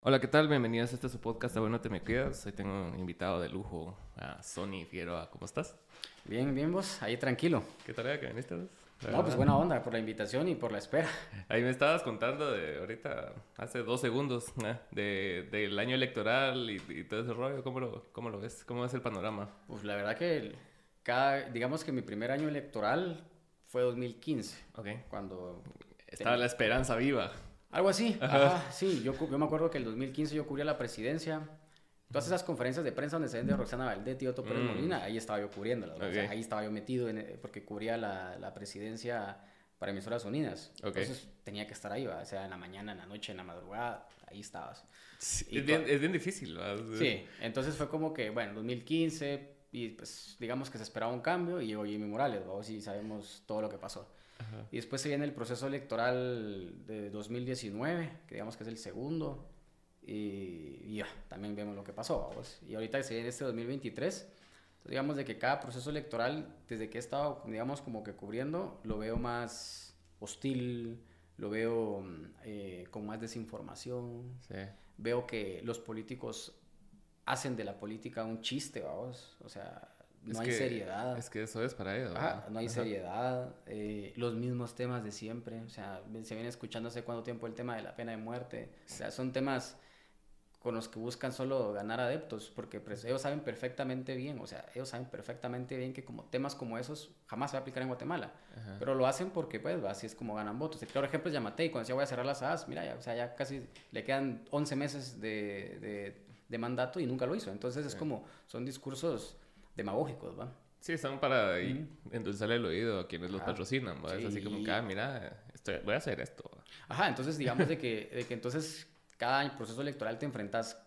Hola, ¿qué tal? Bienvenidos a su podcast, A Bueno Te Me Cuidas. Hoy tengo un invitado de lujo, a Sonny Figueroa. ¿Cómo estás? Bien, bien vos, ahí tranquilo. ¿Qué tarea que viniste vos? La No, pues verdad. buena onda por la invitación y por la espera. Ahí me estabas contando de ahorita, hace 2 segundos, del año electoral y todo ese rollo. ¿Cómo lo ves? ¿Cómo ves el panorama? Pues la verdad que digamos que mi primer año electoral fue 2015, Ok. cuando Estaba la esperanza viva. algo así, Ajá. ajá, sí, yo me acuerdo que el 2015 yo cubría la presidencia. Todas esas conferencias de prensa donde se ven de Roxana Valdetti y Otto Pérez Molina, ahí estaba yo cubriéndolas, ¿no? O sea, Ok. ahí estaba yo metido porque cubría la presidencia para Emisoras Unidas. Ok. Entonces tenía que estar ahí, ¿va? O sea, en la mañana, en la noche, en la madrugada, ahí estabas. Sí, Y es bien difícil, ¿verdad? sí, entonces fue como que, bueno, 2015, y pues digamos que se esperaba un cambio, y llegó Jimmy Morales, vamos, y sabemos todo lo que pasó. Ajá. Y después se viene el proceso electoral de 2019, que digamos que es el segundo, y ya, también vemos lo que pasó, vamos. Y ahorita se viene este 2023, entonces digamos de que cada proceso electoral, desde que he estado, digamos, como que cubriendo, lo veo más hostil, lo veo con más desinformación, Sí. veo que los políticos hacen de la política un chiste, vamos, o sea, no hay seriedad. Es que eso es para ellos, Ajá, ¿verdad? no hay Ajá. seriedad, los mismos temas de siempre, o sea, se viene escuchando hace cuánto tiempo el tema de la pena de muerte, o sea, son temas con los que buscan solo ganar adeptos, porque pues, ellos saben perfectamente bien, o sea, ellos saben perfectamente bien que como temas como esos jamás se va a aplicar en Guatemala, Ajá. pero lo hacen porque pues así es como ganan votos. El claro ejemplo es Yamatei, cuando decía voy a cerrar las AS, mira, ya, o sea, ya casi le quedan 11 meses de mandato y nunca lo hizo, entonces es Sí. como, son discursos demagógicos, ¿va? Sí, son para Ujú. endulzarle el oído a quienes los Ajá. patrocinan, ¿va? Es así como que, Sí. mira, voy a hacer esto. Ajá, entonces digamos de que entonces cada proceso electoral te enfrentas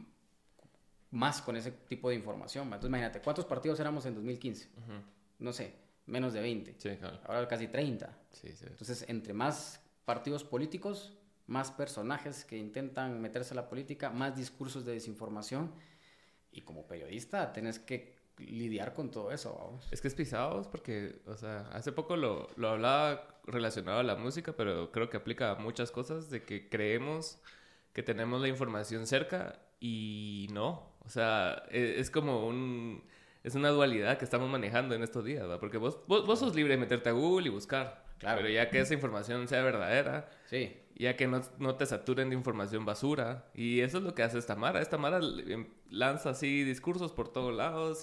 más con ese tipo de información, ¿va? Entonces imagínate, ¿cuántos partidos éramos en 2015? Ujú. No sé, menos de 20. Sí, claro. Ahora casi 30. Sí, sí. Entonces, entre más partidos políticos, más personajes que intentan meterse a la política, más discursos de desinformación. Y como periodista, tenés que lidiar con todo eso, vamos. Es que es pisados porque, o sea, hace poco lo hablaba relacionado a la música, pero creo que aplica a muchas cosas de que creemos que tenemos la información cerca y no. O sea, es como es una dualidad que estamos manejando en estos días, ¿va? Porque vos sos libre de meterte a Google y buscar, Claro, pero ya que esa información sea verdadera, sí. ya que no te saturen de información basura. Y eso es lo que hace esta Mara. Esta Mara lanza así discursos por todos lados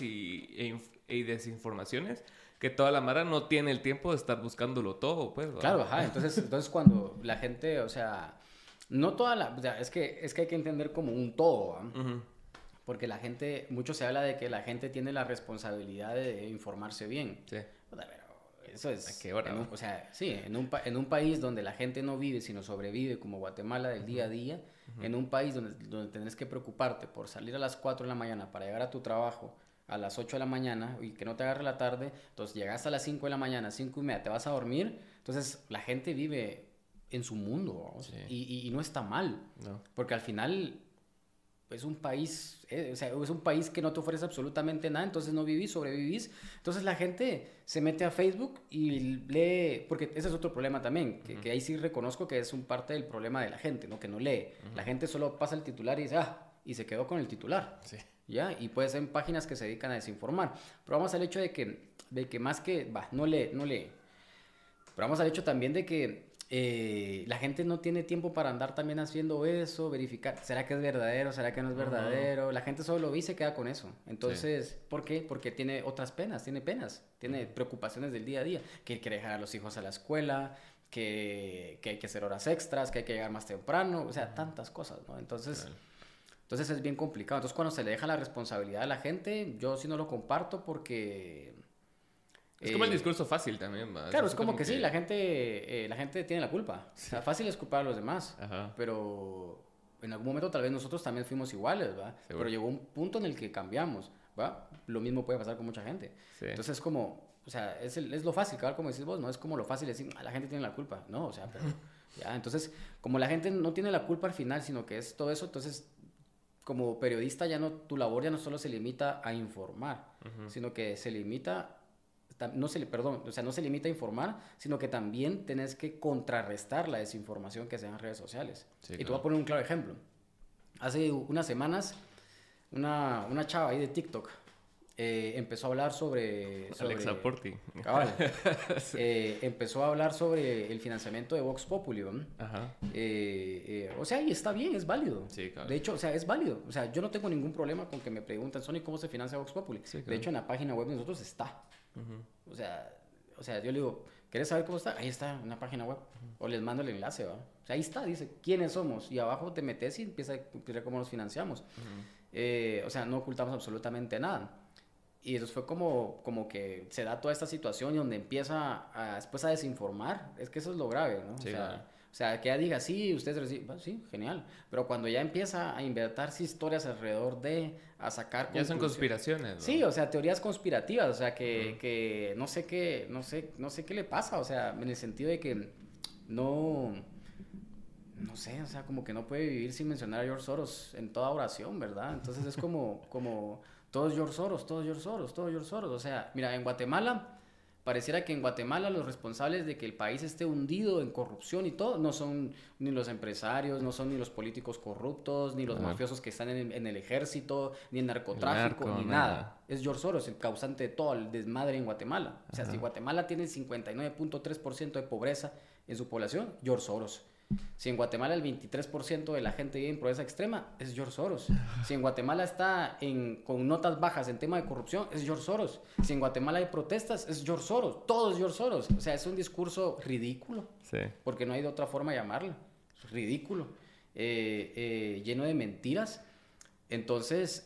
y desinformaciones que toda la Mara no tiene el tiempo de estar buscándolo todo, pues, ¿va? Claro, ajá. Entonces cuando la gente, o sea, no toda la, o sea, es que hay que entender como un todo, ¿va? Ujú. Porque la gente, mucho se habla de que la gente tiene la responsabilidad de informarse bien. Sí. Puta, pero eso ¿A es, qué hora, va? o sea, sí, en un país donde la gente no vive, sino sobrevive, como Guatemala del día a día, en un país donde tenés que preocuparte por salir a las 4 de la mañana para llegar a tu trabajo a las 8 de la mañana y que no te agarre la tarde, entonces llegas a las 5 de la mañana, 5:30, te vas a dormir, entonces la gente vive en su mundo, vamos, Sí. y no está mal, No. porque al final es un país, o sea, es un país que no te ofrece absolutamente nada, entonces no vivís, sobrevivís. Entonces la gente se mete a Facebook y lee, porque ese es otro problema también, que ahí sí reconozco que es un parte del problema de la gente, ¿no? Que no lee. La gente solo pasa el titular y dice, y se quedó con el titular. Sí. ¿Ya? Y puede ser en páginas que se dedican a desinformar. Pero vamos al hecho de que más que, no lee, no lee. Pero vamos al hecho también de que la gente no tiene tiempo para andar también haciendo eso, verificar, ¿será que es verdadero? ¿Será que no es Ujú. verdadero? La gente solo lo ve y se queda con eso. Sí. Entonces, ¿por qué? Porque tiene otras penas, tiene preocupaciones del día a día, que quiere dejar a los hijos a la escuela, que hay que hacer horas extras, que hay que llegar más temprano, o sea, tantas cosas, ¿no? Entonces, Claro. entonces es bien complicado. Entonces, cuando se le deja la responsabilidad a la gente, yo sí no lo comparto porque... Es como el eh, discurso fácil también, ¿va? Es Claro, es así como como que sí, que... la gente tiene la culpa. O sea, fácil es culpar a los demás, Ajá. pero en algún momento tal vez nosotros también fuimos iguales, ¿va? Pero Seguro. llegó un punto en el que cambiamos, ¿va? Lo mismo puede pasar con mucha gente. Sí. Entonces es como, o sea, es lo fácil, cabal, como decís vos, no es como lo fácil decir, la gente tiene la culpa. No, o sea, pero ya, entonces, como la gente no tiene la culpa al final, sino que es todo eso, entonces como periodista ya no, tu labor ya no solo se limita a informar, sino que se limita no se le, perdón, o sea, no se limita a informar, sino que también tenés que contrarrestar la desinformación que se da en redes sociales. Sí, Y te voy claro. a poner un claro ejemplo. hace unas semanas, una chava ahí de TikTok empezó a hablar sobre Alexa Porti. Cabal. Empezó a hablar sobre el financiamiento de Vox Populi, ¿no? Ajá. O sea, y está bien, es válido. Sí, claro. De hecho, o sea, es válido. O sea, yo no tengo ningún problema con que me pregunten, Sony, ¿cómo se financia Vox Populi? Sí, claro. De hecho, en la página web de nosotros está. O sea, yo le digo, ¿querés saber cómo está? Ahí está, en la página web. O les mando el enlace, ¿va? O sea, ahí está, dice, ¿quiénes somos? Y abajo te metes y empieza a ver cómo nos financiamos. O sea, no ocultamos absolutamente nada. Y eso fue como que se da toda esta situación donde empieza después a desinformar. Es que eso es lo grave, ¿no? Sí, o sea, que ella diga, sí, ustedes reciben, bueno, sí, genial. Pero cuando ya empieza a inventarse historias alrededor a sacar... Ya son conspiraciones, ¿no? Sí, o sea, teorías conspirativas, o sea, que no sé qué le pasa, o sea, en el sentido de que no sé, o sea, como que no puede vivir sin mencionar a George Soros en toda oración, ¿verdad? Entonces es como todos George Soros, todos George Soros, todos George Soros. O sea, mira, en Guatemala, pareciera que en Guatemala los responsables de que el país esté hundido en corrupción y todo, no son ni los empresarios, no son ni los políticos corruptos, ni los mafiosos que están en el ejército, ni el narcotráfico, ni nada. Es George Soros el causante de todo el desmadre en Guatemala. O sea, si Guatemala tiene 59.3% de pobreza en su población, George Soros. Si en Guatemala el 23% de la gente vive en pobreza extrema, es George Soros. Si en Guatemala está con notas bajas en tema de corrupción, es George Soros. Si en Guatemala hay protestas, es George Soros. Todo es George Soros. O sea, es un discurso ridículo. Sí. Porque no hay de otra forma de llamarlo. Es ridículo. Lleno de mentiras. Entonces,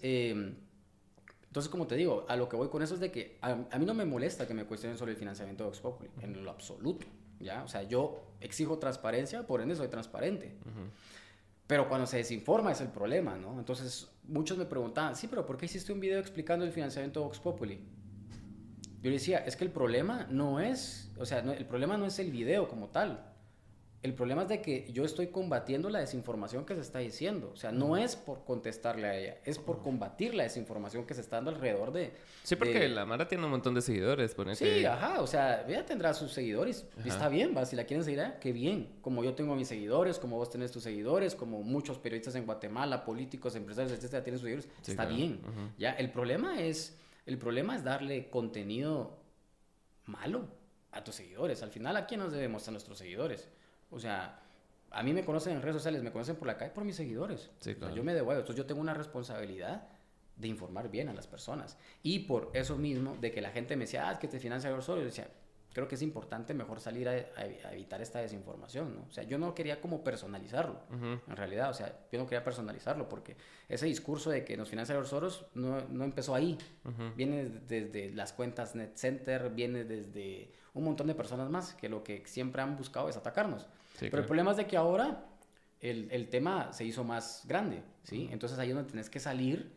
como te digo, a lo que voy con eso es de que a mí no me molesta que me cuestionen sobre el financiamiento de Vox Populi, en lo absoluto. ¿Ya? O sea, yo exijo transparencia, por ende soy transparente. Pero cuando se desinforma es el problema, ¿no? Entonces, muchos me preguntaban, sí, pero ¿por qué hiciste un video explicando el financiamiento de Vox Populi? Yo decía, es que el problema no es, o sea, el problema no es el video como tal. El problema es de que yo estoy combatiendo la desinformación que se está diciendo. O sea, no es por contestarle a ella, es por combatir la desinformación que se está dando alrededor de... Sí, porque la Mara tiene un montón de seguidores. Sí, ajá, o sea, ella tendrá sus seguidores. Y está bien, ¿va? Si la quieren seguir, qué bien. Como yo tengo mis seguidores, como vos tenés tus seguidores, como muchos periodistas en Guatemala, políticos, empresarios, etcétera, tienen sus seguidores. Sí, está bien. ¿Ya? El problema es darle contenido malo a tus seguidores. Al final, ¿a quién nos debemos? A nuestros seguidores. O sea, a mí me conocen en redes sociales, me conocen por la calle por mis seguidores. Sí, claro. O sea, yo me debo, entonces yo tengo una responsabilidad de informar bien a las personas. Y por eso mismo, de que la gente me decía, es que te financia George Soros, yo decía, creo que es importante mejor salir a evitar esta desinformación, ¿no? O sea, yo no quería como personalizarlo, en realidad, o sea, yo no quería personalizarlo porque ese discurso de que nos financia George Soros no empezó ahí. Viene desde las cuentas NetCenter, viene desde un montón de personas más que lo que siempre han buscado es atacarnos. Sí, pero claro. El problema es de que ahora el tema se hizo más grande, ¿sí? Entonces ahí es donde tenés que salir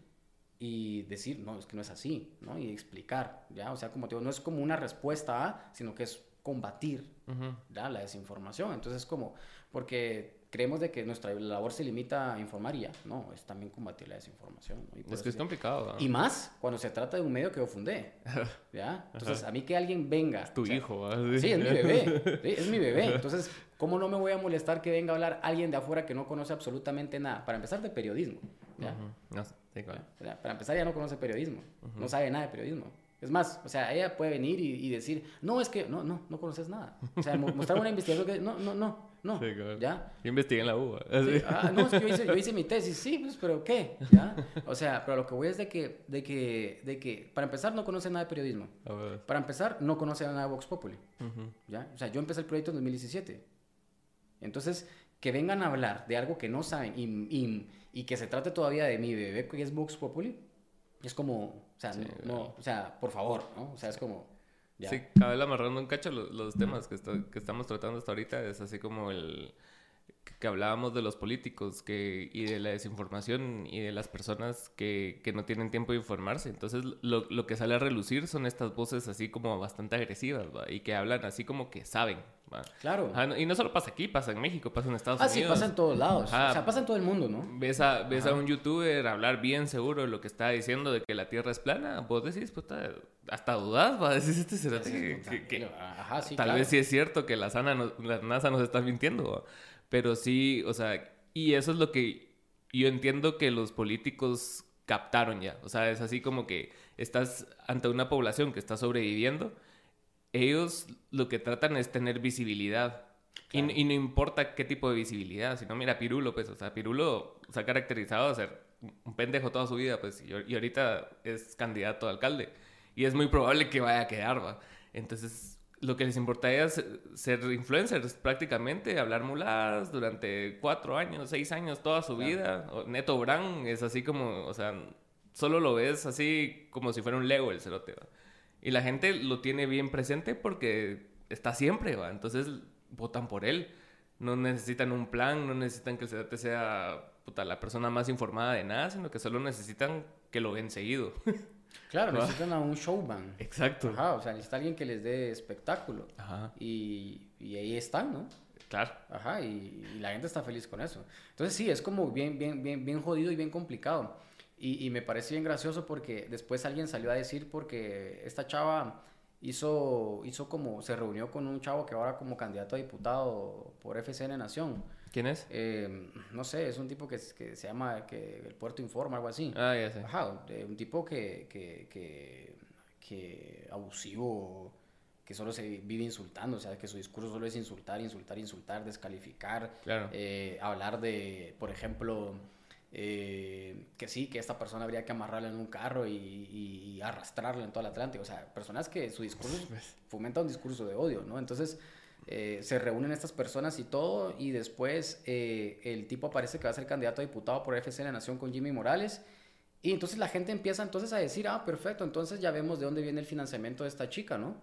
y decir, no, es que no es así, ¿no? Y explicar, ¿ya? O sea, como te digo, no es como una respuesta a, sino que es combatir, ¿ya? La desinformación. Entonces, como, porque creemos de que nuestra labor se limita a informar y ya, no, es también combatir la desinformación, ¿no? Y es que es complicado, ¿no? Y más cuando se trata de un medio que yo fundé, ¿ya? Entonces, a mí que alguien venga... Es tu hijo, ¿verdad? Sí, es mi bebé, sí, es mi bebé. Entonces, ¿cómo no me voy a molestar que venga a hablar alguien de afuera que no conoce absolutamente nada? Para empezar, de periodismo, ¿ya? No, sí, claro. Para empezar, ella no conoce periodismo, no sabe nada de periodismo. Es más, o sea, ella puede venir y decir, no, es que no conoces nada. O sea, mostrar una investigación que no, sí, claro. ¿ya? Yo investigué en la UBA. Sí. No, es que yo hice mi tesis, sí, pues, pero ¿qué? ¿Ya? O sea, pero lo que voy es de que, para empezar, no conoce nada de periodismo. Para empezar, no conoce nada de Vox Populi, ¿ya? O sea, yo empecé el proyecto en 2017. Entonces, que vengan a hablar de algo que no saben y que se trate todavía de mi bebé, que es Vox Populi, es como, o sea, sí, no, o sea, por favor, ¿no? O sea, es como... Ya. Sí, cada vez amarrando un cacho los temas que estamos tratando hasta ahorita es así como que hablábamos de los políticos y de la desinformación y de las personas que no tienen tiempo de informarse. Entonces, lo que sale a relucir son estas voces así como bastante agresivas, ¿va? Y que hablan así como que saben, ¿va? Claro. Y no solo pasa aquí, pasa en México, pasa en Estados Unidos. Sí, pasa en todos lados. O sea, pasa en todo el mundo, ¿no? Ves a un youtuber hablar bien seguro de lo que está diciendo de que la Tierra es plana, vos decís, puta, hasta dudás, va, decís, será que tal vez sí es cierto que la NASA nos está mintiendo, ¿va? Pero sí, o sea, y eso es lo que yo entiendo que los políticos captaron ya. O sea, es así como que estás ante una población que está sobreviviendo. Ellos lo que tratan es tener visibilidad. Claro. Y no importa qué tipo de visibilidad, sino mira, Pirulo, pues, o sea, Pirulo se ha caracterizado de ser un pendejo toda su vida, pues, y ahorita es candidato a alcalde. Y es muy probable que vaya a quedar, ¿va? Entonces, lo que les importa es ser influencers prácticamente, hablar muladas durante 4 años, 6 años, toda su vida. Neto Brand es así como, o sea, solo lo ves así como si fuera un Lego el cerote, ¿va? Y la gente lo tiene bien presente porque está siempre, ¿va? Entonces votan por él. No necesitan un plan, no necesitan que el cerote sea puta, la persona más informada de nada, sino que solo necesitan que lo ven seguido. Claro, necesitan a un showman. Exacto. Ajá, o sea, necesita alguien que les dé espectáculo. Ajá. Y ahí están, ¿no? Claro. Ajá, y la gente está feliz con eso. Entonces sí, es como bien jodido y bien complicado. Y me parece bien gracioso porque después alguien salió a decir porque esta chava hizo como, se reunió con un chavo que ahora como candidato a diputado por FCN Nación. ¿Quién es? No sé, es un tipo que se llama El Puerto Informa, algo así. Ah, ya sé. Ajá, un tipo que abusivo, que solo se vive insultando, o sea, que su discurso solo es insultar, descalificar, Claro. hablar de, por ejemplo, que sí, que esta persona habría que amarrarla en un carro y arrastrarla en todo el Atlántico, o sea, personas que su discurso fomenta un discurso de odio, ¿no? Entonces, se reúnen estas personas y todo, y después el tipo aparece que va a ser candidato a diputado por FC de la Nación con Jimmy Morales, y entonces la gente empieza entonces a decir, ah, perfecto, entonces ya vemos de dónde viene el financiamiento de esta chica, ¿no?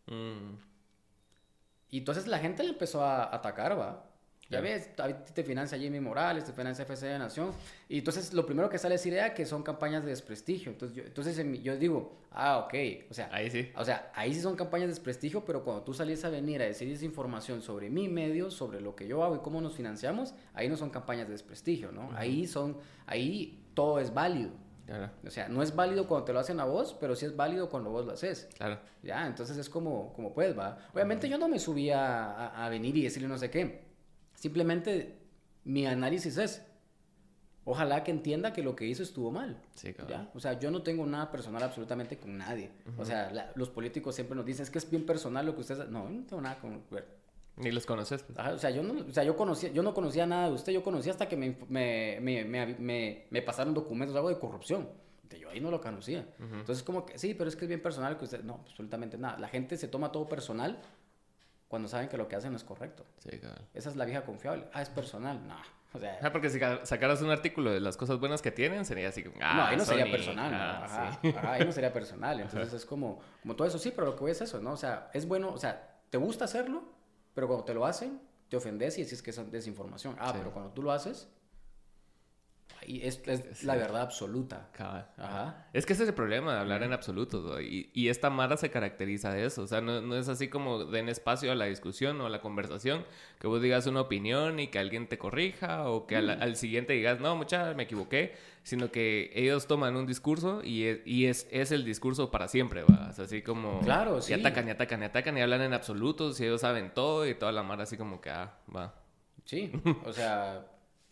Y entonces la gente le empezó a atacar, ¿va? Ya ves, te financia Jimmy Morales, te financia FC de Nación. Y entonces lo primero que sale a decir es que son campañas de desprestigio. Entonces yo digo, ok, o sea, ahí sí. O sea, ahí sí son campañas de desprestigio, pero cuando tú salís a venir a decir esa información sobre mi medio, sobre lo que yo hago y cómo nos financiamos, ahí no son campañas de desprestigio, ¿no? Ahí todo es válido. Claro. O sea, no es válido cuando te lo hacen a vos, pero sí es válido cuando vos lo haces. Claro. Ya, entonces es como pues, va. Obviamente yo no me subí a venir y decirle no sé qué. Simplemente mi análisis es, ojalá que entienda que lo que hizo estuvo mal. Sí, claro. ¿Ya? O sea, yo no tengo nada personal absolutamente con nadie. O sea, los políticos siempre nos dicen, es que es bien personal lo que ustedes... No, yo no tengo nada con... Ni los conoces, pues. Ajá, o sea, yo no conocía nada de usted, yo conocía hasta que me pasaron documentos, algo de corrupción. Yo ahí no lo conocía. Entonces, como que, sí, pero es que es bien personal que usted... No, absolutamente nada. La gente se toma todo personal cuando saben que lo que hacen no es correcto. Sí, claro. Esa es la vieja confiable. Ah, es personal. No, o sea... porque si sacaras un artículo de las cosas buenas que tienen, sería así como... no, ahí no Sony. sería personal. Ajá, Sí. ajá, ahí no sería personal. Entonces es como todo eso. Sí, pero lo que voy es eso, ¿no? O sea, es bueno, o sea, te gusta hacerlo, pero cuando te lo hacen, te ofendes y decís que es desinformación. Sí. Pero cuando tú lo haces, ahí es la verdad absoluta. Ajá. Es que ese es el problema de hablar en absoluto, ¿no? Y esta mara se caracteriza de eso. O sea, no es así como den espacio a la discusión o a la conversación, que vos digas una opinión y que alguien te corrija o que al siguiente digas, no, mucha, me equivoqué, sino que ellos toman un discurso y es el discurso para siempre, ¿va? O sea, así como... Claro, sí. Y atacan y hablan en absolutos y ellos saben todo y toda la mara así como que, va. Sí, o sea,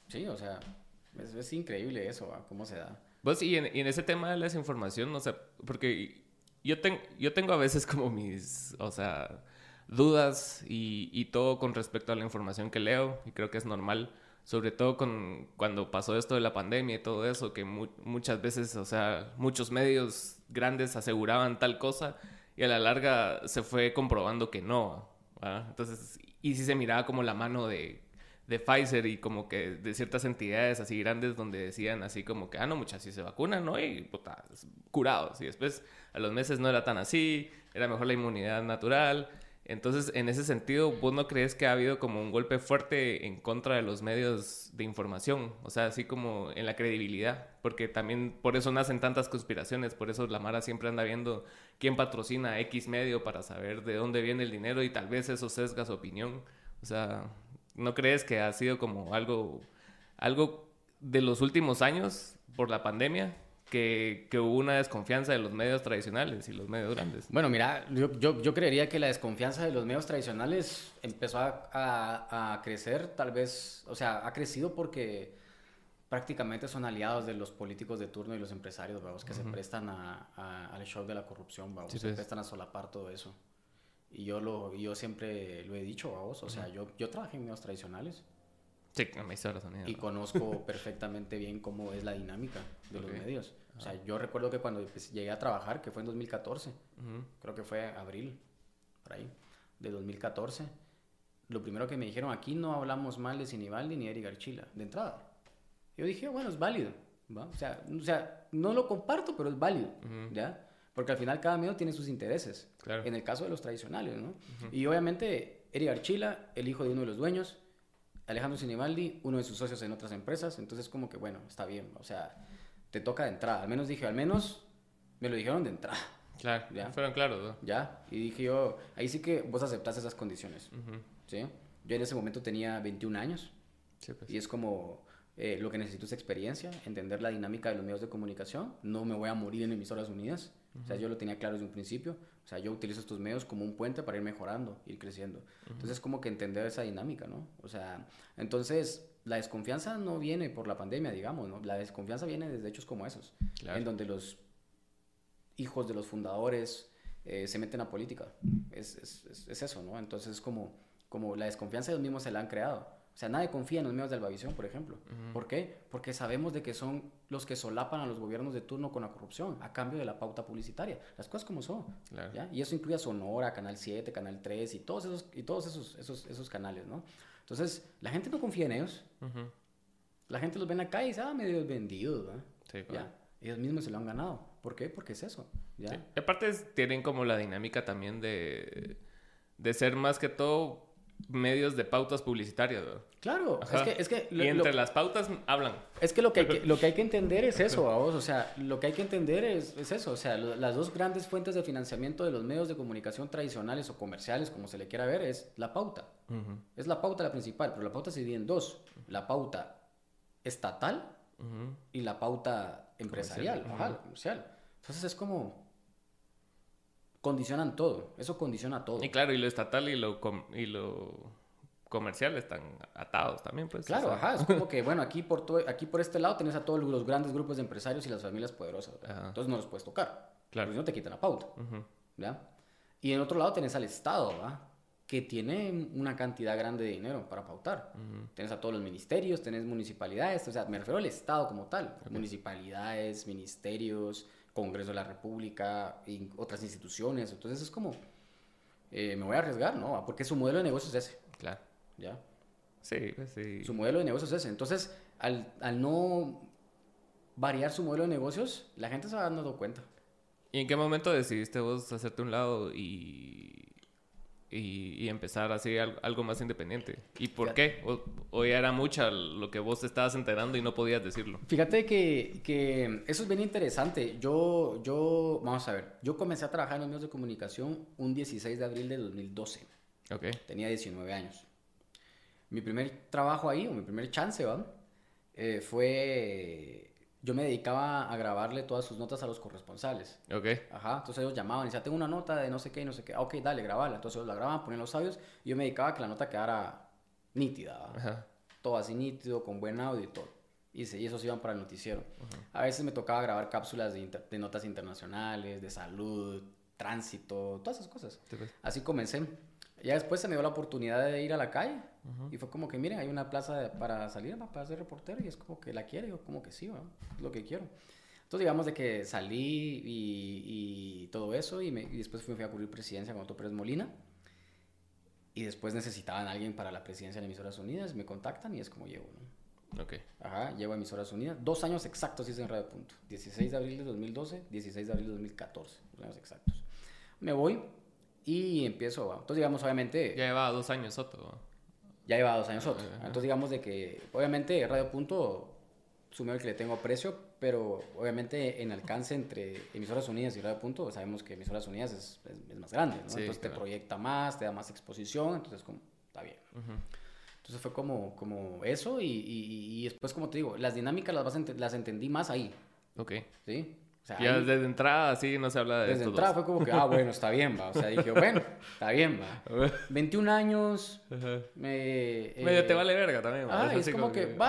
es increíble eso, ¿va? Cómo se da. Pues, y en ese tema de la desinformación, no sé, porque yo tengo a veces como mis, o sea, dudas y todo con respecto a la información que leo, y creo que es normal, sobre todo cuando pasó esto de la pandemia y todo eso, que muchas veces, o sea, muchos medios grandes aseguraban tal cosa y a la larga se fue comprobando que no, ¿verdad? Entonces, y sí se miraba como la mano de Pfizer y como que de ciertas entidades así grandes donde decían así como que, no, muchas sí se vacunan, ¿no? Y puta, curados. Y después a los meses no era tan así, era mejor la inmunidad natural. Entonces, en ese sentido, ¿vos no crees que ha habido como un golpe fuerte en contra de los medios de información? O sea, así como en la credibilidad. Porque también por eso nacen tantas conspiraciones, por eso la Mara siempre anda viendo quién patrocina X medio para saber de dónde viene el dinero y tal vez eso sesga su opinión. O sea... ¿No crees que ha sido como algo de los últimos años por la pandemia? Que hubo una desconfianza de los medios tradicionales y los medios grandes. Bueno, mira, yo creería que la desconfianza de los medios tradicionales empezó a crecer, tal vez, o sea, ha crecido porque prácticamente son aliados de los políticos de turno y los empresarios, vamos, que se prestan al show de la corrupción, vamos, se prestan a solapar todo eso. Y yo siempre lo he dicho, vamos, o sea, yo trabajé en medios tradicionales. Sí, en emisoras unidas. Y conozco perfectamente bien cómo es la dinámica de los medios. O sea, yo recuerdo que cuando llegué a trabajar, que fue en 2014, creo que fue abril, por ahí, de 2014, lo primero que me dijeron, aquí no hablamos mal de Sinibaldi ni Eric Archila, de entrada. Yo dije, bueno, es válido, ¿va? O sea, no lo comparto, pero es válido, ¿ya? Porque al final cada medio tiene sus intereses. Claro. En el caso de los tradicionales, ¿no? Y obviamente, Eric Archila, el hijo de uno de los dueños, Alejandro Sinibaldi, uno de sus socios en otras empresas, entonces como que, bueno, está bien, o sea, te toca de entrada. Al menos me lo dijeron de entrada. Claro, ¿ya? Fueron claros, ¿no? Ya, y dije yo, ahí sí que vos aceptás esas condiciones, ¿sí? Yo en ese momento tenía 21 años, sí, pues. Y es como, lo que necesito es experiencia, entender la dinámica de los medios de comunicación, no me voy a morir en Emisoras Unidas, o sea, yo lo tenía claro desde un principio, o sea, yo utilizo estos medios como un puente para ir mejorando, ir creciendo, entonces como que entender esa dinámica, ¿no? O sea, entonces la desconfianza no viene por la pandemia, digamos, ¿no? La desconfianza viene desde hechos como esos, claro. En donde los hijos de los fundadores se meten a política, es eso, ¿no? Entonces como la desconfianza ellos mismos se la han creado. O sea, nadie confía en los medios de Albavisión, por ejemplo. ¿Por qué? Porque sabemos de que son los que solapan a los gobiernos de turno con la corrupción a cambio de la pauta publicitaria. Las cosas como son. Claro. ¿Ya? Y eso incluye a Sonora, Canal 7, Canal 3 y todos esos canales, ¿no? Entonces, la gente no confía en ellos. La gente los ve en la calle y dice, medios vendidos, ¿no? Sí, claro. ¿Ya? Ellos mismos se lo han ganado. ¿Por qué? Porque es eso. ¿Ya? Sí. Aparte, tienen como la dinámica también de ser más que todo medios de pautas publicitarias, ¿no? Claro, es que y entre las pautas hablan. Es que lo que hay que entender es eso, ¿vos? O sea, lo que hay que entender es eso, o sea, las dos grandes fuentes de financiamiento de los medios de comunicación tradicionales o comerciales, como se le quiera ver, es la pauta. Es la pauta la principal, pero la pauta se divide en dos, la pauta estatal y la pauta empresarial, comercial. Entonces es como condicionan todo, eso condiciona todo. Y claro, y lo estatal y lo comercial están atados también, pues. Claro, o sea. Es como que, bueno, aquí por este lado tenés a todos los grandes grupos de empresarios y las familias poderosas, entonces no los puedes tocar, claro. Porque si no te quitan la pauta, ¿ya? Y en otro lado tenés al Estado, ¿va? Que tiene una cantidad grande de dinero para pautar. Tenés a todos los ministerios, tenés municipalidades, o sea, me refiero al Estado como tal, municipalidades, ministerios, Congreso de la República y otras instituciones. Entonces es como, me voy a arriesgar, ¿no? Porque su modelo de negocio es ese. Claro. ¿Ya? Sí, pues sí. Su modelo de negocio es ese. Entonces, al no variar su modelo de negocios, la gente se va dando cuenta. ¿Y en qué momento decidiste vos hacerte un lado y empezar así algo más independiente? ¿Y por qué? ¿O ya era mucha lo que vos te estabas enterando y no podías decirlo? Fíjate que eso es bien interesante. Vamos a ver, yo comencé a trabajar en los medios de comunicación un 16 de abril de 2012. Okay. Tenía 19 años. Mi primer trabajo ahí, o mi primer chance, ¿va? Fue... Yo me dedicaba a grabarle todas sus notas a los corresponsales. Ok. Ajá, entonces ellos llamaban y decían, tengo una nota de no sé qué y no sé qué. Ok, dale, grabala. Entonces ellos la grababan, ponían los audios y yo me dedicaba a que la nota quedara nítida, ¿va? Ajá. Todo así nítido, con buen audio y todo. Y esos iban para el noticiero. A veces me tocaba grabar cápsulas de notas internacionales, de salud, tránsito, todas esas cosas. Sí, pues. Así comencé. Ya después se me dio la oportunidad de ir a la calle y fue como que, miren, hay una plaza para salir, ¿va? Para ser reportero, y es como que la quiero, yo como que sí, ¿va? Es lo que quiero. Entonces digamos de que salí y todo eso y después fui a cubrir presidencia con Otto Pérez Molina y después necesitaban a alguien para la presidencia de Emisoras Unidas, me contactan y es como llego, ¿no? Ok. Ajá, llego a Emisoras Unidas, 2 años exactos hice en Radio Punto, 16 de abril de 2012, 16 de abril de 2014, 2 años exactos. Me voy y empiezo, ¿va? Entonces digamos obviamente... Ya llevaba 2 años Soto, ¿va? Ya llevaba 2 años Soto. Entonces digamos de que obviamente Radio Punto sume que le tengo aprecio, pero obviamente en alcance entre Emisoras Unidas y Radio Punto sabemos que Emisoras Unidas es más grande, ¿no? Sí, entonces claro. Te proyecta más, te da más exposición, entonces como, está bien. Entonces fue como eso y después, como te digo, las dinámicas las entendí más ahí. Ok. ¿Sí? O sea, ya desde entrada sí no se habla de desde entrada fue como que, bueno, está bien, va. O sea, dije, bueno, está bien, va. 21 años. Medio te vale verga también, va. Es como que, va.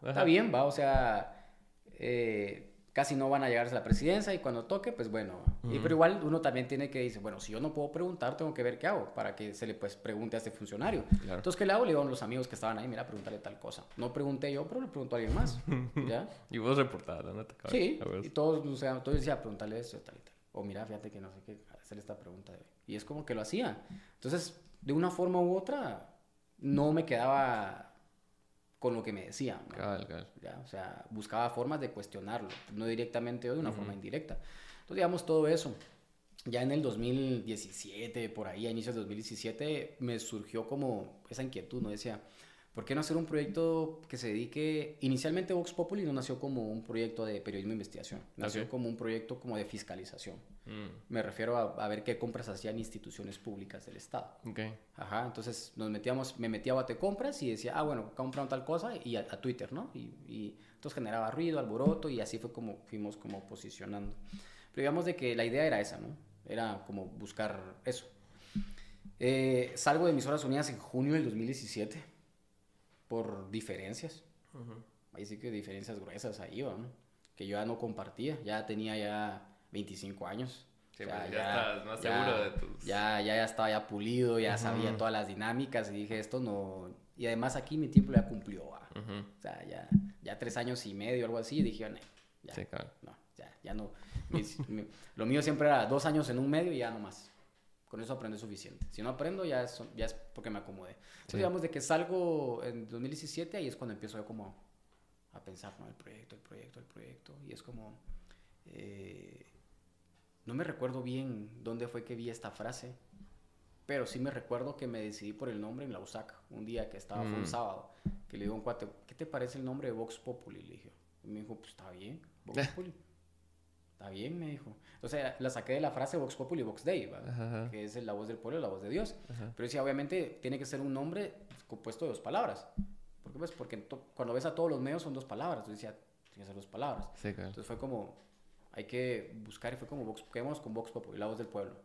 está bien, va, o sea, casi no van a llegar a la presidencia y cuando toque, pues bueno. Pero igual uno también tiene que decir, bueno, si yo no puedo preguntar, tengo que ver qué hago para que se le pues pregunte a este funcionario. Claro. Entonces, ¿qué le hago? Le digo a los amigos que estaban ahí, mira, pregúntale tal cosa. No pregunté yo, pero le preguntó a alguien más, ¿ya? Y vos reportabas, ¿no? Sí, y todos, o sea, todos decían, preguntarle esto, tal y tal. O mira, fíjate que no sé qué, hacer esta pregunta. Y es como que lo hacía. Entonces, de una forma u otra, no me quedaba con lo que me decían, ¿no? Cabal. ¿Ya? O sea, buscaba formas de cuestionarlo, no directamente o de una forma indirecta. Entonces, digamos, todo eso. Ya en el 2017, por ahí, a inicios de 2017, me surgió como esa inquietud, ¿no? Decía, ¿por qué no hacer un proyecto que se dedique... Inicialmente Vox Populi no nació como un proyecto de periodismo de investigación, nació como un proyecto como de fiscalización. Me refiero a ver qué compras hacían instituciones públicas del Estado. Okay. Ajá, entonces me metía a Batecompras y decía, bueno, compraron tal cosa y a Twitter, ¿no? Y entonces generaba ruido, alboroto y así fue como fuimos como posicionando. Pero digamos de que la idea era esa, ¿no? Era como buscar eso. Salgo de Emisoras Unidas en junio del 2017 por diferencias. Ahí sí que diferencias gruesas ahí, ¿no? Que yo ya no compartía, ya tenía ya 25 años. Sí, o sea, ya estás más seguro de tus... Ya estaba ya pulido, ya sabía todas las dinámicas y dije, esto no... Y además aquí mi tiempo ya cumplió, ¿va? O sea, ya 3 años y medio, algo así, y dije, no, ya, sí, claro. no, ya no. Lo mío siempre era 2 años en un medio y ya no más. Con eso aprendo suficiente. Si no aprendo, ya es porque me acomodé. Entonces, digamos, de que salgo en 2017, ahí es cuando empiezo yo como a pensar, ¿no? El proyecto. Y es como... no me recuerdo bien dónde fue que vi esta frase, pero sí me recuerdo que me decidí por el nombre en la USAC, un día que estaba, fue un sábado, que le digo a un cuate, ¿qué te parece el nombre de Vox Populi? Le dije, y me dijo, pues está bien, Vox Populi. Está bien, me dijo. O sea, la saqué de la frase Vox Populi, Vox Dei, que es la voz del pueblo, la voz de Dios. Pero decía, obviamente, tiene que ser un nombre compuesto de 2 palabras. ¿Por qué? Pues porque cuando ves a todos los medios son 2 palabras. Entonces decía, tiene que ser 2 palabras. Sí, claro. Entonces fue como, hay que buscar, y fue como, quedémonos con Vox Populi, la voz del pueblo.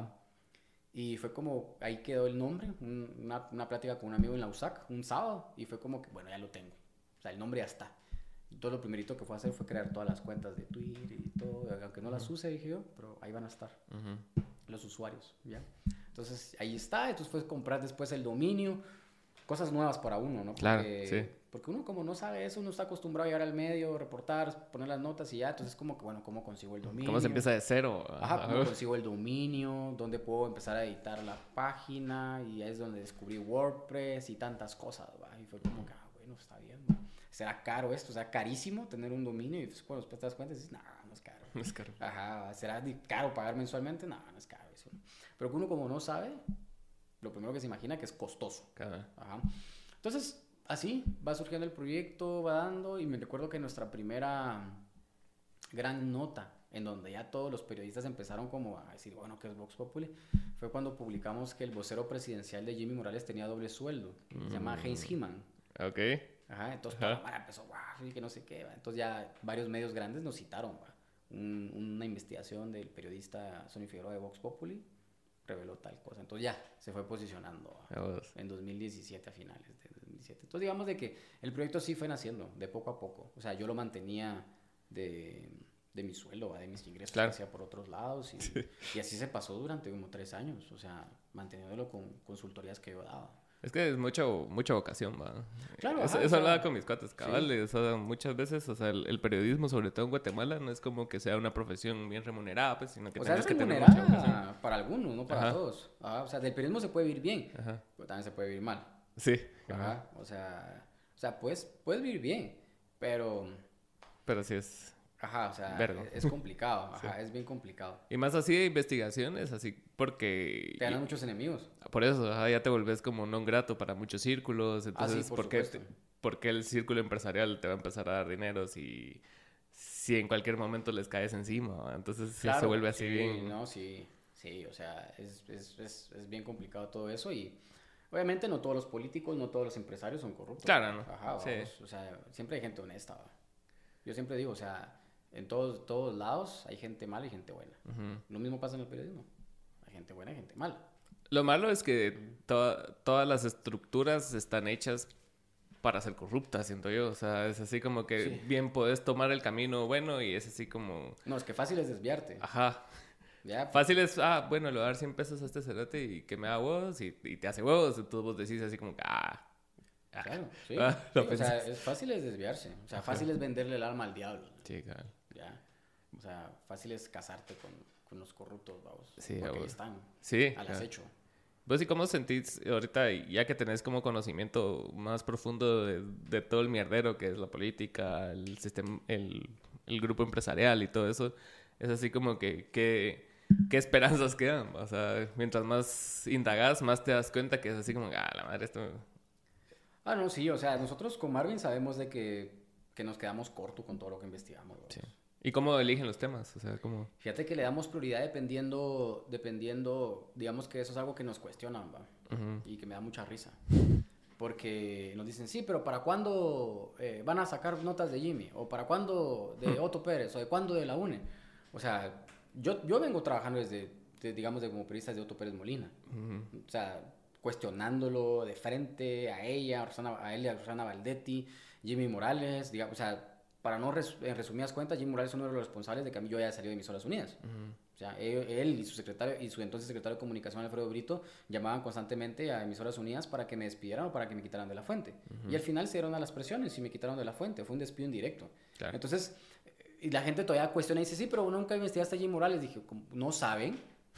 Y fue como, ahí quedó el nombre, una plática con un amigo en la USAC, un sábado, y fue como que, bueno, ya lo tengo. O sea, el nombre ya está. Todo lo primerito que fue a hacer fue crear todas las cuentas de Twitter y todo, aunque no las use, dije yo, pero ahí van a estar los usuarios, ¿ya? Entonces, ahí está, entonces fue comprar después el dominio, cosas nuevas para uno, ¿no? Porque, claro, sí. Porque uno como no sabe eso, uno está acostumbrado a llegar al medio, reportar, poner las notas y ya, entonces como que, bueno, ¿cómo consigo el dominio? ¿Cómo se empieza de cero? Ajá, ¿cómo consigo el dominio? ¿Dónde puedo empezar a editar la página? Y ahí es donde descubrí WordPress y tantas cosas, ¿va? Y fue como que, bueno, está bien, ¿va? ¿Será caro esto? ¿Será carísimo tener un dominio? Y pues, cuando después te das cuenta, dices, no es caro. No es caro. Ajá, ¿será caro pagar mensualmente? No es caro eso. Pero que uno como no sabe, lo primero que se imagina que es costoso. Claro. Ajá. Entonces, así va surgiendo el proyecto, va dando, y me recuerdo que nuestra primera gran nota, en donde ya todos los periodistas empezaron como a decir, bueno, ¿qué es Vox Populi? Fue cuando publicamos que el vocero presidencial de Jimmy Morales tenía doble sueldo, se llama Heinz Hyman. Ok. Ajá, entonces toda la mara empezó, wow, y que no sé qué, ¿va? Entonces ya varios medios grandes nos citaron, ¿va? Una investigación del periodista Sonny Figueroa de Vox Populi reveló tal cosa, entonces ya se fue posicionando en 2017, a finales de 2017. Entonces digamos de que el proyecto sí fue naciendo de poco a poco, o sea, yo lo mantenía de mi sueldo, de mis ingresos, claro, que hacía por otros lados, y así se pasó durante como 3 años, o sea, manteniéndolo con consultorías que yo daba. Es que es mucha vocación, va. Claro, eso hablaba con mis cuates, cabales. Sí. O sea, muchas veces, o sea, el periodismo, sobre todo en Guatemala, no es como que sea una profesión bien remunerada, pues, sino que tienes que tener mucha vocación. Para algunos, no para todos. O sea, del periodismo se puede vivir bien, pero también se puede vivir mal. Sí. O sea, puedes vivir bien, pero sí es... o sea, es complicado, sí. Es bien complicado. Y más así de investigaciones, así porque... Te ganan muchos enemigos. Por eso, ya te volvés como non grato para muchos círculos, entonces, sí, ¿por qué el círculo empresarial te va a empezar a dar dinero si en cualquier momento les caes encima? Entonces claro, se vuelve así bien... No, sí, o sea, es bien complicado todo eso y... Obviamente no todos los políticos, no todos los empresarios son corruptos. Claro, ¿no? Sí. O sea, siempre hay gente honesta, ¿va? Yo siempre digo, o sea... En todos lados hay gente mala y gente buena. Lo mismo pasa en el periodismo. Hay gente buena y gente mala. Lo malo es que todas las estructuras están hechas para ser corrupta, siento yo. O sea, es así como que Sí. bien podés tomar el camino bueno y es así como... No, es que fácil es desviarte. Ajá. Ya, Fácil es, bueno, le voy a dar 100 pesos a este cerote y que me haga huevos y te hace huevos. Entonces vos decís así como que, claro, sí. Lo Sí, o sea, pensás. es fácil es desviarse. O sea, fácil es venderle el alma al diablo. Sí, claro. Ya. O sea, fácil es casarte con los corruptos, vamos. Sí, porque ahí vamos. están, Sí, al claro. acecho. ¿Vos y cómo sentís ahorita, ya que tenés como conocimiento más profundo de todo el mierdero que es la política, el sistema, el grupo empresarial y todo eso? Es así como que ¿qué esperanzas quedan? O sea, mientras más indagás, más te das cuenta que es así como, la madre, esto... Ah, no, sí, o sea, nosotros con Marvin sabemos de que nos quedamos cortos con todo lo que investigamos, vamos. Sí. ¿Y cómo eligen los temas? O sea, ¿cómo...? Fíjate que le damos prioridad dependiendo, digamos que eso es algo que nos cuestionan, ¿va? Ujú. Y que me da mucha risa. Porque nos dicen, sí, pero ¿para cuándo van a sacar notas de Jimmy? ¿O para cuándo de Otto Pérez? ¿O de cuándo de la UNE? O sea, yo vengo trabajando digamos, como periodista de Otto Pérez Molina. Ujú. O sea, cuestionándolo de frente a ella, a él y a Rosana Valdetti, Jimmy Morales, digamos, o sea, para no en resumidas cuentas, Jimmy Morales es uno de los responsables de que a mí yo haya salido de Emisoras Unidas. O sea, él y su secretario y su entonces secretario de comunicación, Alfredo Brito, llamaban constantemente a Emisoras Unidas para que me despidieran o para que me quitaran de la fuente. Y al final se dieron a las presiones y me quitaron de la fuente. Fue un despido indirecto. Claro. Entonces, y la gente todavía cuestiona y dice, sí, pero nunca investigaste a Jimmy Morales. Dije, no saben.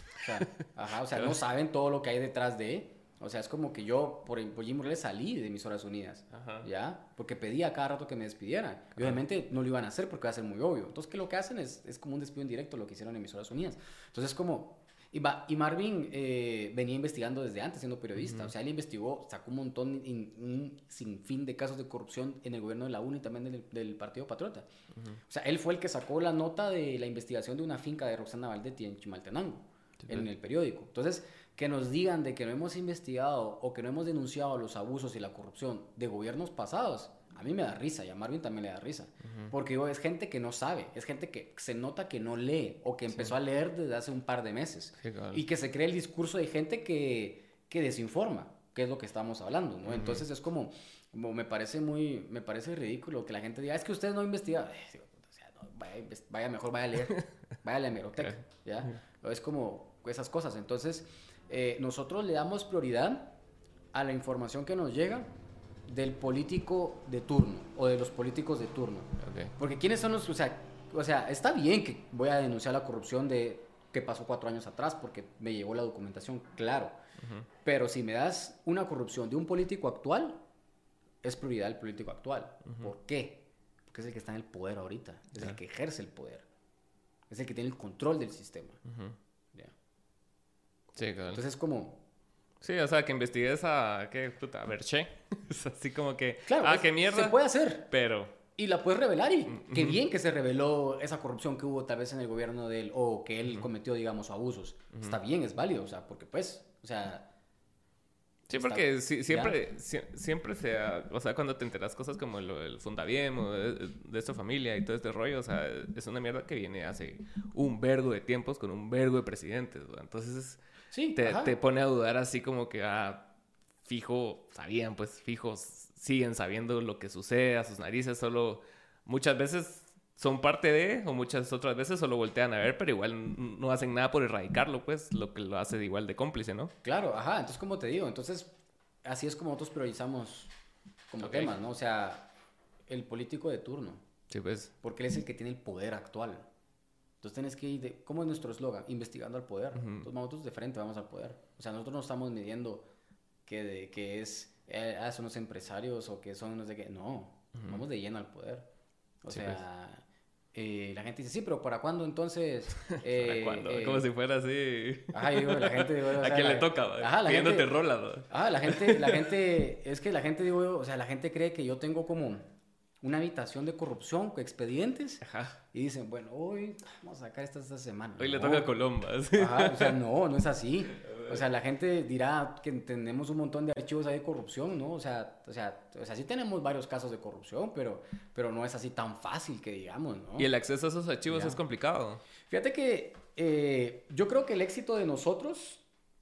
O sea, no saben todo lo que hay detrás de. O sea, es como que yo, por Jimmy Morales, salí de Emisoras Unidas. Ajá. ¿Ya? Porque pedía cada rato que me despidieran. Y obviamente no lo iban a hacer porque va a ser muy obvio. Entonces, ¿qué lo que hacen? Es como un despido indirecto lo que hicieron en Emisoras Unidas. Entonces, es como... Y Marvin venía investigando desde antes, siendo periodista. O sea, él investigó, sacó un montón, un sinfín de casos de corrupción en el gobierno de la UNE y también del Partido Patriota. O sea, él fue el que sacó la nota de la investigación de una finca de Roxana Valdetti en Chimaltenango, en el periódico. Entonces, que nos digan de que no hemos investigado o que no hemos denunciado los abusos y la corrupción de gobiernos pasados, a mí me da risa y a Marvin también le da risa. Porque es gente que no sabe, es gente que se nota que no lee o que empezó a leer desde hace un par de meses. Sí, claro. Y que se cree el discurso de gente que desinforma, que es lo que estamos hablando, ¿no? Entonces es como me parece ridículo que la gente diga, es que ustedes no investigan. O sea, no, vaya mejor, vaya a leer, vaya a la hemeroteca, ¿ya? Es como esas cosas. Entonces, nosotros le damos prioridad a la información que nos llega del político de turno o de los políticos de turno. Okay. Porque ¿quiénes son los...? O sea, está bien que voy a denunciar la corrupción que pasó 4 años atrás porque me llegó la documentación, claro. Pero si me das una corrupción de un político actual, es prioridad el político actual. ¿Por qué? Porque es el que está en el poder ahorita. Es el que ejerce el poder. Es el que tiene el control del sistema. ¿Ya? Sí, claro. Entonces es como... Sí, o sea, que investigues a... ¿Qué puta? A Berché. Es así como que... Claro, qué mierda. se puede hacer. Pero... Y la puedes revelar y qué bien que se reveló esa corrupción que hubo tal vez en el gobierno de él o que él cometió, digamos, abusos. Está bien, es válido, o sea, porque pues, o sea... Sí, porque siempre o sea, cuando te enteras cosas como el Fundaviem o de esta familia y todo este rollo, o sea, es una mierda que viene hace un vergo de tiempos con un vergo de presidentes, ¿no? Entonces Sí, te pone a dudar así como que, fijo, sabían, pues, fijos, siguen sabiendo lo que sucede a sus narices, solo muchas veces son parte de, o muchas otras veces solo voltean a ver, pero igual no hacen nada por erradicarlo, pues, lo que lo hace de igual de cómplice, ¿no? Claro, entonces como te digo, entonces así es como nosotros priorizamos como temas, ¿no? O sea, el político de turno, Sí, pues. porque él es el que tiene el poder actual. Entonces tienes que ir, ¿cómo es nuestro eslogan? Investigando al poder. Entonces nosotros de frente vamos al poder. O sea, nosotros no estamos midiendo que es, son los empresarios o que son no sé qué. No, vamos de lleno al poder. O Sí, sea, la gente dice, sí, pero ¿para cuándo entonces? ¿Para cuándo? Como si fuera así. Ajá, digo, la gente... Digo, o sea, ¿A quién le toca? la Pidiéndote gente, rola, ¿no? la gente, es que la gente, digo yo, o sea, la gente cree que yo tengo como una habitación de corrupción, expedientes, Ajá. y dicen, bueno, hoy vamos a sacar esta semana. Hoy No. le toca a Colomba. Ajá, o sea, no es así. O sea, la gente dirá que tenemos un montón de archivos ahí de corrupción, ¿no? O sea, sí tenemos varios casos de corrupción, pero no es así tan fácil que digamos, ¿no? Y el acceso a esos archivos Ya. es complicado. Fíjate que yo creo que el éxito de nosotros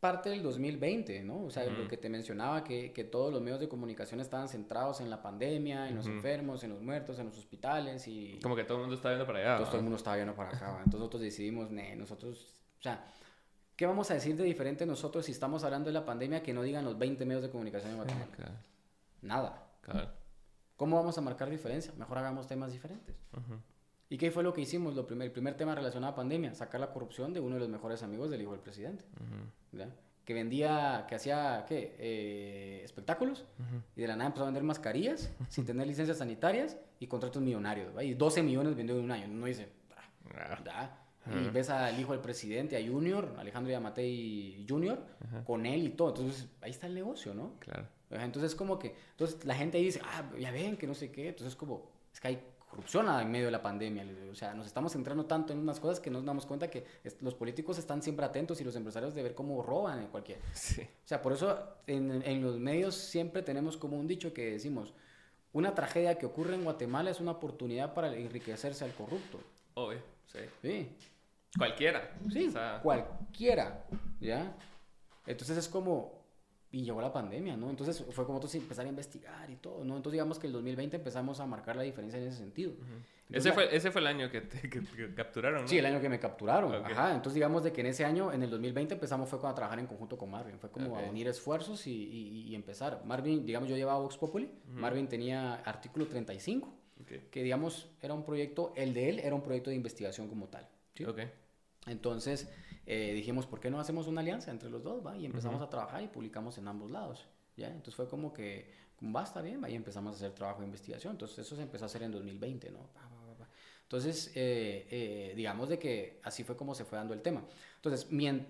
parte del 2020, ¿no? O sea, lo que te mencionaba, que todos los medios de comunicación estaban centrados en la pandemia, en los enfermos, en los muertos, en los hospitales y... Como que todo el mundo está viendo para allá. Entonces todo el mundo estaba viendo para acá, ¿va? Entonces nosotros decidimos, nosotros, o sea, ¿qué vamos a decir de diferente nosotros si estamos hablando de la pandemia que no digan los 20 medios de comunicación en Guatemala? Claro. Nada. Claro. ¿Cómo vamos a marcar diferencia? Mejor hagamos temas diferentes. ¿Y qué fue lo que hicimos? El primer tema relacionado a pandemia, sacar la corrupción de uno de los mejores amigos del hijo del presidente. ¿Verdad? Que vendía, que hacía, ¿qué? Espectáculos. Y de la nada empezó a vender mascarillas sin tener licencias sanitarias y contratos millonarios. ¿Va? Y 12 millones vendió en un año. Uno dice, y ves al hijo del presidente, a Junior, Alejandro Yamatei Junior, con él y todo. Entonces, ahí está el negocio, ¿no? Claro. Entonces, como que, entonces la gente ahí dice, ya ven, que no sé qué. Entonces, como, es que hay corrupción en medio de la pandemia. O sea, nos estamos centrando tanto en unas cosas que nos damos cuenta que los políticos están siempre atentos y los empresarios de ver cómo roban en cualquier. Sí. O sea, por eso en los medios siempre tenemos como un dicho que decimos, una tragedia que ocurre en Guatemala es una oportunidad para enriquecerse al corrupto. Obvio, sí. Sí. Cualquiera. Sí, O sea... cualquiera, ¿ya? Entonces es como... Y llegó la pandemia, ¿no? Entonces fue como entonces empezar a investigar y todo, ¿no? Entonces digamos que el 2020 empezamos a marcar la diferencia en ese sentido. Entonces, ese fue el año que capturaron, ¿no? Sí, el año que me capturaron. Okay. Ajá, entonces digamos de que en ese año, en el 2020, empezamos fue a trabajar en conjunto con Marvin. Fue como a unir esfuerzos y empezar. Marvin, digamos, yo llevaba Vox Populi. Marvin tenía Artículo 35, que digamos era un proyecto, el de él era un proyecto de investigación como tal. ¿Sí? Entonces dijimos, ¿por qué no hacemos una alianza entre los dos? ¿Va? Y empezamos a trabajar y publicamos en ambos lados. ¿Ya? Entonces fue como que, basta bien, ahí empezamos a hacer trabajo de investigación. Entonces eso se empezó a hacer en 2020, ¿no? Entonces, digamos de que así fue como se fue dando el tema. Entonces,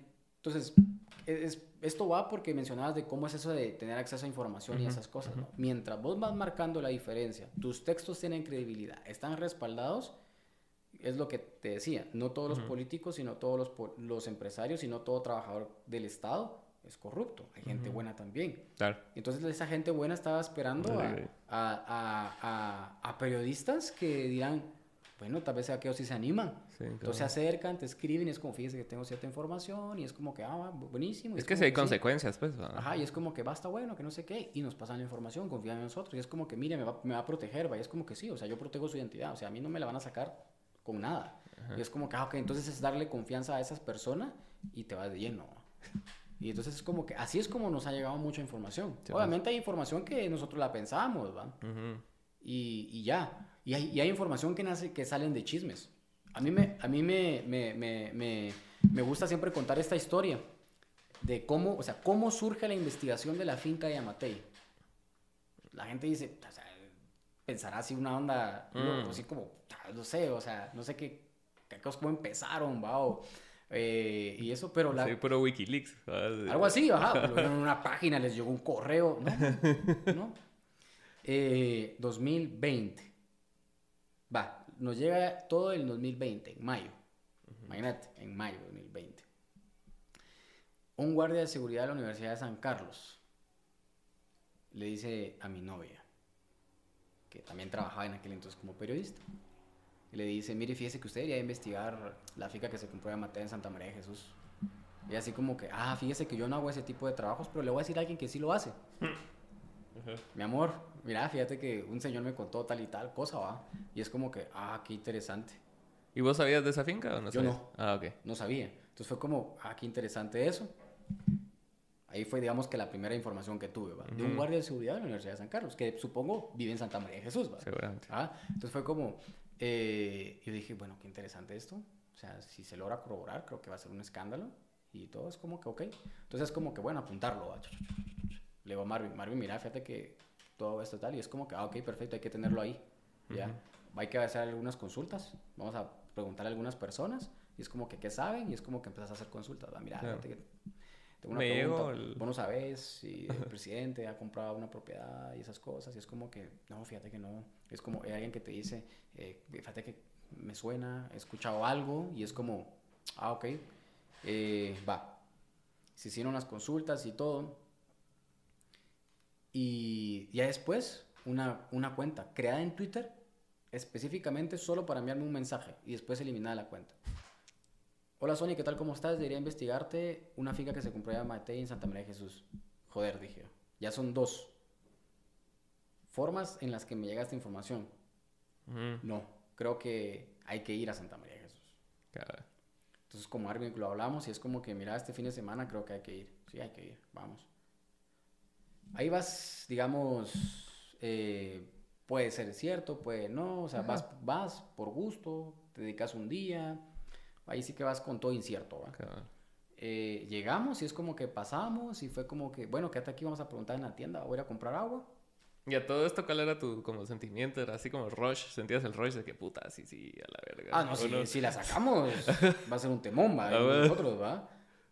esto va porque mencionabas de cómo es eso de tener acceso a información y esas cosas, ¿no? Mientras vos vas marcando la diferencia, tus textos tienen credibilidad, están respaldados, es lo que te decía, no todos los políticos, sino todos los empresarios, sino todo trabajador del Estado es corrupto. Hay gente buena también. Claro. Entonces esa gente buena estaba esperando a periodistas que dirán, bueno, tal vez sea que ellos sí se animan. Sí, claro. Entonces se acercan, te escriben, y es como, fíjese que tengo cierta información, y es como que, buenísimo. Es que sí hay consecuencias, pues. Ajá, y es como que basta, bueno, que no sé qué, y nos pasan la información, confían en nosotros, y es como que, mire, me va a proteger, ¿va? Y es como que sí, o sea, yo protejo su identidad, o sea, a mí no me la van a sacar con nada. Y es como que, ok, entonces es darle confianza a esas personas y te vas de lleno. Y entonces es como que, así es como nos ha llegado mucha información. Sí, obviamente hay información que nosotros la pensamos, ¿va? Y ya. Y hay información que salen de chismes. A mí me gusta siempre contar esta historia de cómo, o sea, cómo surge la investigación de la finca de Yamatei. La gente dice, o sea, pensará así una onda, así como, no sé, o sea, no sé qué cosas, cómo empezaron, va, y eso, pero sí, puro Wikileaks. Algo así, ajá, pero en una página les llegó un correo, ¿no? 2020. Va, nos llega todo el 2020, en mayo. Imagínate, en mayo de 2020. Un guardia de seguridad de la Universidad de San Carlos le dice a mi novia, que también trabajaba en aquel entonces como periodista, y le dice, mire, fíjese que usted debería investigar la finca que se compró de Mateo en Santa María de Jesús. Y así como que, fíjese que yo no hago ese tipo de trabajos, pero le voy a decir a alguien que sí lo hace. Mi amor, mira, fíjate que un señor me contó tal y tal cosa, va. Y es como que, qué interesante. ¿Y vos sabías de esa finca o no sabías? Yo no. Ok. No sabía. Entonces fue como, qué interesante eso. Ahí fue, digamos, que la primera información que tuve, ¿va? De un guardia de seguridad de la Universidad de San Carlos, que supongo vive en Santa María de Jesús, ¿va? Seguramente. Entonces fue como, yo dije, bueno, qué interesante esto. O sea, si se logra corroborar, creo que va a ser un escándalo. Y todo es como que, ok. Entonces es como que, bueno, apuntarlo, ¿va? Le digo a Marvin, mira, fíjate que todo esto tal, y es como que, ok, perfecto, hay que tenerlo ahí, ¿ya? Hay que hacer algunas consultas, vamos a preguntar a algunas personas, y es como que, ¿qué saben? Y es como que empiezas a hacer consultas, ¿va? Mira, fíjate que tengo una pregunta, vos no sabés si el presidente ha comprado una propiedad y esas cosas, y es como que, no, fíjate que no, es como, hay alguien que te dice, fíjate que me suena, he escuchado algo, y es como, ok, va, se hicieron las consultas y todo. Y ya después, una cuenta creada en Twitter específicamente solo para enviarme un mensaje y después eliminar la cuenta. Hola Sony, ¿qué tal? ¿Cómo estás? Debería investigarte una finca que se compró a Matei en Santa María de Jesús. Joder, dije yo. Ya son dos formas en las que me llega esta información. No, creo que hay que ir a Santa María de Jesús. Claro. Entonces, como Arvin lo hablamos y es como que, mira, este fin de semana creo que hay que ir. Sí, hay que ir, vamos. Ahí vas, digamos, puede ser cierto, puede no, o sea, vas por gusto, te dedicas un día, ahí sí que vas con todo incierto, ¿va? Claro. Llegamos y es como que pasamos y fue como que, bueno, quédate aquí, vamos a preguntar en la tienda, voy a ir a comprar agua. Y a todo esto, ¿cuál era tu como sentimiento? ¿Era así como rush? ¿Sentías el rush de que puta, sí, sí, a la verga? Ah, no, ¿O no? si la sacamos, va a ser un temón, va, A y ver. nosotros, va.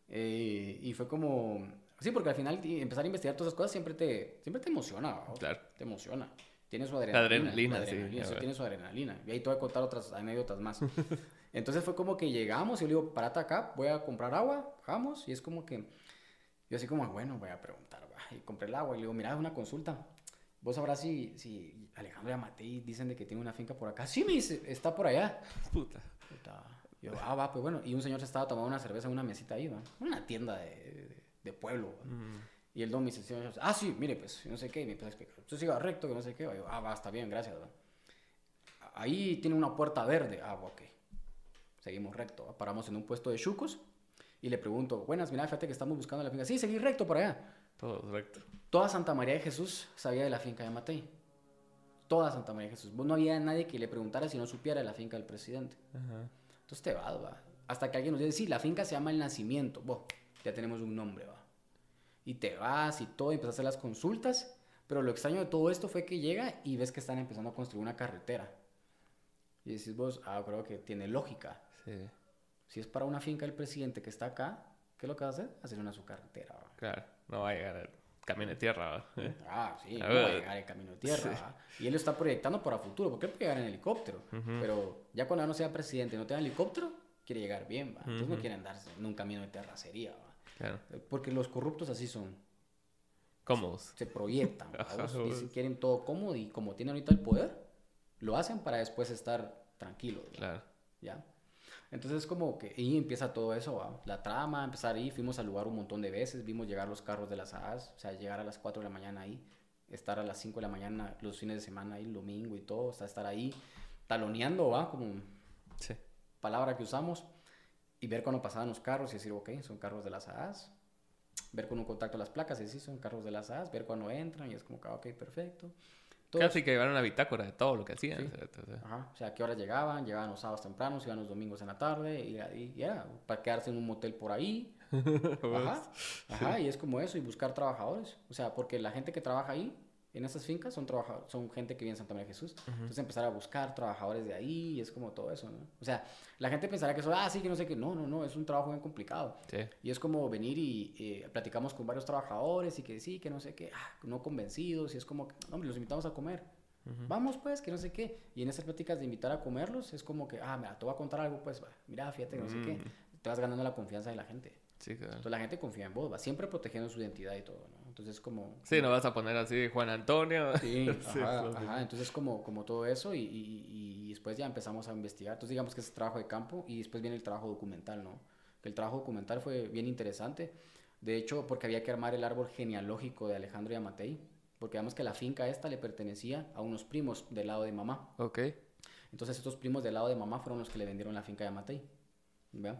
Y fue como, sí, porque al final empezar a investigar todas esas cosas siempre te emociona, ¿va? Claro. Te emociona. Tiene su La adrenalina. adrenalina, sí. A Eso ver. tiene su adrenalina. Y ahí te voy a contar otras anécdotas más. Entonces fue como que llegamos y yo le digo, parate acá, voy a comprar agua, bajamos, y es como que, yo así como, bueno, voy a preguntar, va. Y compré el agua y le digo, mira, una consulta. ¿Vos sabrás si Alejandro y Amatei dicen de que tiene una finca por acá? Sí, me dice, está por allá. Puta. Puta. Yo, va, pues bueno. Y un señor se estaba tomando una cerveza en una mesita ahí, ¿va? Una tienda de pueblo, ¿va? Y el don me dice, señor, sí, mire, pues, no sé qué, y me empieza a explicar. Usted siga recto, que no sé qué. Y yo, va, está bien, gracias, ¿va? Ahí tiene una puerta verde. Ok. Seguimos recto, ¿va? Paramos en un puesto de chucos y le pregunto, buenas, mira, fíjate que estamos buscando la finca. Sí, seguí recto por allá. Todo recto. Toda Santa María de Jesús sabía de la finca de Amatei. Toda Santa María de Jesús. No había nadie que le preguntara si no supiera de la finca del presidente. Ajá. Entonces te vas, va. Hasta que alguien nos dice, sí, la finca se llama El Nacimiento. Bueno, ya tenemos un nombre, va. Y te vas y todo, y empiezas a hacer las consultas. Pero lo extraño de todo esto fue que llega y ves que están empezando a construir una carretera. Y decís vos, creo que tiene lógica. Sí. Si es para una finca del presidente que está acá, ¿qué es lo que va a hacer? Hacer una su carretera, va. Claro. No va a llegar el camino de tierra, ¿va? Sí, A no va a ver. llegar el camino de tierra, Sí. ¿va? Y él lo está proyectando para futuro, porque él puede llegar en helicóptero. Pero ya cuando no sea presidente y no tenga helicóptero, quiere llegar bien, ¿va? Entonces no quieren darse en un camino de terracería, ¿va? Claro. Porque los corruptos así son. Cómodos. Se proyectan, ¿va? Ajá, Dicen, quieren todo cómodo y como tienen ahorita el poder, lo hacen para después estar tranquilos, ¿va? Claro. ¿Ya? Entonces como que y empieza todo eso, ¿va? La trama, empezar ahí, fuimos al lugar un montón de veces, vimos llegar los carros de las AAS, o sea, llegar a las 4 de la mañana ahí, estar a las 5 de la mañana los fines de semana ahí, el domingo y todo, o sea, estar ahí taloneando, ¿va? Como Sí. palabra que usamos, y ver cuando pasaban los carros y decir, ok, son carros de las AAS, ver con un contacto las placas y decir, son carros de las AAS, ver cuando entran y es como que, ok, perfecto. Todos, Casi que llevaron una bitácora de todo lo que hacían. Sí. ¿Cierto? O sea, ajá, o sea, ¿a qué horas llegaban? Llegaban los sábados tempranos, iban los domingos en la tarde, y era para quedarse en un motel por ahí. Ajá, y es como eso, y buscar trabajadores. O sea, porque la gente que trabaja ahí, en esas fincas, son gente que vive en Santa María de Jesús. Entonces empezar a buscar trabajadores de ahí, y es como todo eso, ¿no? O sea, la gente pensará que eso, sí, que no sé qué. No, es un trabajo bien complicado. Sí. Y es como venir y platicamos con varios trabajadores y que sí, que no sé qué, no convencidos, y es como, no, hombre, los invitamos a comer. Vamos pues, que no sé qué. Y en esas pláticas de invitar a comerlos es como que, mira, te voy a contar algo, pues, va, mira, fíjate que no sé qué. Te vas ganando la confianza de la gente. Sí, claro. Entonces la gente confía en vos, va, siempre protegiendo su identidad y todo, ¿no? Entonces como... Sí, no vas a poner así Juan Antonio. Sí, Sí, ajá, entonces como todo eso y después ya empezamos a investigar. Entonces digamos que es trabajo de campo y después viene el trabajo documental, ¿no? El trabajo documental fue bien interesante. De hecho, porque había que armar el árbol genealógico de Alejandro y Amatei. Porque digamos que la finca esta le pertenecía a unos primos del lado de mamá. Ok. Entonces estos primos del lado de mamá fueron los que le vendieron la finca de Amatei. ¿Vean?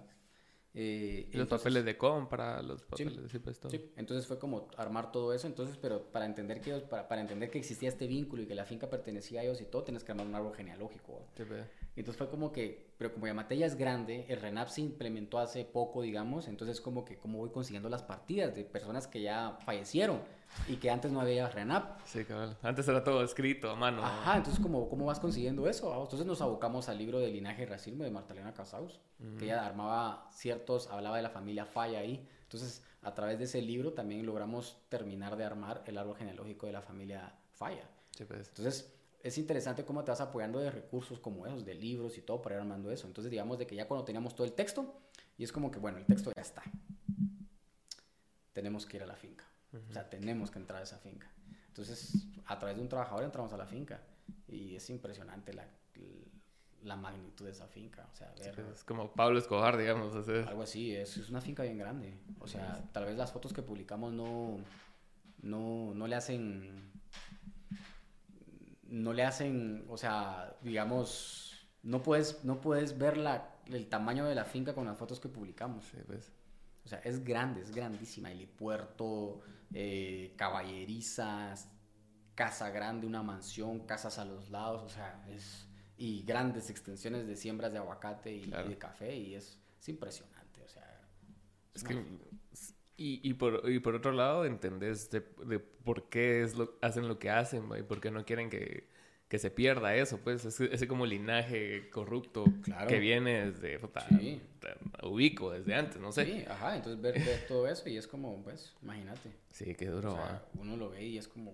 Y los papeles de compra, los papeles sí, de pues, todo. Sí, entonces fue como armar todo eso. Entonces, pero para entender que para entender que existía este vínculo y que la finca pertenecía a ellos y todo, tienes que armar un árbol genealógico, ¿va? Sí, pues. Entonces fue como que, pero como Yamatei ya es grande, el RENAP se implementó hace poco, digamos, entonces como que cómo voy consiguiendo las partidas de personas que ya fallecieron y que antes no había RENAP. Sí, cabal. Antes era todo escrito a mano. Ajá, entonces ¿cómo vas consiguiendo eso? Entonces nos abocamos al libro de Linaje y Racismo de Marta Casaus, que ella hablaba de la familia Falla ahí. Entonces, a través de ese libro también logramos terminar de armar el árbol genealógico de la familia Falla. Sí, pues. Entonces, es interesante cómo te vas apoyando de recursos como esos, de libros y todo para ir armando eso. Entonces, digamos de que ya cuando teníamos todo el texto, y es como que, bueno, el texto ya está. Tenemos que ir a la finca. O sea, tenemos que entrar a esa finca. Entonces, a través de un trabajador entramos a la finca. Y es impresionante la magnitud de esa finca. O sea, ver... Es como Pablo Escobar, digamos. Así. Algo así, es una finca bien grande. O sea, tal vez las fotos que publicamos no le hacen... No le hacen, o sea, digamos, no puedes ver el tamaño de la finca con las fotos que publicamos. Sí, pues. O sea, es grande, es grandísima. Helipuerto, caballerizas, casa grande, una mansión, casas a los lados, o sea, y grandes extensiones de siembras de aguacate y de café, y es impresionante, o sea. Es que, y por otro lado, entendés de por qué hacen lo que hacen, y por qué no quieren que se pierda eso, pues, ese como linaje corrupto que viene desde, ubico desde antes, no sé. Sí, ajá, entonces ver todo eso y es como, pues, imagínate. Sí, qué duro, o sea, uno lo ve y es como,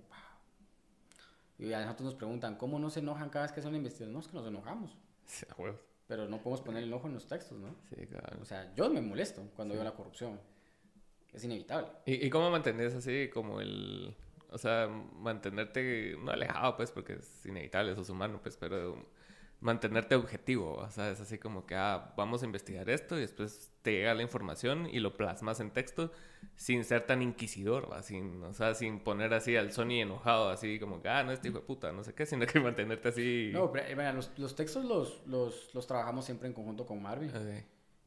y a nosotros nos preguntan, ¿cómo no se enojan cada vez que hacen una investigación? No, es que nos enojamos. Sí, bueno. Pero no podemos poner el enojo en los textos, ¿no? Sí, claro. O sea, yo me molesto cuando veo la corrupción. Es inevitable. ¿Y cómo mantenés así como o sea, mantenerte, no alejado, pues, porque es inevitable, sos humano, pues, pero mantenerte objetivo, o sea, es así como que, vamos a investigar esto y después te llega la información y lo plasmas en texto sin ser tan inquisidor, ¿va? O sea, sin poner así al Sony enojado, así como que, no, este hijo de puta, no sé qué, sino que mantenerte así... No, pero mira, los textos los trabajamos siempre en conjunto con Marvin. Okay.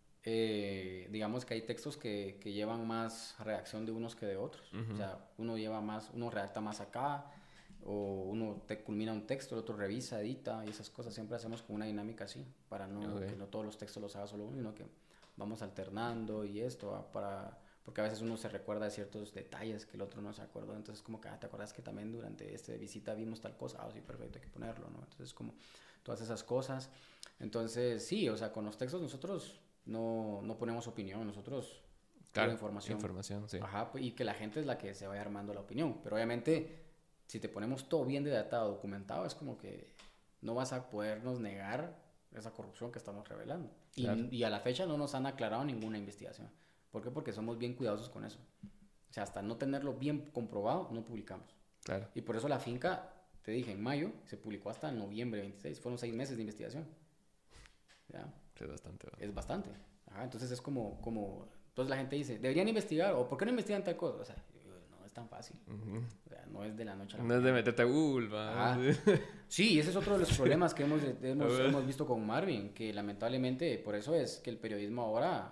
Digamos que hay textos que llevan más redacción de unos que de otros. O sea, uno redacta más acá, o uno te culmina un texto, el otro revisa, edita, y esas cosas siempre hacemos con una dinámica así, para que no todos los textos los haga solo uno, sino que vamos alternando y esto, porque a veces uno se recuerda de ciertos detalles que el otro no se acuerda, entonces como que, ¿te acuerdas que también durante esta visita vimos tal cosa? Sí, perfecto, hay que ponerlo, ¿no? Entonces como todas esas cosas. Entonces sí, o sea, con los textos nosotros no ponemos opinión, nosotros claro, información, sí. Ajá, y que la gente es la que se vaya armando la opinión, pero obviamente si te ponemos todo bien datado, documentado, es como que no vas a podernos negar esa corrupción que estamos revelando. Claro. Y a la fecha no nos han aclarado ninguna investigación. ¿Por qué? Porque somos bien cuidadosos con eso. O sea, hasta no tenerlo bien comprobado, no publicamos. Claro. Y por eso la finca, te dije, en mayo, se publicó hasta noviembre 26. Fueron 6 meses de investigación. ¿Ya? Es bastante. ¿no? Es bastante. Ajá, entonces es como... Entonces la gente dice, ¿deberían investigar? ¿O por qué no investigan tal cosa? O sea, no es tan fácil. O sea, no es de la noche a la mañana. No es de meterte a Google, ¿va? Sí, ese es otro de los problemas que hemos visto con Marvin, que lamentablemente por eso es que el periodismo ahora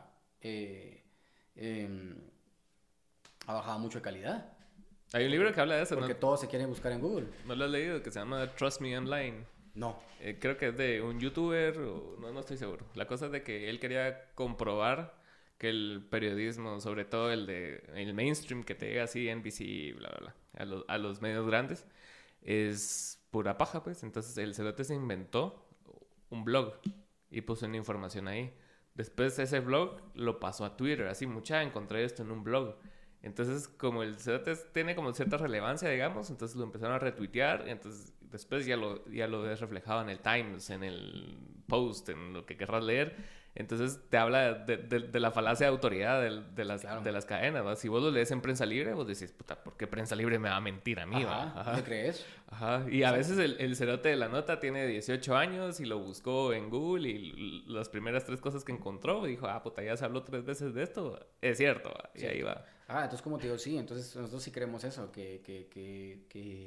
ha bajado mucho de calidad. Hay un libro que habla de eso, porque ¿no? todo se quiere buscar en Google. ¿No lo has leído? Que se llama Trust Me Online. No. Creo que es de un youtuber, o no estoy seguro. La cosa es de que él quería comprobar que el periodismo, sobre todo el mainstream que te llega así, NBC, bla, bla, bla, a los medios grandes, es pura paja, pues. Entonces el cerote se inventó un blog y puso una información ahí. Después ese blog lo pasó a Twitter, así, encontré esto en un blog. Entonces, como el cerote tiene como cierta relevancia, digamos, entonces lo empezaron a retuitear, entonces después ya lo ves reflejado en el Times, en el Post, en lo que querrás leer. Entonces te habla de la falacia de autoridad de las cadenas, ¿va? Si vos lo lees en Prensa Libre, vos decís, puta, ¿por qué Prensa Libre me va a mentir a mí? Ajá. ¿Me crees? Ajá. Y a veces el cerote de la nota tiene 18 años y lo buscó en Google y las primeras 3 cosas que encontró, dijo, puta, ya se habló 3 veces de esto. Es cierto, ¿va? Y ahí va. Entonces como te digo, sí, entonces nosotros sí creemos eso, que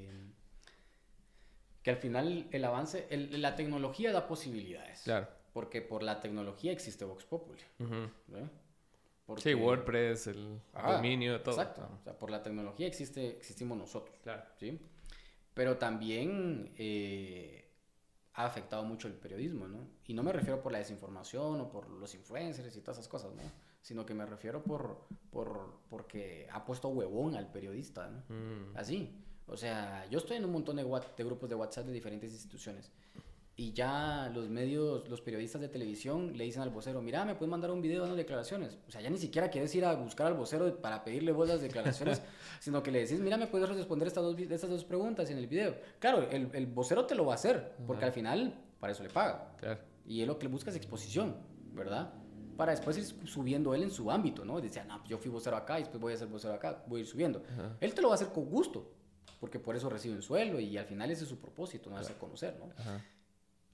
al final el avance, la tecnología da posibilidades. Claro. Porque por la tecnología existe Vox Populi. Porque... Sí, WordPress, el dominio, todo. Exacto. O sea, por la tecnología existimos nosotros. Claro. ¿Sí? Pero también ha afectado mucho el periodismo, ¿no? Y no me refiero por la desinformación o por los influencers y todas esas cosas, ¿no? Sino que me refiero porque ha puesto huevón al periodista, ¿no? Así. O sea, yo estoy en un montón de grupos de WhatsApp de diferentes instituciones. Y ya los periodistas de televisión le dicen al vocero, mira, ¿me puedes mandar un video dando declaraciones? O sea, ya ni siquiera quieres ir a buscar al vocero para pedirle vos las declaraciones, sino que le decís, mira, ¿me puedes responder estas dos preguntas en el video? Claro, el vocero te lo va a hacer, porque al final para eso le paga. Claro. Y él lo que le busca es exposición, ¿verdad? Para después ir subiendo él en su ámbito, ¿no? Decía, no, yo fui vocero acá y después voy a ser vocero acá, voy a ir subiendo. Él te lo va a hacer con gusto, porque por eso recibe un sueldo y al final ese es su propósito, no hacerse conocer, ¿no?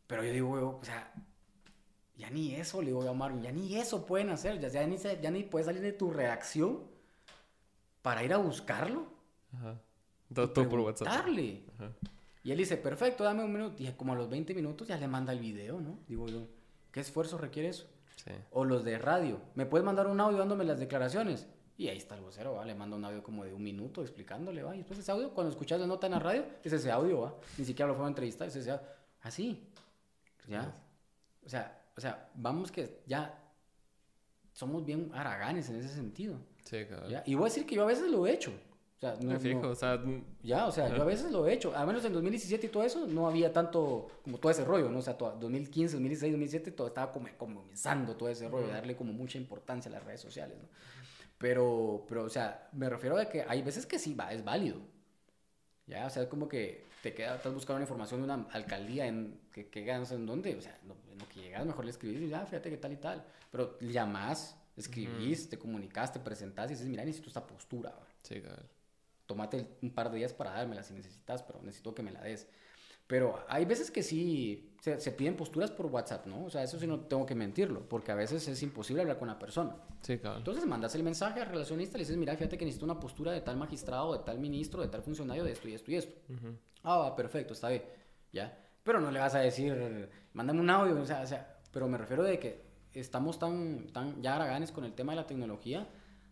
Pero yo digo, o sea, ya ni eso, le digo yo a Marvin, ya ni eso pueden hacer, ya ni puedes salir de tu redacción para ir a buscarlo. Ajá. Y Todo por WhatsApp. preguntarle. Ajá. Y él dice, perfecto, dame un minuto. Y como a los 20 minutos ya le manda el video, ¿no? Digo yo, ¿qué esfuerzo requiere eso? Sí. O los de radio, ¿me puedes mandar un audio dándome las declaraciones? Y ahí está el vocero, ¿va? Le manda un audio como de un minuto explicándole, ¿va? Y después ese audio, cuando escuchas la nota en la radio, es ese audio, ¿va? Ni siquiera lo fueron a entrevistar, es ese audio. Así, ¿ya? O sea, vamos que ya somos bien haraganes en ese sentido. Sí, cabrón. ¿Ya? Y voy a decir que yo a veces lo he hecho. O sea, Me fijo, o sea... ya, o sea, yo a veces lo he hecho. Al menos en 2017 y todo eso, no había tanto, como todo ese rollo, ¿no? O sea, 2015, 2016, 2017, todo estaba como comenzando todo ese rollo, darle como mucha importancia a las redes sociales, ¿no? Pero, o sea, me refiero a que hay veces que sí, es válido. Ya, o sea, es como que estás buscando una información de una alcaldía que ganas en dónde, o sea, no que llegas, mejor le escribís y ya, fíjate que tal y tal. Pero llamás, escribís, te comunicás, te presentás y dices, mira, necesito esta postura, ¿va? Sí, cabrón. Tómate un par de días para dármela si necesitas, pero necesito que me la des. Pero hay veces que sí se piden posturas por WhatsApp, ¿no? O sea, eso sí no tengo que mentirlo, porque a veces es imposible hablar con la persona. Sí, cabrón. Entonces mandas el mensaje al relacionista y le dices, mira, fíjate que necesito una postura de tal magistrado, de tal ministro, de tal funcionario, de esto y esto y esto. Ah, perfecto, está bien, ¿ya? Pero no le vas a decir, mándame un audio, o sea, pero me refiero de que estamos tan ya haraganes con el tema de la tecnología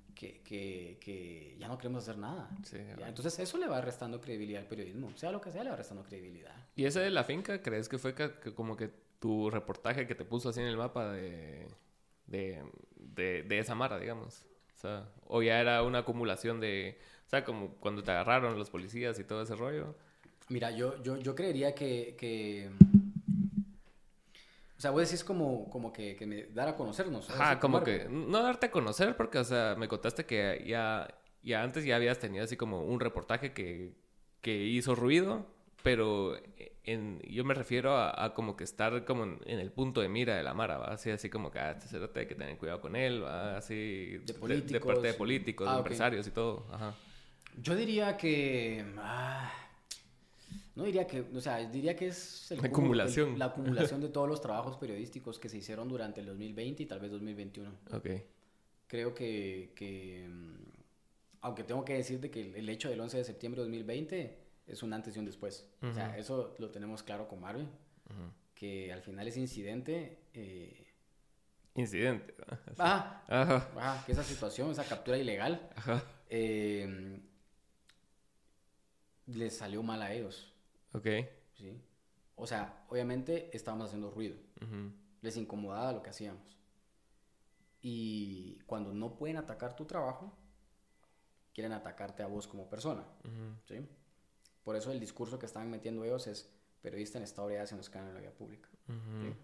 que ya no queremos hacer nada. Sí, ¿Ya? Entonces eso le va restando credibilidad al periodismo. Sea lo que sea, le va restando credibilidad. ¿Y ese de la finca, crees que fue como que tu reportaje que te puso así en el mapa de esa mara, digamos? O sea, o ya era una acumulación de... O sea, como cuando te agarraron los policías y todo ese rollo. Mira, yo creería que o sea, vos decís como que me dar a conocernos. Ajá, como que... No darte a conocer porque, o sea, me contaste que ya antes ya habías tenido así como un reportaje que hizo ruido, pero yo me refiero a como que estar como en el punto de mira de la mara, ¿va? Así como que este cerote hay que tener cuidado con él, ¿va? Así... De políticos. De parte de políticos, de Ok. empresarios y todo. Ajá. Yo diría que... no diría que... O sea, diría que es La acumulación. la acumulación de todos los trabajos periodísticos que se hicieron durante el 2020 y tal vez 2021. Ok. Creo que aunque tengo que decirte que el hecho del 11 de septiembre de 2020 es un antes y un después. O sea, eso lo tenemos claro con Marvel, que al final ese incidente... Incidente. que esa situación, esa captura ilegal, les salió mal a ellos. Ok. ¿Sí? O sea, obviamente estábamos haciendo ruido. Les incomodaba lo que hacíamos. Y cuando no pueden atacar tu trabajo, quieren atacarte a vos como persona. ¿Sí? Por eso el discurso que estaban metiendo ellos es periodista en estado de ebriedad se nos cae en la vía pública. ¿Sí?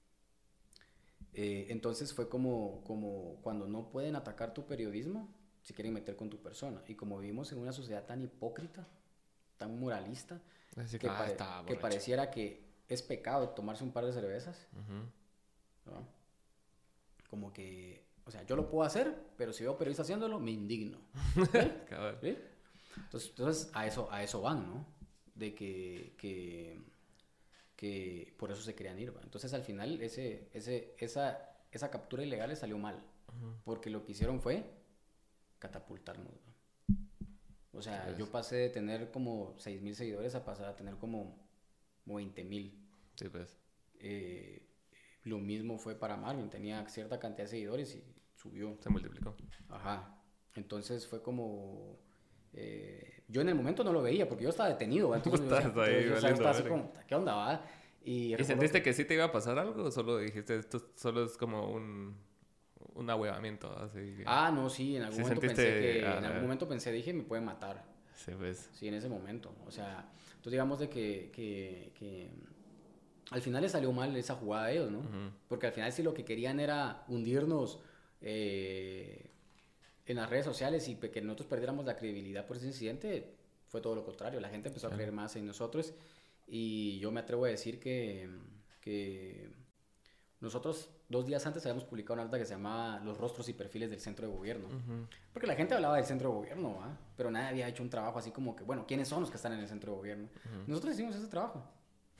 Entonces fue como cuando no pueden atacar tu periodismo, se quieren meter con tu persona. Y como vivimos en una sociedad tan hipócrita, tan moralista, que pareciera que es pecado tomarse un par de cervezas, ¿no? Como que, o sea, yo lo puedo hacer, pero si veo periodistas haciéndolo, me indigno. ¿Sí? Entonces a eso van, ¿no? De que por eso se querían ir, ¿va? Entonces al final esa captura ilegal les salió mal, porque lo que hicieron fue catapultarnos, ¿va? O sea, yo pasé de tener como 6,000 seguidores a pasar a tener como 20,000. Sí, pues. Lo mismo fue para Marvin, tenía cierta cantidad de seguidores y subió. Se multiplicó. Ajá. Entonces fue como... yo en el momento no lo veía porque yo estaba detenido, ¿va? Entonces yo estaba así como, ¿qué onda, va? ¿Y sentiste que sí te iba a pasar algo o solo dijiste esto solo es como un ahuevamiento? Así que... no, sí, en algún momento pensé, dije, me pueden matar. Sí, pues. Sí, en ese momento. O sea, entonces digamos de que al final les salió mal esa jugada de ellos, ¿no? Porque al final sí lo que querían era hundirnos en las redes sociales y que nosotros perdiéramos la credibilidad por ese incidente. Fue todo lo contrario. La gente empezó a creer más en nosotros y yo me atrevo a decir que nosotros 2 días antes habíamos publicado una nota que se llamaba Los rostros y perfiles del centro de gobierno. Porque la gente hablaba del centro de gobierno, ¿va? Pero nadie había hecho un trabajo así como que, bueno, ¿quiénes son los que están en el centro de gobierno? Nosotros hicimos ese trabajo.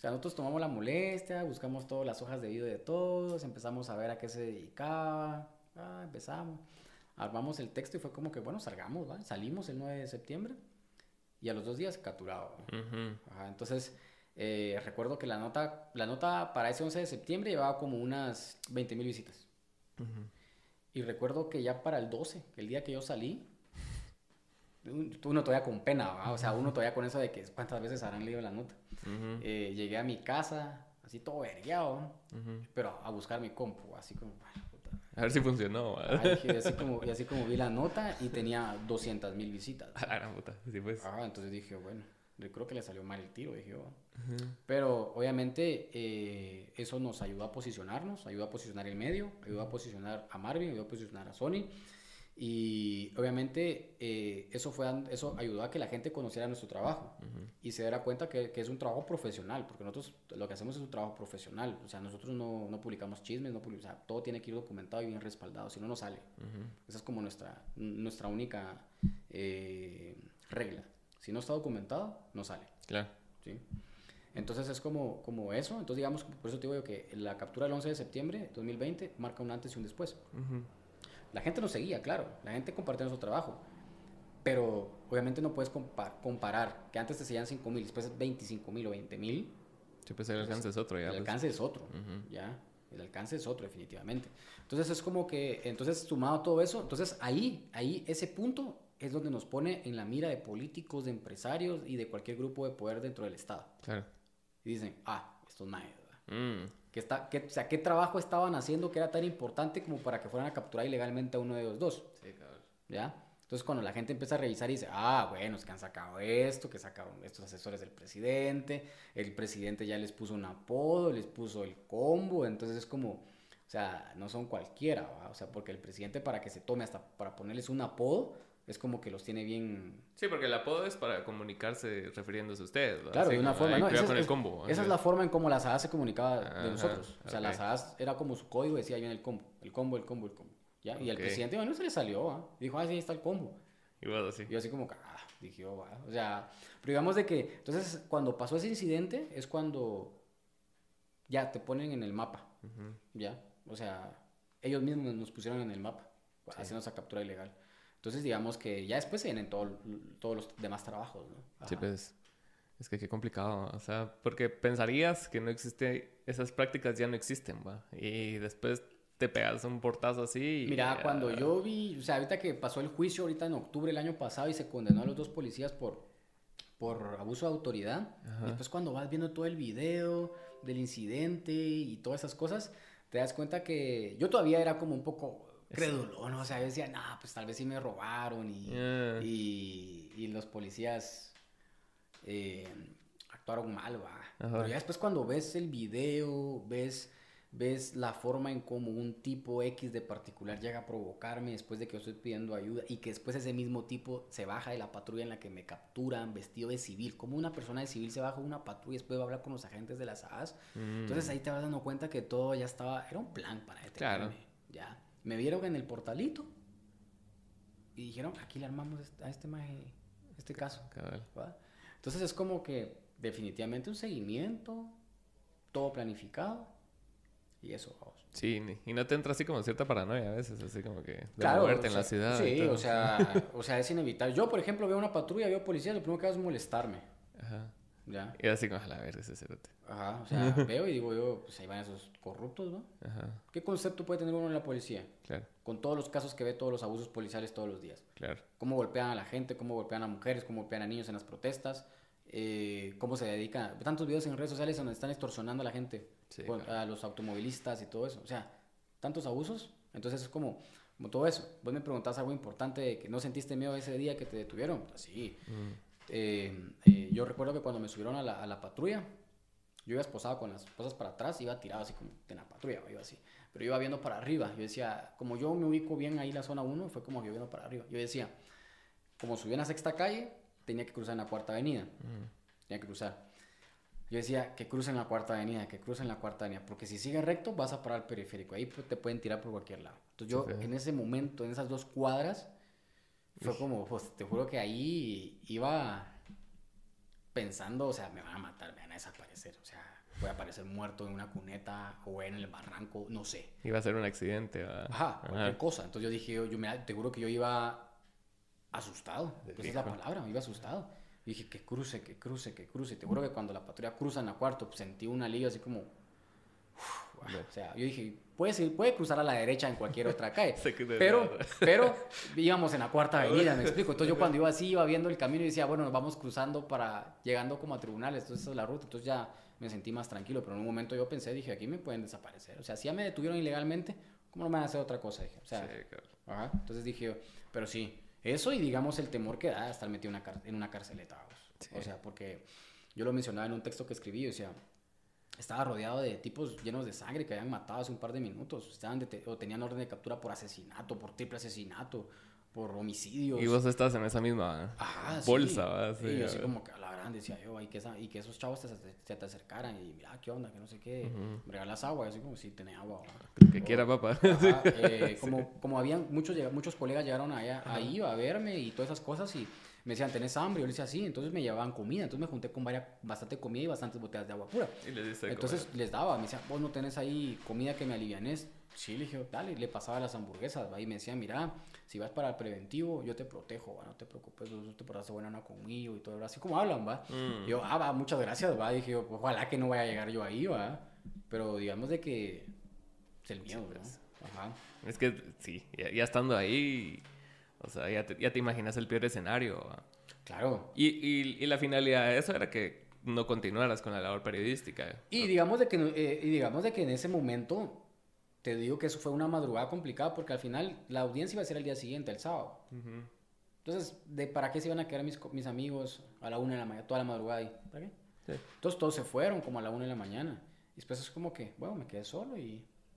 sea, nosotros tomamos la molestia, buscamos todas las hojas de vida de todos, empezamos a ver a qué se dedicaba, empezamos, armamos el texto y fue como que, bueno, salgamos, ¿va? Salimos el 9 de septiembre y a los 2 días capturado. Ajá, entonces, recuerdo que la nota para ese 11 de septiembre llevaba como unas 20,000 visitas. Y recuerdo que ya para el 12, el día que yo salí, uno todavía con pena, ¿va? O sea, uno todavía con eso de que cuántas veces habrán leído la nota. Llegué a mi casa, así todo vergueado, pero a buscar mi compu, así como, bueno, puta. A ver si funcionó. Y así como vi la nota y tenía 200,000 visitas. A la puta, sí pues. Entonces dije, bueno, yo creo que le salió mal el tiro, dije yo. Pero obviamente eso nos ayudó a posicionarnos, ayudó a posicionar el medio, ayudó a posicionar a Marvin, ayudó a posicionar a Sony. Y obviamente eso ayudó a que la gente conociera nuestro trabajo y se diera cuenta que es un trabajo profesional, porque nosotros lo que hacemos es un trabajo profesional. O sea, nosotros no publicamos chismes, o sea, todo tiene que ir documentado y bien respaldado, si no, no sale. Esa es como nuestra única regla. Si no está documentado, no sale. Claro. ¿Sí? Entonces es como eso. Entonces digamos, por eso te digo yo que la captura del 11 de septiembre de 2020 marca un antes y un después. La gente nos seguía, claro. La gente compartía nuestro trabajo. Pero obviamente no puedes comparar que antes te seguían 5,000, después 25,000 o 20,000. Sí, pues el alcance es otro ya. El alcance es otro, ya. El alcance es otro, definitivamente. Entonces es como que, sumado a todo eso, entonces ahí ese punto es donde nos pone en la mira de políticos, de empresarios y de cualquier grupo de poder dentro del Estado. Claro. Y dicen, estos maes, ¿verdad? ¿Qué trabajo estaban haciendo que era tan importante como para que fueran a capturar ilegalmente a uno de ellos dos? Sí, cabrón. ¿Ya? Entonces cuando la gente empieza a revisar y dice, bueno, es que han sacado esto, que sacaron estos asesores del presidente, el presidente ya les puso un apodo, les puso el combo, entonces es como, o sea, no son cualquiera, ¿va? O sea, porque el presidente para que se tome hasta para ponerles un apodo, es como que los tiene bien... Sí, porque el apodo es para comunicarse refiriéndose a ustedes, ¿verdad? Claro, sí, de una forma, ¿no? Con el combo. Esa es la forma en cómo la SAAS se comunicaba de nosotros. O sea, la SAAS era como su código, decía ahí viene el combo, el combo, el combo, el combo. ¿Ya? Y el presidente, bueno, se le salió, dijo, sí, ahí está el combo. Y bueno, sí. Y yo así como, dije, o sea, pero digamos de que, entonces, cuando pasó ese incidente, es cuando ya te ponen en el mapa, ¿ya? O sea, ellos mismos nos pusieron en el mapa, haciendo esa captura ilegal. Entonces, digamos que ya después se vienen todos los demás trabajos, ¿no? Ajá. Sí, pues, es que qué complicado, o sea, porque pensarías que no existe, esas prácticas ya no existen, ¿va? Y después te pegas un portazo así. Mira, cuando yo vi, o sea, ahorita que pasó el juicio, ahorita en octubre del año pasado y se condenó a los 2 policías por abuso de autoridad, después cuando vas viendo todo el video del incidente y todas esas cosas, te das cuenta que yo todavía era como un poco crédulo, ¿no? O sea, yo decía, pues tal vez sí me robaron y los policías actuaron mal, va. Pero ya después cuando ves el video, ves la forma en cómo un tipo X de particular llega a provocarme después de que yo estoy pidiendo ayuda y que después ese mismo tipo se baja de la patrulla en la que me capturan vestido de civil. Como una persona de civil se baja de una patrulla y después va a hablar con los agentes de las SAAS. Entonces ahí te vas dando cuenta que todo ya estaba... Era un plan para detenerme. Claro. Ya. Me vieron en el portalito y dijeron, aquí le armamos a este caso. ¿Va? Entonces es como que definitivamente un seguimiento, todo planificado. Y eso, vamos. Sí, y no te entra así como cierta paranoia a veces, así como que de claro, moverte en la ciudad. Sí, o sea, es inevitable. Yo, por ejemplo, veo una patrulla, veo policías, lo primero que hago es molestarme. Ajá. ¿Ya? Y así como, a la verga ese cerote. Ajá, o sea, veo y digo yo, pues ahí van esos corruptos, ¿no? Ajá. ¿Qué concepto puede tener uno en la policía? Claro. Con todos los casos que ve, todos los abusos policiales todos los días. Claro. Cómo golpean a la gente, cómo golpean a mujeres, cómo golpean a niños en las protestas. Cómo se dedican, tantos videos en redes sociales donde están extorsionando a la gente, a los automovilistas y todo eso, o sea, tantos abusos. Entonces es como todo eso. Vos me preguntás algo importante de que no sentiste miedo ese día que te detuvieron. Sí. Yo recuerdo que cuando me subieron a la patrulla, yo iba esposado con las esposas para atrás, iba tirado así como en la patrulla, iba así, pero iba viendo para arriba. Yo decía, como yo me ubico bien ahí la zona 1, fue como que yo viendo para arriba. Yo decía, como subí en la sexta calle, tenía que cruzar en la cuarta avenida. Tenía que cruzar. Yo decía que crucen la cuarta avenida, porque si sigue recto vas a parar al periférico. Ahí te pueden tirar por cualquier lado. Entonces yo en ese momento, en esas 2 cuadras, fue como, pues te juro que ahí iba pensando, o sea, me van a matar, me van a desaparecer. O sea, voy a aparecer muerto en una cuneta o en el barranco, no sé. Iba a ser un accidente, ¿verdad? Ajá, cualquier cosa. Entonces yo dije, te juro que yo iba asustado. Esa es la palabra, iba asustado. Y dije, que cruce, que cruce, que cruce. Te juro que cuando la patrulla cruza en la cuarto, pues, sentí un alivio así como... o sea, yo dije, puede cruzar a la derecha en cualquier otra calle. pero íbamos en la cuarta avenida, me explico. Entonces yo cuando iba así, iba viendo el camino y decía, bueno, nos vamos cruzando llegando como a tribunales. Entonces esa es la ruta. Entonces ya me sentí más tranquilo. Pero en un momento yo pensé, dije, aquí me pueden desaparecer. O sea, si ya me detuvieron ilegalmente, ¿cómo no me van a hacer otra cosa? Dije, o sea, sí, claro. Ajá. Entonces dije, pero sí, eso y digamos el temor que da estar metido en una carceleta. Sí. O sea, porque yo lo mencionaba en un texto que escribí, o sea, estaba rodeado de tipos llenos de sangre que habían matado hace un par de minutos. O tenían orden de captura por asesinato, por triple asesinato, por homicidios. Y vos estás en esa misma bolsa, ¿verdad? Sí, y yo así como que a la gran decía yo, y que esos chavos se te acercaran y mira, ¿qué onda? Que no sé qué. Me regalas agua, y así como si tenés agua. Que quiera, papá. Como habían muchos colegas llegaron ahí a verme y todas esas cosas y me decían, ¿tenés hambre? Yo les decía, sí. Entonces me llevaban comida. Entonces me junté con bastante comida y bastantes botellas de agua pura. Y les diste Entonces les daba. Me decían, ¿vos no tenés ahí comida que me alivianes? Sí, le dije, dale. Le pasaba las hamburguesas, ¿va? Y me decían, mira, si vas para el preventivo, yo te protejo, ¿va? No te preocupes, vos te portaste buena conmigo y todo. Así como hablan, ¿va? Y yo, va, muchas gracias, ¿va? Dije yo, pues, ojalá que no vaya a llegar yo ahí, ¿va? Pero digamos de que es el miedo, sí, pues. ¿No? Ajá. Es que, sí, ya estando ahí... O sea, ya te imaginas el peor escenario. ¿Va? Claro. Y la finalidad de eso era que no continuaras con la labor periodística. Y digamos de que en ese momento, te digo que eso fue una madrugada complicada porque al final la audiencia iba a ser el día siguiente, el sábado. Entonces, ¿para qué se iban a quedar mis amigos a la 1 de la mañana, toda la madrugada ahí? ¿Para qué? Sí. Entonces todos se fueron como a la 1 de la mañana. Y después es como que, bueno, me quedé solo y...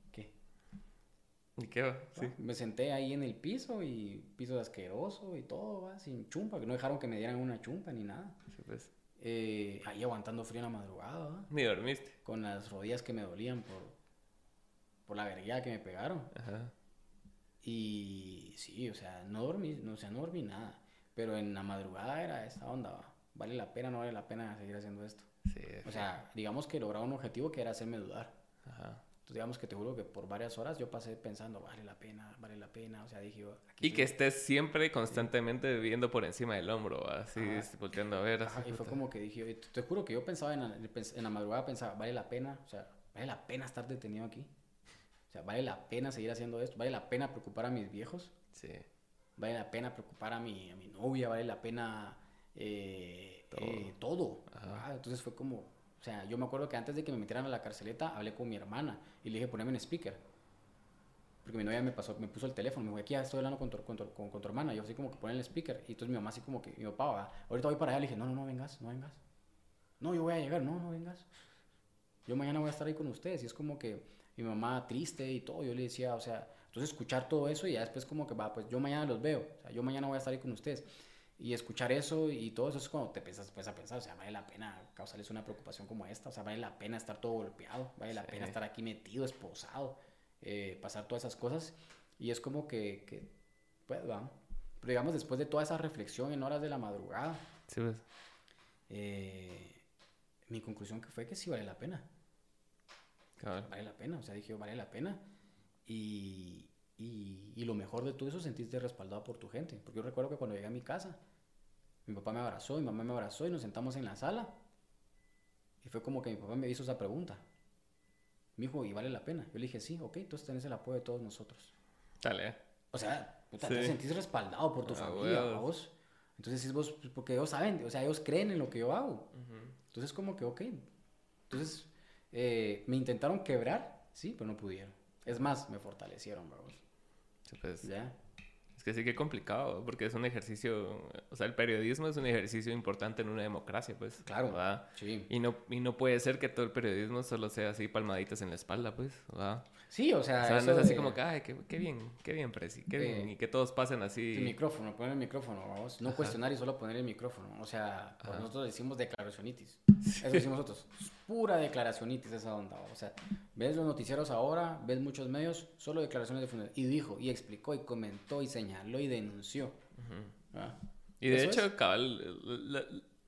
¿Y qué va? Sí. Me senté ahí en el piso y piso asqueroso y todo, ¿va? Sin chumpa, que no dejaron que me dieran una chumpa ni nada. Sí, pues. Ahí aguantando frío en la madrugada, ¿va? Ni dormiste. Con las rodillas que me dolían por la verguía que me pegaron. Ajá. Y sí, o sea, no dormí nada. Pero en la madrugada era esa onda, ¿va? ¿Vale la pena o no vale la pena seguir haciendo esto? Sí. O sea, digamos que lograba un objetivo que era hacerme dudar. Ajá. Entonces, digamos que te juro que por varias horas yo pasé pensando, vale la pena, o sea, dije yo... Y que estés siempre, constantemente viendo por encima del hombro, así, volteando a ver. Ajá, así, y fue como que dije yo, te juro que yo pensaba en la madrugada, pensaba, vale la pena, o sea, vale la pena estar detenido aquí. O sea, vale la pena seguir haciendo esto, vale la pena preocupar a mis viejos. Sí. Vale la pena preocupar a mi novia, vale la pena todo. Entonces fue como... O sea, yo me acuerdo que antes de que me metieran a la carceleta, hablé con mi hermana y le dije, poneme en speaker. Porque mi novia me puso el teléfono, me dijo, aquí ya estoy hablando con tu hermana. Y yo así como que pone el speaker. Y entonces mi mamá así como que, mi papá, ¿va? Ahorita voy para allá. Le dije, no vengas. No, yo voy a llegar, no vengas. Yo mañana voy a estar ahí con ustedes. Y es como que mi mamá triste y todo. Yo le decía, o sea, entonces escuchar todo eso y ya después como que, va, pues yo mañana los veo. O sea, yo mañana voy a estar ahí con ustedes. Y escuchar eso y todo eso es cuando te empiezas a pensar, o sea, vale la pena causarles una preocupación como esta, o sea, vale la pena estar todo golpeado, vale la pena estar aquí metido, esposado, pasar todas esas cosas. Y es como que pues, va. Pero digamos, después de toda esa reflexión en horas de la madrugada, sí, pues. Mi conclusión que fue que sí vale la pena. Claro. Vale la pena, o sea, dije, vale la pena. Y lo mejor de todo eso, sentiste respaldado por tu gente. Porque yo recuerdo que cuando llegué a mi casa, mi papá me abrazó, mi mamá me abrazó y nos sentamos en la sala. Y fue como que mi papá me hizo esa pregunta. Me dijo, ¿y vale la pena? Yo le dije, sí, ok, entonces tenés el apoyo de todos nosotros. Dale. O sea, puta, te sentís respaldado por tu familia, vos. Entonces, si vos, porque ellos saben, o sea, ellos creen en lo que yo hago. Entonces, como que, ok. Entonces, me intentaron quebrar, sí, pero no pudieron. Es más, me fortalecieron, vamos. Pues, ¿ya? Es que sí que complicado, porque es un ejercicio, o sea, el periodismo es un ejercicio importante en una democracia, pues. Claro, ¿verdad? Sí. Y no puede ser que todo el periodismo solo sea así palmaditas en la espalda, pues, ¿verdad? Sí, o sea, no es así como que, ay, qué bien, Presi, qué bien, y que todos pasen así. El micrófono, poner el micrófono, vamos. No cuestionar y solo poner el micrófono. O sea, nosotros decimos declaracionitis. Eso decimos nosotros. Es pura declaracionitis esa onda. O sea, ves los noticieros ahora, ves muchos medios, solo declaraciones de fundación. Y dijo, y explicó, y comentó, y señaló, y denunció. Y de hecho, cabal,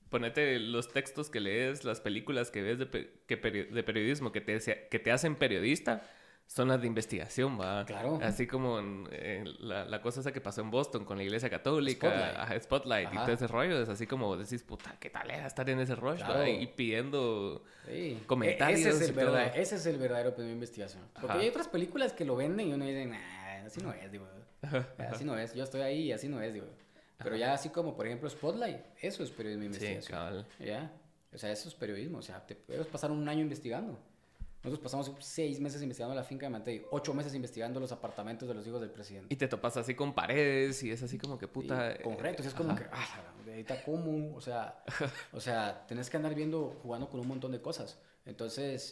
ponete los textos que lees, las películas que ves de periodismo que te hacen periodista, son las de investigación, ¿va? Claro. Así como la cosa esa que pasó en Boston con la Iglesia Católica, Spotlight y todo ese rollo. Es así como decís, puta, ¿qué tal era estar en ese rollo? Claro. Y pidiendo sí. comentarios. Ese es el verdadero premio de investigación. Porque hay otras películas que lo venden y uno dice, nah, así no es, digo. Así no es. Yo estoy ahí y así no es, digo. Pero ya así como, por ejemplo, Spotlight, eso es periodismo de investigación. Sí, cabal. ¿Ya? O sea, eso es periodismo. O sea, te puedes pasar un año investigando. Nosotros pasamos 6 meses investigando la finca de Mantei, 8 meses investigando los apartamentos de los hijos del presidente. Y te topas así con paredes y es así como que puta... Correcto, es como que, ahorita cómo, o sea, tenés que andar jugando con un montón de cosas. Entonces,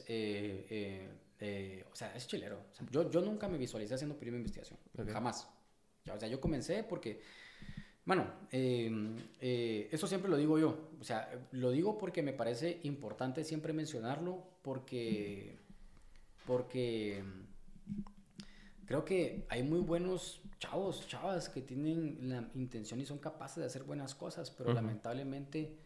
o sea, es chilero. O sea, yo nunca me visualicé haciendo periodismo de investigación, jamás. O sea, yo comencé porque, bueno, eso siempre lo digo yo. O sea, lo digo porque me parece importante siempre mencionarlo porque creo que hay muy buenos chavas que tienen la intención y son capaces de hacer buenas cosas, pero lamentablemente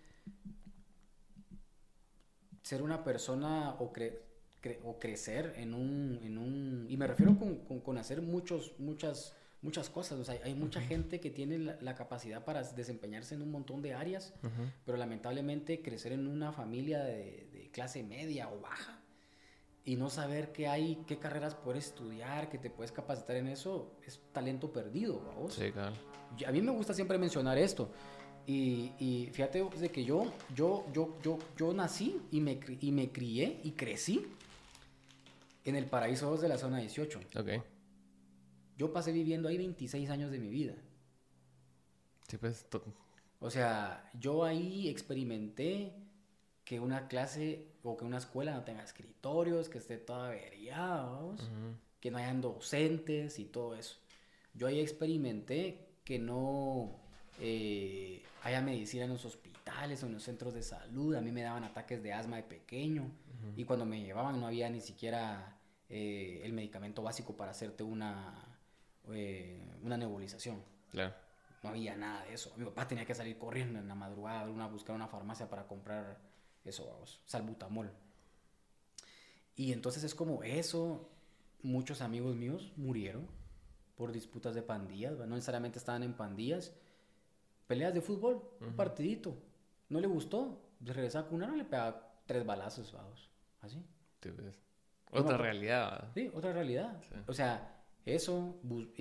ser una persona o crecer en un... Y me refiero con hacer muchas cosas. O sea, hay mucha gente que tiene la capacidad para desempeñarse en un montón de áreas, pero lamentablemente crecer en una familia de clase media o baja y no saber qué carreras puedes estudiar, que te puedes capacitar en eso, es talento perdido, ¿vos? Sí, claro. A mí me gusta siempre mencionar esto. Y fíjate de que yo nací y me crié y crecí en el Paraíso 2 de la zona 18. Ok. Yo pasé viviendo ahí 26 años de mi vida. Sí, pues... O sea, yo ahí experimenté que una clase o que una escuela no tenga escritorios, que esté toda averiada, que no hayan docentes y todo eso. Yo ahí experimenté que no haya medicina en los hospitales o en los centros de salud. A mí me daban ataques de asma de pequeño y cuando me llevaban no había ni siquiera el medicamento básico para hacerte una nebulización. Claro. No había nada de eso. Mi papá tenía que salir corriendo en la madrugada a buscar una farmacia para comprar eso, vamos, salbutamol. Y entonces es como eso. Muchos amigos míos murieron por disputas de pandillas, ¿va? No necesariamente estaban en pandillas. Peleas de fútbol, un partidito. No le gustó, se regresaba con una, le pegaba 3 balazos, vamos. Así. Sí, pues. Otra realidad. Sí, otra realidad. Sí. O sea, eso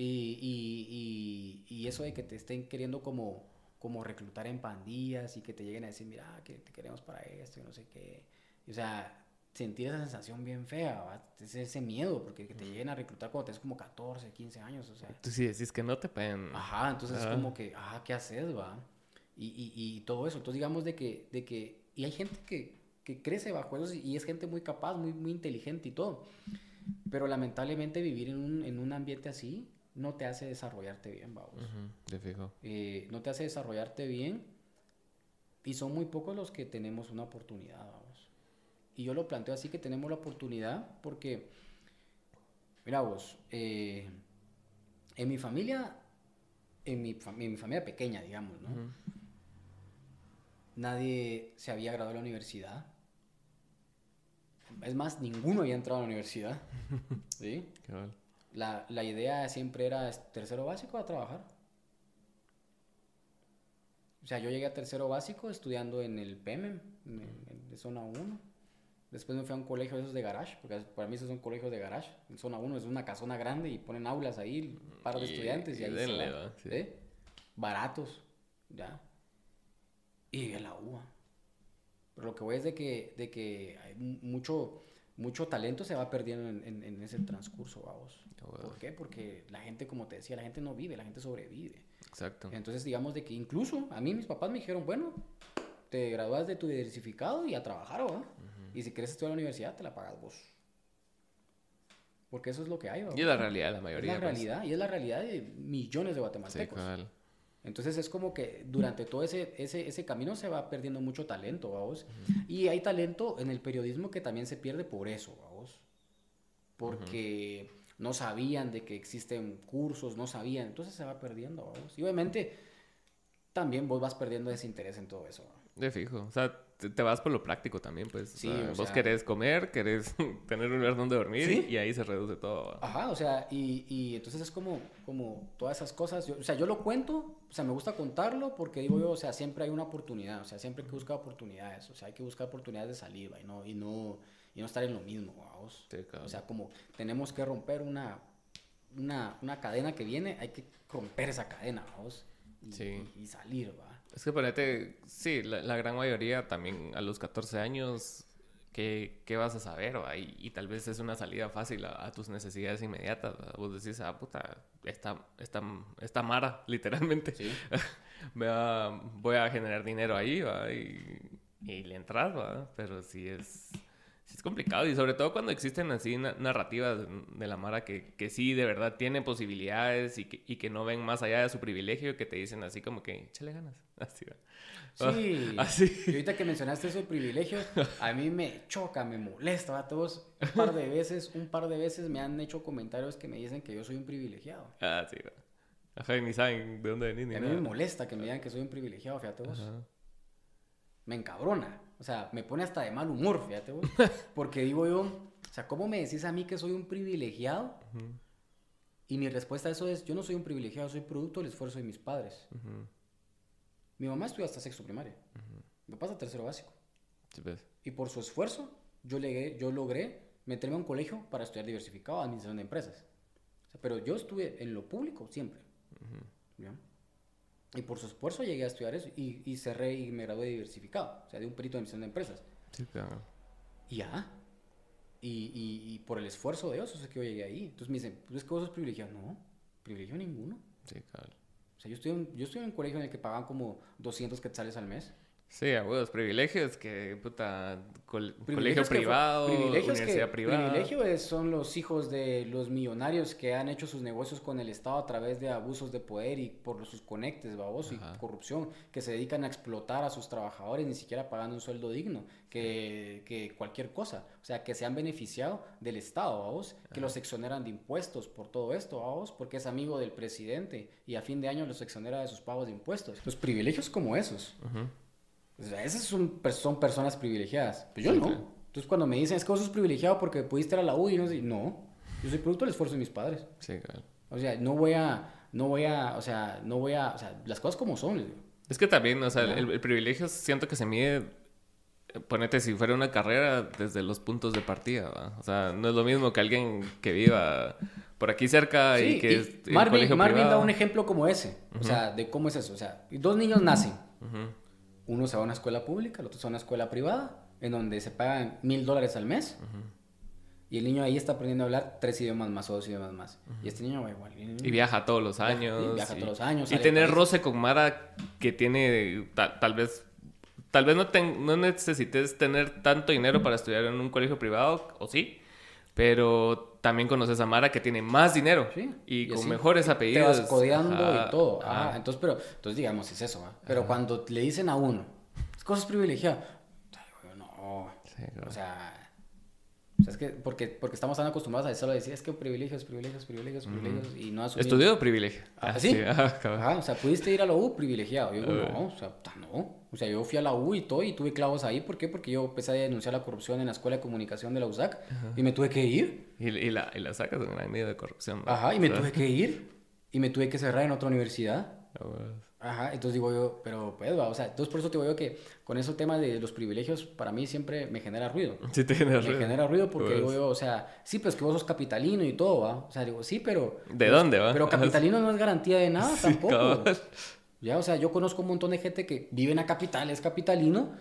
y eso de que te estén queriendo como reclutar en pandillas y que te lleguen a decir, mira, que te queremos para esto y no sé qué. O sea, sentir esa sensación bien fea, ¿va? Ese miedo, porque que te lleguen a reclutar cuando tienes como 14, 15 años, o sea. Tú sí decís que no te pueden... Ajá, entonces es como que, ¿qué haces, va? Y todo eso. Entonces digamos de que y hay gente que crece bajo eso y es gente muy capaz, muy, muy inteligente y todo. Pero lamentablemente vivir en un ambiente así no te hace desarrollarte bien, vamos. De fijo. No te hace desarrollarte bien y son muy pocos los que tenemos una oportunidad, vamos. Y yo lo planteo así, que tenemos la oportunidad porque, mira vos, en mi familia, en mi familia pequeña, digamos, ¿no? Nadie se había graduado de la universidad. Es más, ninguno había entrado a la universidad. ¿Sí? Qué mal. La idea siempre era tercero básico a trabajar. O sea, yo llegué a tercero básico estudiando en el PEMEM, de zona 1. Después me fui a un colegio de esos de garage, porque para mí esos son colegios de garage. En zona 1 es una casona grande y ponen aulas ahí, para de estudiantes y ahí denle, se ¿sí? Baratos, ya. Y llegué a la UA. Pero lo que voy es de que hay mucho talento se va perdiendo en ese transcurso, vamos. ¿Por qué? Porque la gente, como te decía, la gente no vive, la gente sobrevive. Exacto. Entonces, digamos de que incluso a mí mis papás me dijeron, bueno, te gradúas de tu diversificado y a trabajar, ¿va? Y si quieres estudiar a la universidad, te la pagas vos. Porque eso es lo que hay, ¿va? Y es la realidad de la mayoría. Es la realidad, y es la realidad de millones de guatemaltecos. Sí, claro. Entonces es como que durante todo ese camino se va perdiendo mucho talento, ¿vamos? Y hay talento en el periodismo que también se pierde por eso, ¿vamos? Porque no sabían de que existen cursos, no sabían, entonces se va perdiendo, ¿vamos? Y obviamente también vos vas perdiendo ese interés en todo eso, ¿va? De fijo. O sea, te vas por lo práctico también, pues. Sí, o sea, o vos sea... querés comer, querés tener un lugar donde dormir ¿Sí? y ahí se reduce todo. Ajá, o sea, y entonces es como todas esas cosas, o sea, yo lo cuento, o sea, me gusta contarlo porque digo yo, o sea, siempre hay una oportunidad, o sea, siempre hay que buscar oportunidades, o sea, hay que buscar oportunidades de salida y no estar en lo mismo, vamos. Sí, claro. O sea, como tenemos que romper una cadena que viene, hay que romper esa cadena, vamos, Sí. y salir, va. Es que ponete, sí, la gran mayoría también a los 14 años, ¿qué vas a saber? ¿Va? Y tal vez es una salida fácil a tus necesidades inmediatas. ¿Va? Vos decís, puta, esta mara, literalmente. Sí. Voy a generar dinero ahí, ¿va? Y le entras, ¿va? Pero sí es complicado. Y sobre todo cuando existen así narrativas de la mara que sí de verdad tienen posibilidades y que no ven más allá de su privilegio, que te dicen así como que, échale ganas. Así, ¿va? Sí, Así. y ahorita que mencionaste eso de privilegio, a mí me choca, me molesta, ¿va? Todos un par de veces me han hecho comentarios que me dicen que yo soy un privilegiado. Sí, ¿va? Ajá, y ni saben de dónde venís ni Y a mí nada. me molesta que me digan que soy un privilegiado, fíjate vos. Ajá. Me encabrona, o sea, me pone hasta de mal humor, fíjate vos. Porque digo yo, o sea, ¿cómo me decís a mí que soy un privilegiado? Ujú, Y mi respuesta a eso es, yo no soy un privilegiado, soy producto del esfuerzo de mis padres. ujú, Mi mamá estudió hasta sexto primaria, mi papá hasta tercero básico. sí, pues. Y por su esfuerzo, yo logré meterme a un colegio para estudiar diversificado, administración de empresas. O sea, pero yo estuve en lo público siempre. ¿Ya? Y por su esfuerzo llegué a estudiar eso y cerré y me gradué de diversificado, o sea, de un perito de administración de empresas. Sí, claro. Y ya. Y por el esfuerzo de ellos, es que yo llegué ahí. Entonces me dicen, ¿tú es que vos sos privilegiado? No, privilegio ninguno. Sí, claro. O sea, yo estuve en un colegio en el que pagaban como 200 quetzales al mes. Sí, a huevos, privilegios que, puta, colegio Privilegios privado, universidad privada. Son los hijos de los millonarios que han hecho sus negocios con el Estado a través de abusos de poder y por sus conectes, babos, y Ajá. corrupción, que se dedican a explotar a sus trabajadores ni siquiera pagando un sueldo digno, que cualquier cosa, o sea, que se han beneficiado del Estado, babos, que los exoneran de impuestos por todo esto, babos, porque es amigo del presidente y a fin de año los exonera de sus pagos de impuestos. Los privilegios como esos. Ujú. O sea, esas son personas privilegiadas. Pues yo Sí, no. claro. Entonces cuando me dicen, es que vos sos privilegiado porque pudiste ir a la U y no sé, no. Yo soy producto del esfuerzo de mis padres. Sí, claro. O sea, o sea, las cosas como son, les digo. Es que también, o sea, Ya. el privilegio siento que se mide, ponete si fuera una carrera desde los puntos de partida, ¿va? O sea, no es lo mismo que alguien que viva por aquí cerca Sí, y que y es en Marvin da privado. un ejemplo como ese. O sea, de cómo es eso. O sea, dos niños nacen. Ujú. Uno se va a una escuela pública, el otro se va a una escuela privada, en donde se pagan $1,000 al mes. Y el niño ahí está aprendiendo a hablar 3 idiomas más o 2 idiomas más. Y este niño va igual. Y viaja todos los años. Viaja todos los años. Y sale del tener país. roce con Mara que tiene tal vez no necesites tener tanto dinero para estudiar en un colegio privado, o sí, pero también conoces a Mara que tiene más dinero Sí, y con así mejores te apellidos. vas codeando Ajá, y todo. ajá. Entonces digamos, es eso, ¿va? Pero cuando le dicen a uno, es cosas privilegiadas, no, Sí, claro. o sea, es que porque estamos tan acostumbrados a solo decir, es que privilegios, y no asumir. Estudió privilegio. ¿Sí? Ajá, cabal. Ajá, o sea, pudiste ir a la U privilegiado. Yo digo, no, o sea, no. O sea, yo fui a la U y todo y tuve clavos ahí. ¿Por qué? Porque yo empecé a denunciar la corrupción en la Escuela de Comunicación de la USAC y me tuve que ir. Y la sacas de un gran medio de corrupción, ¿no? Ajá, y me O sea, tuve que ir. Y me tuve que cerrar en otra universidad. a huevos. Ajá, entonces digo yo, pero pues, va, o sea, entonces por eso te digo yo que con ese tema de los privilegios, para mí siempre me genera ruido. Sí te genera Me ruido. genera ruido porque Pues, digo yo, o sea, sí, pues que vos sos capitalino y todo, ¿va? O sea, digo, sí, pero... ¿De dónde, va? Pero capitalino no es garantía de nada Sí, tampoco. cabal. Ya, o sea, yo conozco un montón de gente que vive en la capital, es capitalino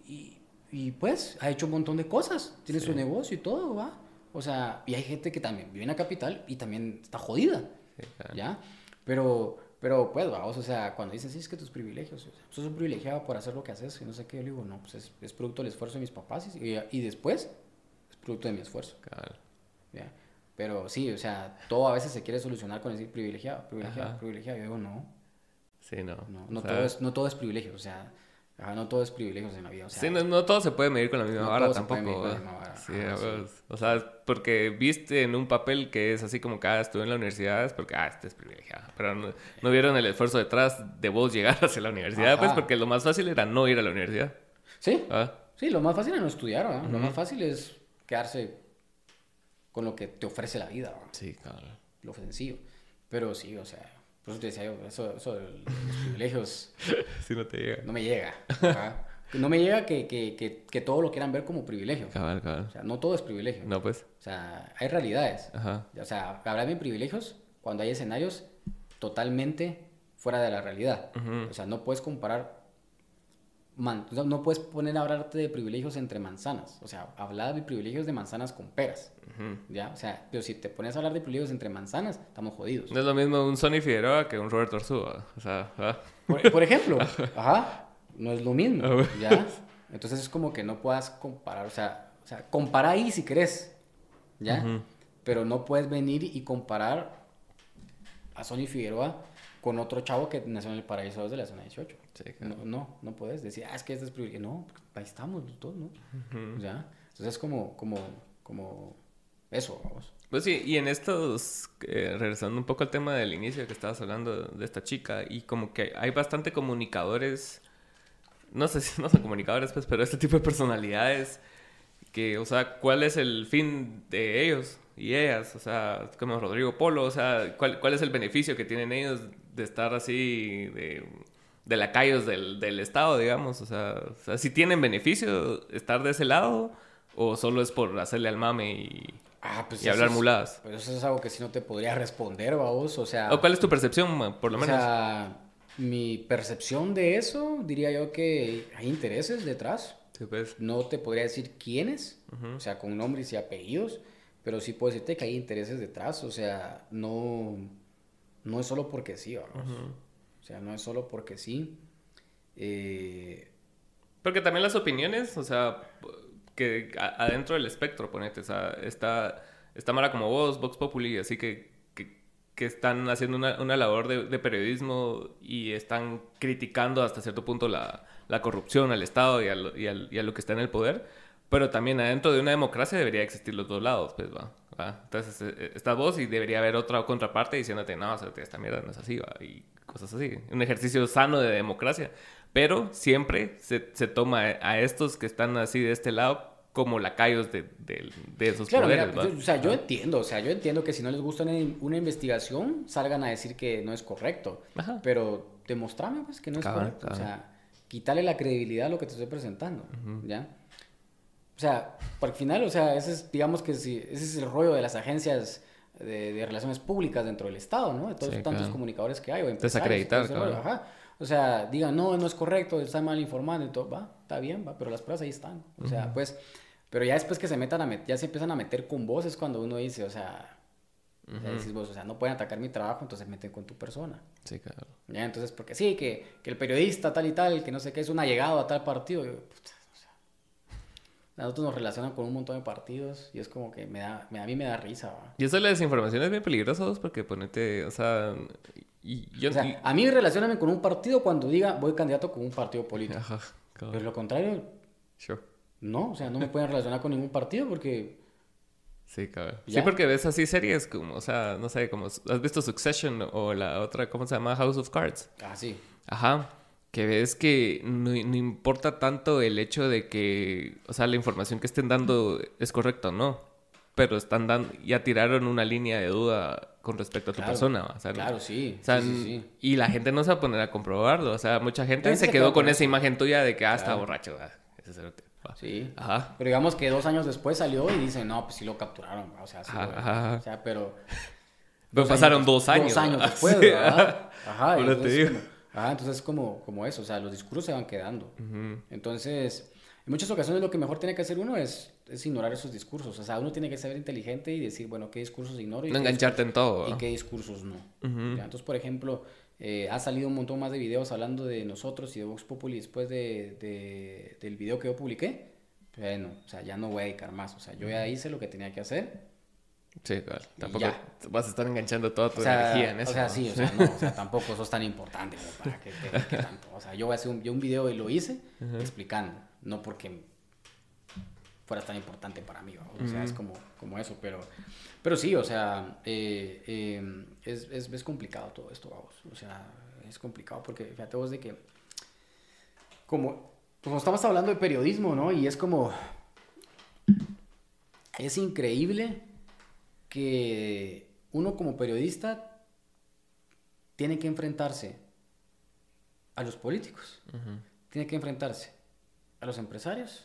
y pues ha hecho un montón de cosas, tiene su negocio y todo, ¿va? O sea, y hay gente que también vive en la capital y también está jodida, Sí, claro. ¿ya? Pero pues, vamos, o sea, cuando dicen, sí, es que tus privilegios, o sea, sos un privilegiado por hacer lo que haces y no sé qué, yo digo, no, pues es producto del esfuerzo de mis papás y después es producto de mi esfuerzo, Cabal. ¿ya? Pero sí, o sea, todo a veces se quiere solucionar con decir privilegiado, Ajá. privilegiado, yo digo, no. Sí, no. No, O no, sea, no todo es privilegio, o sea, Ajá, no todo es privilegios en la vida, o sea... Sí, no todo se puede medir con la misma no vara todo se puede tampoco. medir con la misma vara. Sí, Ajá, sí. o sea, porque viste en un papel que es así como que estuve en la universidad, es porque, este es privilegiado. Pero no vieron el esfuerzo detrás de vos llegar hacia la universidad, pues Ajá. porque lo más fácil era no ir a la universidad. Sí, Ah, sí, lo más fácil es no estudiar, ¿verdad? Lo Ujú. más fácil es quedarse con lo que te ofrece la vida, ¿verdad? sí, cabrón. Lo sencillo. Pero sí, o sea, por eso te decía yo, eso de los privilegios Si no te llega. no me llega. Ajá. No me llega que todo lo quieran ver como privilegio. Cabal. O sea, no todo es privilegio. No, pues. O sea, hay realidades. Ajá. O sea, hablar de privilegios cuando hay escenarios totalmente fuera de la realidad. Ujú. O sea, no puedes comparar, no puedes poner a hablarte de privilegios entre manzanas. O sea, hablar de privilegios de manzanas con peras. Ujú. ¿Ya? O sea, pero si te pones a hablar de privilegios entre manzanas, estamos jodidos. No es lo mismo un Sonny Figueroa que un Roberto Arzúa. O sea, Por ejemplo, ajá, no es lo mismo, Ah, bueno. ¿ya? Entonces es como que no puedas comparar, o sea compara ahí si querés, ¿ya? Ujú. Pero no puedes venir y comparar a Sonny Figueroa con otro chavo que nació en el Paraíso 2 de la zona 18. Sí, claro. No puedes decir, es que este es privilegio. No, ahí estamos los dos, ¿no? Ujú. ¿Ya? Entonces es como eso, vamos. Pues sí, y en estos, regresando un poco al tema del inicio que estabas hablando de esta chica, y como que hay bastante comunicadores, no sé si no son comunicadores, pues, pero este tipo de personalidades, que, o sea, ¿cuál es el fin de ellos y ellas? O sea, como Rodrigo Polo, o sea, ¿cuál es el beneficio que tienen ellos de estar así, de lacayos del Estado, digamos? O sea, si tienen beneficio estar de ese lado, o solo es por hacerle al mame Pues y hablar muladas. Pues eso es algo que sí no te podría responder, vamos. O sea, ¿O cuál es tu percepción, por lo menos? O sea, mi percepción de eso, diría yo que hay intereses detrás. Sí, pues. No te podría decir quiénes, Ujú. o sea, con nombres y apellidos, pero sí puedo decirte que hay intereses detrás. O sea, no es solo porque sí, vamos. Ujú. O sea, no es solo porque sí. Porque también las opiniones, o sea, que adentro del espectro, ponete, o sea, está Mara como vos, Vox Populi, así que están haciendo una labor de periodismo y están criticando hasta cierto punto la corrupción al Estado y a lo que está en el poder, pero también adentro de una democracia debería existir los dos lados, pues, va. Entonces, estás vos y debería haber otra contraparte diciéndote, no, o sea, esta mierda no es así, va, y cosas así. Un ejercicio sano de democracia. Pero siempre se toma a estos que están así de este lado como lacayos de esos Claro, poderes, mira, ¿va? yo entiendo que si no les gusta una investigación, salgan a decir que no es correcto. Ajá. Pero demostrame, pues, que no es Cabal, correcto. O cabal. sea, quitarle la credibilidad a lo que te estoy presentando, ¿ya? O sea, al final, o sea, ese es, digamos que ese es el rollo de las agencias de relaciones públicas dentro del Estado, ¿no? De todos Sí, tantos claro. comunicadores que hay, o empresarios, Desacreditar, todo ese rollo, cabal. ajá. O sea, digan, no es correcto, está mal informando y todo, va, está bien, va, pero las pruebas ahí están. O sea, pues, pero ya después que se metan ya se empiezan a meter con vos, es cuando uno dice, o sea, decís vos, o sea, no pueden atacar mi trabajo, entonces meten con tu persona. Sí, claro. ¿Ya? Entonces, porque sí, que el periodista tal y tal, que no sé qué, es un allegado a tal partido. Yo, puta, o sea, a nosotros nos relacionan con un montón de partidos y es como que a mí me da risa, ¿va? Y eso de la desinformación es bien peligroso, ¿vos? Porque ponete, o sea, O sea, a mí relacioname con un partido cuando diga voy candidato con un partido político. Ajá, cabal. Pero lo contrario, Sure. no, o sea, no me pueden relacionar con ningún partido porque... Sí, cabrón. Sí, ¿Ya? porque ves así series como, o sea, no sé, como, ¿has visto Succession o la otra, ¿cómo se llama? House of Cards. Ah, sí. Ajá. Que ves que no importa tanto el hecho de que, o sea, la información que estén dando es correcta o no. Pero ya tiraron una línea de duda con respecto a tu Claro, persona, ¿va? O sea, claro, sí. o sea, Sí. y la gente no se va a poner a comprobarlo. O sea, mucha gente La gente se se quedó quedó con con esa eso. imagen tuya de que, está Claro. borracho. Ese cerote, va. Sí. Ajá. Pero digamos que 2 años después salió y dicen, no, pues sí lo capturaron, ¿va? O sea, sí Ajá, lo- ajá. O sea, pero... Pero pasaron 2 años. 2 años ¿va? después, Sí, ¿verdad? Ajá, Ahora te digo. entonces es como eso, o sea, los discursos se van quedando. Ujú. Entonces, en muchas ocasiones lo que mejor tiene que hacer uno es ignorar esos discursos. O sea, uno tiene que ser inteligente y decir, bueno, qué discursos ignoro y No engancharte en todo. y ¿va? qué discursos no. Ujú. ¿Ya? Entonces, por ejemplo, ha salido un montón más de videos hablando de nosotros y de Vox Populi después del video que yo publiqué. Bueno, o sea, ya no voy a dedicar más. O sea, yo ya hice lo que tenía que hacer. Sí, claro. Y Tampoco ya. vas a estar enganchando toda tu O sea, energía en eso. o sea, ¿no? sí, o sea, no, o sea, tampoco sos tan importante como para que tanto. O sea, yo hice un video y lo hice explicando, no porque fueras tan importante para mí, ¿va? O sea, es como eso, pero sí, o sea, es complicado todo esto, vamos. O sea, es complicado porque fíjate vos de que, como estamos hablando de periodismo, ¿no? Y es como, es increíble que uno como periodista tiene que enfrentarse a los políticos, tiene que enfrentarse a los empresarios,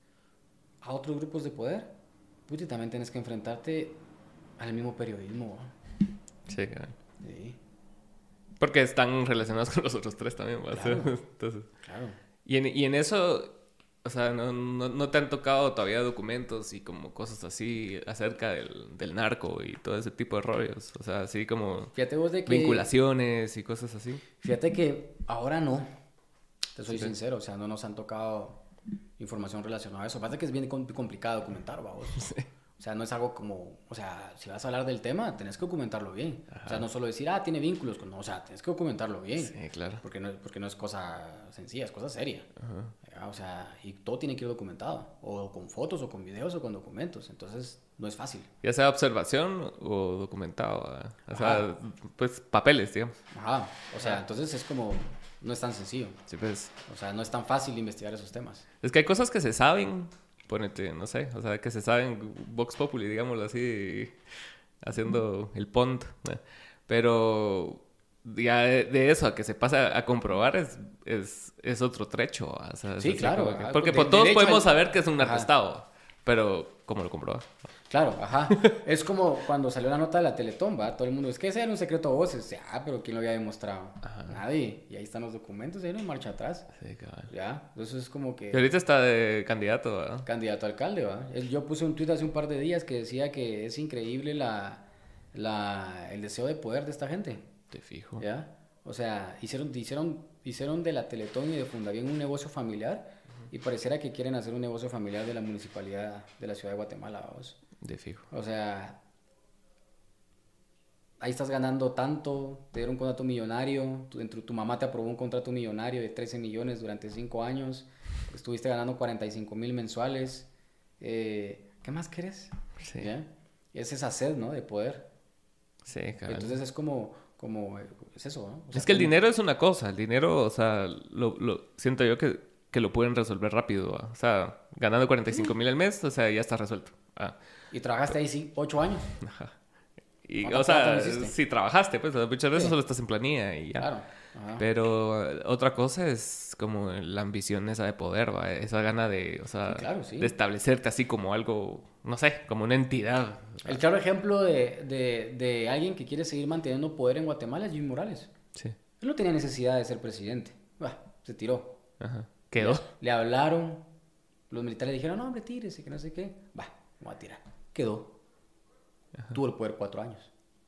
a otros grupos de poder, puta, y también tienes que enfrentarte al mismo periodismo, ¿va? Sí, claro. Sí, Porque están relacionados con los otros tres también, ¿va? claro, Entonces, claro. y en eso, o sea, no te han tocado todavía documentos y como cosas así acerca del narco y todo ese tipo de rollos. O sea, así como Fíjate vos de que... vinculaciones y cosas así. Fíjate que ahora no, te soy Sí. sincero, o sea, no nos han tocado información relacionada a eso. Pasa que es bien complicado documentar, vamos. Sí. O sea, no es algo como, o sea, si vas a hablar del tema, tenés que documentarlo bien. Ajá. O sea, no solo decir, tiene vínculos con, no, o sea, tenés que documentarlo bien. Sí, claro. Porque no es cosa sencilla, es cosa seria. Ajá. O sea, y todo tiene que ir documentado, o con fotos, o con videos, o con documentos. Entonces, no es fácil. Ya sea observación o documentado, ¿verdad? O sea, pues papeles, digamos. Ajá. O sea, entonces es como, no es tan sencillo. Sí, pues. O sea, no es tan fácil investigar esos temas. Es que hay cosas que se saben, ponete, no sé, o sea, que se saben Vox Populi, digámoslo así, haciendo el pont, ¿no? Pero ya de eso a que se pasa a comprobar es otro trecho, o sea, es Sí, así claro, como que- ajá, porque de- pues, todos derecho podemos al- saber que es un Ajá. narcoestado, pero ¿cómo lo comprobas? Claro, ajá. Es como cuando salió la nota de la Teletón, ¿va? Todo el mundo, es que ese era un secreto a voces. Pero ¿quién lo había demostrado? Ajá. Nadie. Y ahí están los documentos, ahí no hay marcha atrás. Sí, cabal. Ya, entonces es como Y que ahorita está de candidato, ¿verdad? candidato a alcalde, ¿va? Yo puse un tuit hace un par de días que decía que es increíble el deseo de poder de esta gente, Te fijo. ¿ya? O sea, hicieron de la Teletón y de Fundavién un negocio familiar y pareciera que quieren hacer un negocio familiar de la municipalidad de la ciudad de Guatemala, ¿vos? De fijo. O sea, ahí estás ganando tanto, te dieron un contrato millonario, tu mamá te aprobó un contrato millonario de 13 millones durante 5 años, estuviste ganando 45,000 mensuales, ¿qué más querés? Sí. ¿Ya? Es esa sed, ¿no? De poder. Sí, cabal. Entonces es es eso, ¿no? O sea, Es que el como- dinero es una cosa, el dinero, o sea, siento yo que lo pueden resolver rápido, ¿va? O sea, ganando 45,000 al mes, o sea, ya está resuelto. Y trabajaste ahí 8 años. Ajá. Y, ¿Cuánta o sea, plata hiciste? si trabajaste, pues muchas veces Sí. solo estás en planilla y ya. Claro. Ajá. Pero otra cosa es como la ambición esa de poder, ¿va? Esa gana de, o sea, Sí, claro, sí. de establecerte así como algo, no sé, como una entidad. El claro ejemplo de alguien que quiere seguir manteniendo poder en Guatemala es Jimmy Morales. Sí. Él no tenía necesidad de ser presidente. Se tiró. Ajá. Quedó. Le hablaron. Los militares dijeron, no, hombre, tírese, que no sé qué. Vamos a tirar. Quedó. Tuvo el poder 4 años.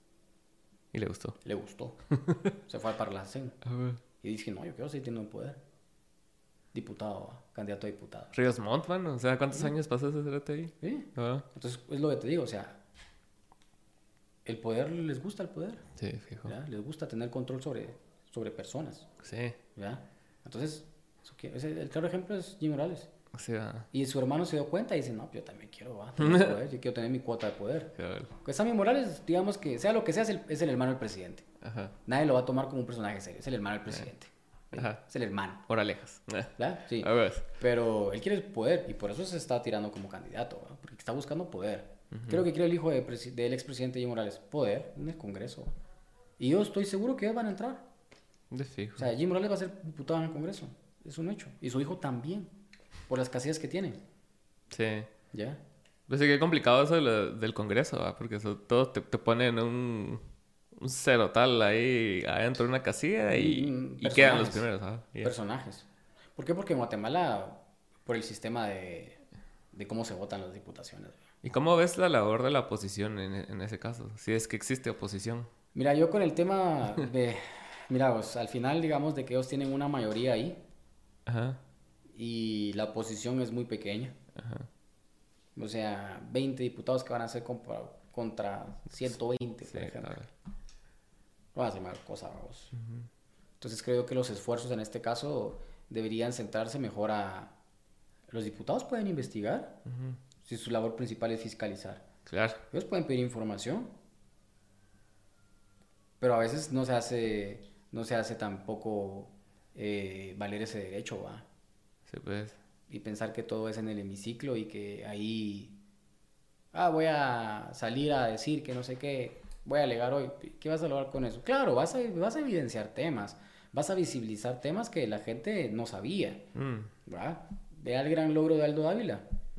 Y le gustó. Le gustó. Se fue al Parlacén. Y dije, no, yo quiero seguir teniendo poder. Diputado, candidato a diputado. Ríos Montt, man, o sea, ¿cuántos años pasó ese cerote ahí? ¿Sí? Ah, Entonces, es lo que te digo, o sea, el poder, les gusta el poder. sí, fijo. ¿Ya? Les gusta tener control sobre personas. Sí. ¿Ya? Entonces, el claro ejemplo es Jimmy Morales. O sea, Y su hermano se dio cuenta y dice, no, yo también quiero tener poder, yo quiero tener mi cuota de poder. cabal. Pues Sammy Morales, digamos que sea lo que sea, es el hermano del presidente. Ajá. Nadie lo va a tomar como un personaje serio, es el hermano del presidente. Ajá. Es el hermano, Oralejas. ¿verdad? Sí. A ver. Pero él quiere el poder y por eso se está tirando como candidato, ¿verdad? Porque está buscando poder. Creo que quiere el hijo del expresidente Jimmy Morales, poder en el Congreso. Y yo estoy seguro que van a entrar. De fijo. O sea, Jimmy Morales va a ser diputado en el Congreso, es un hecho. Y su hijo también, por las casillas que tiene. Sí. ¿Ya? Pues sí que es complicado eso del Congreso, ¿va? Porque eso, todos te ponen un cero tal ahí adentro de una casilla y quedan los Personajes. primeros, ¿ah? Ya. Personajes. ¿Por qué? Porque en Guatemala, por el sistema de cómo se votan las diputaciones. ¿Y cómo ves la labor de la oposición en ese caso? Si es que existe oposición. Mira, yo con el tema de... Mira, pues, al final, digamos, de que ellos tienen una mayoría ahí Ajá. y la oposición es muy pequeña. Ajá. O sea, 20 diputados que van a ser contra 120, Sí, por ejemplo. cabal. No va a ser mal cosa, vamos. Entonces creo que los esfuerzos en este caso deberían centrarse mejor a... Los diputados pueden investigar, si su labor principal es fiscalizar. Claro. Ellos pueden pedir información, pero a veces no se hace tampoco valer ese derecho, ¿va? Sí, pues. Y pensar que todo es en el hemiciclo y que ahí, voy a salir a decir que no sé qué, voy a alegar hoy. ¿Qué vas a lograr con eso? Claro, vas a evidenciar temas, vas a visibilizar temas que la gente no sabía, ¿verdad? Vea el gran logro de Aldo Ávila.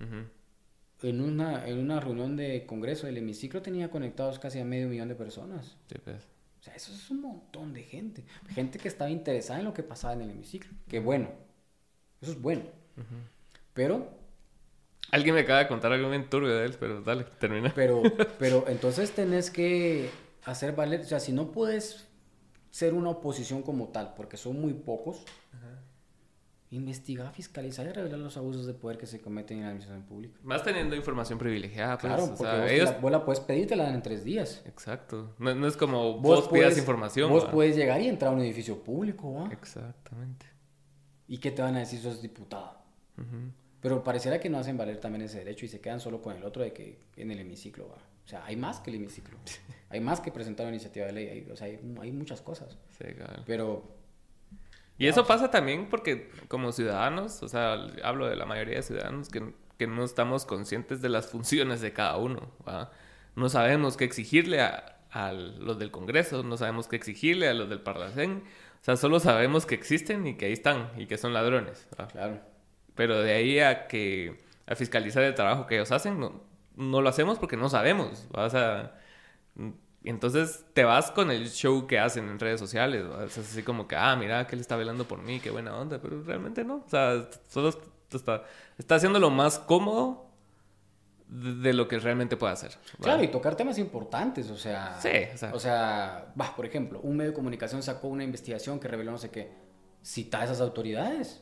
En una reunión de congreso del hemiciclo tenía conectados casi a 500,000 de personas. Sí, pues. O sea, eso es un montón de gente. Gente que estaba interesada en lo que pasaba en el hemiciclo. Que bueno, eso es bueno. Pero Alguien me acaba de contar algo bien turbio de él, pero dale, termina. Pero entonces tenés que hacer valer, o sea, si no puedes ser una oposición como tal, porque son muy pocos, investigar, fiscalizar y revelar los abusos de poder que se cometen en la administración pública. Más teniendo información privilegiada, pues. Claro, O porque sea, vos la puedes pedir y te la dan en 3 días. Exacto. No es como vos pidas información. Vos ¿va? puedes llegar y entrar a un edificio público, ¿va? Exactamente. ¿Y qué te van a decir si sos diputado? Pero pareciera que no hacen valer también ese derecho y se quedan solo con el otro de que en el hemiciclo, ¿va? O sea, hay más que el hemiciclo. Hay más que presentar una iniciativa de ley. O sea, hay muchas cosas. Sí, claro. Pero... Y eso pasa también porque como ciudadanos, o sea, hablo de la mayoría de ciudadanos que no estamos conscientes de las funciones de cada uno, ¿va? No sabemos qué exigirle a los del Congreso, no sabemos qué exigirle a los del Parlacén, o sea, solo sabemos que existen y que ahí están y que son ladrones, ¿va? Claro. Pero de ahí a fiscalizar el trabajo que ellos hacen, no lo hacemos porque no sabemos, ¿va? O sea, entonces te vas con el show que hacen en redes sociales, ¿va? Es así como que, mira, que él está velando por mí, qué buena onda, pero realmente no. O sea, solo está haciendo lo más cómodo de lo que realmente puede hacer, ¿va? Claro, y tocar temas importantes, o sea... Sí, o sea, por ejemplo, un medio de comunicación sacó una investigación que reveló no sé qué. Cita a esas autoridades.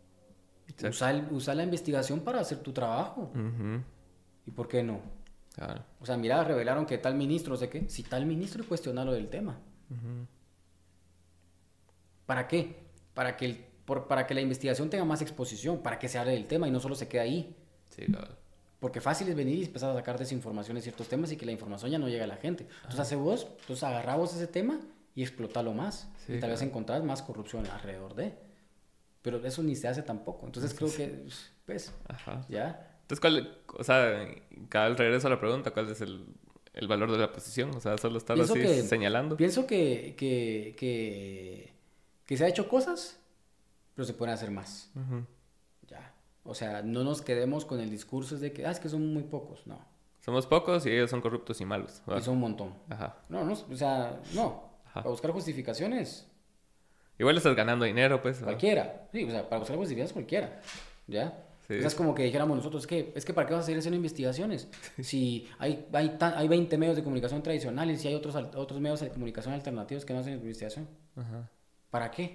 Usa la investigación para hacer tu trabajo. ¿Y por qué no? Claro. O sea, mira, revelaron que tal ministro, no sé qué. Cita al ministro y cuestionarlo del tema. ¿Para qué? Para que la investigación tenga más exposición, para que se hable del tema y no solo se quede ahí. Sí, claro. Porque fácil es venir y empezar a sacar desinformación de ciertos temas y que la información ya no llegue a la gente. Entonces agarrá vos ese tema y explotalo más. Sí, y tal vez claro. encontrás más corrupción alrededor de. Pero eso ni se hace tampoco. Entonces creo que, pues, Ajá. ya. Entonces, o sea, cada vez regreso a la pregunta, ¿cuál es el valor de la posición? O sea, solo estar así señalando. Pienso que se ha hecho cosas, pero se pueden hacer más. Ya. O sea, no nos quedemos con el discurso de que, es que son muy pocos. No. Somos pocos y ellos son corruptos y malos, ¿va? Y son un montón. Ajá. No, o sea, no. Ajá. Para buscar justificaciones, Igual estás ganando dinero, pues. ¿va? cualquiera. Sí, o sea, para buscar justificaciones, cualquiera. ¿Ya? Sí. O sea, es como que dijéramos nosotros, es que ¿para qué vas a seguir haciendo investigaciones? Si hay 20 medios de comunicación tradicionales y hay otros medios de comunicación alternativos que no hacen investigación. Ajá. ¿Para qué?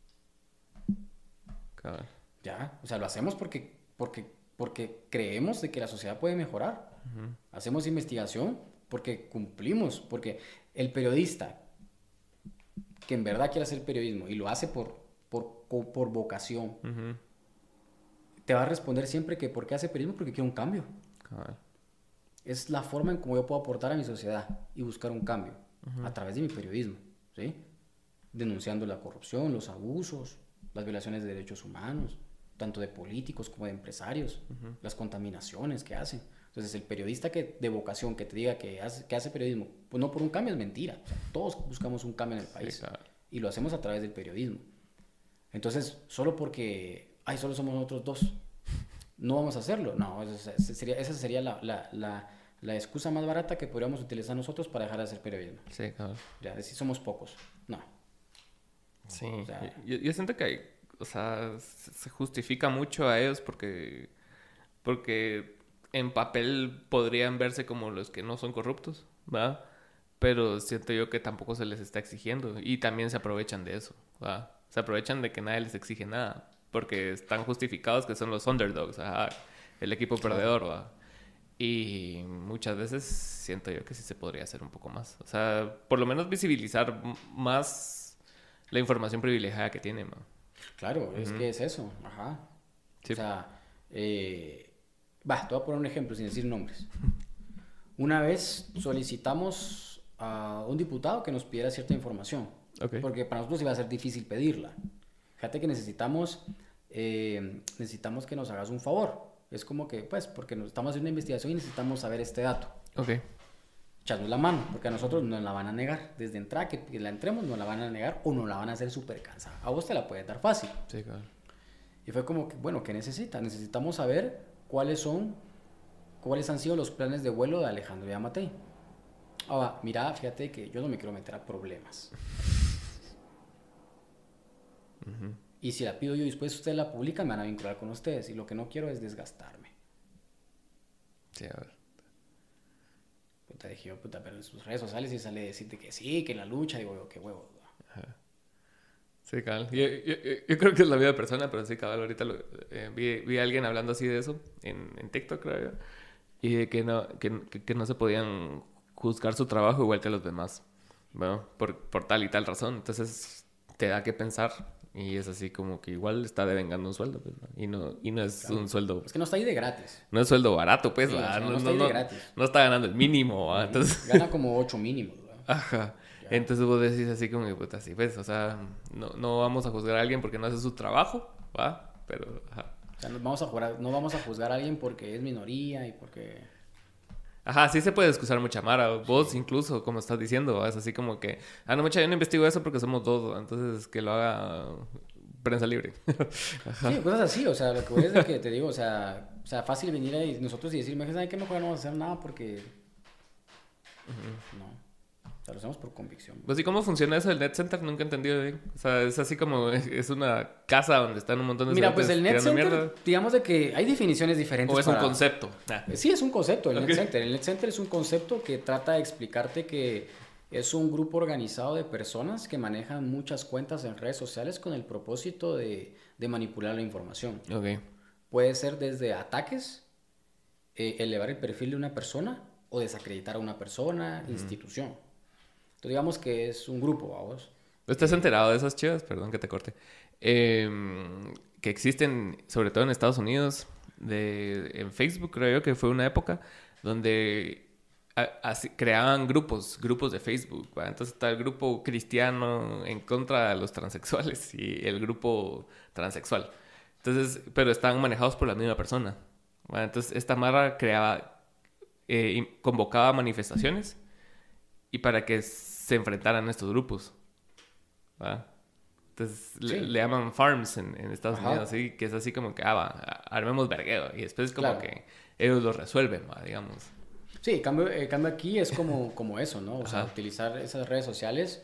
Cabal. Ya, o sea, lo hacemos porque creemos de que la sociedad puede mejorar. Hacemos investigación porque cumplimos, porque el periodista que en verdad quiere hacer periodismo y lo hace por vocación, te va a responder siempre que ¿por qué hace periodismo? Porque quiere un cambio. Cabal. Es la forma en cómo yo puedo aportar a mi sociedad y buscar un cambio a través de mi periodismo, ¿sí? Denunciando la corrupción, los abusos, las violaciones de derechos humanos, tanto de políticos como de empresarios, las contaminaciones que hacen. Entonces, el periodista de vocación que te diga que hace periodismo, pues no por un cambio, es mentira. O sea, todos buscamos un cambio en el país, Sí, claro. y lo hacemos a través del periodismo. Entonces, solo porque, solo somos nosotros dos, no vamos a hacerlo. No, esa sería la excusa más barata que podríamos utilizar nosotros para dejar de hacer periodismo. Sí, cabal. Ya, decir somos pocos. No. Sí. O sea, Yo siento que hay, o sea, se justifica mucho a ellos porque en papel podrían verse como los que no son corruptos, ¿va? Pero siento yo que tampoco se les está exigiendo y también se aprovechan de eso, ¿va? Se aprovechan de que nadie les exige nada porque están justificados que son los underdogs, ajá, el equipo perdedor, ¿va? Y muchas veces siento yo que sí se podría hacer un poco más. O sea, por lo menos visibilizar más la información privilegiada que tiene, man. Claro, es que es eso, ajá. Sí. O sea, te voy a poner un ejemplo sin decir nombres. Una vez solicitamos a un diputado que nos pidiera cierta información, porque para nosotros iba a ser difícil pedirla. Fíjate que necesitamos que nos hagas un favor. Es como que, pues, porque nos estamos haciendo una investigación y necesitamos saber este dato. Echarnos la mano, porque a nosotros nos la van a negar. Desde entrada, que la entremos, nos la van a negar o nos la van a hacer súper cansada. A vos te la pueden dar fácil. Sí, claro. Y fue como que, bueno, ¿qué necesita? Necesitamos saber cuáles han sido los planes de vuelo de Alejandro Yamatei. Ahora, mira, fíjate que yo no me quiero meter a problemas. Y si la pido yo y después ustedes la publican, me van a vincular con ustedes. Y lo que no quiero es desgastarme. Sí, a ver. Puta, dije yo, pero en sus redes sociales y sale decirte que sí, que en la lucha. Digo, qué huevo. Ajá. Sí, cabal. Yo creo que es la vida de persona, pero sí, cabal, ahorita vi a alguien hablando así de eso en TikTok, creo yo. Y de que no se podían juzgar su trabajo igual que los demás. Bueno, por tal y tal razón. Entonces, te da que pensar. Y es así como que igual está devengando un sueldo, pues, ¿no? Y no es un sueldo... Es que no está ahí de gratis. No es sueldo barato, pues, sí, ¿verdad? No está ahí de gratis. No está ganando el mínimo, ¿verdad? Entonces... Gana como 8 mínimos, ¿verdad? Ajá. Ya. Entonces vos decís así como que, puta, así, pues, o sea, no vamos a juzgar a alguien porque no hace su trabajo, ¿va? Pero, ajá. O sea, no vamos a juzgar a alguien porque es minoría y porque... Ajá, sí se puede excusar mucha mara. Vos incluso, como estás diciendo, ¿va? Es así como que... no, mucha, yo no investigo eso porque somos dos, ¿va? Entonces que lo haga prensa libre. Sí, cosas así, o sea, lo que voy es de que te digo, o sea, fácil venir ahí nosotros y decirme, ¿sabes qué? Mejor no vamos a hacer nada porque... No. O sea, lo hacemos por convicción. Pues, ¿y cómo funciona eso del Net Center? Nunca he entendido bien. O sea, es así como... Es una casa donde están un montón de... Mira, pues el Net Center, digamos de que hay definiciones diferentes. ¿O es un concepto? Sí, es un concepto, el Net Center. El Net Center es un concepto que trata de explicarte que es un grupo organizado de personas que manejan muchas cuentas en redes sociales con el propósito de manipular la información. Puede ser desde ataques, elevar el perfil de una persona o desacreditar a una persona, institución. Entonces digamos que es un grupo, vamos. ¿Estás enterado de esas chivas? Perdón que te corte. Que existen, sobre todo en Estados Unidos, en Facebook creo yo que fue una época donde creaban grupos de Facebook, ¿va? Entonces está el grupo cristiano en contra de los transexuales y el grupo transexual. Entonces, pero estaban manejados por la misma persona, ¿va? Entonces esta marra convocaba manifestaciones y para que se enfrentaran a estos grupos, ¿va? Entonces le llaman farms en Estados Unidos, ¿sí? Que es así como que armemos vergueo y después como que ellos lo resuelven, ¿va? Digamos. Sí, el cambio aquí es como eso, ¿no? O sea, utilizar esas redes sociales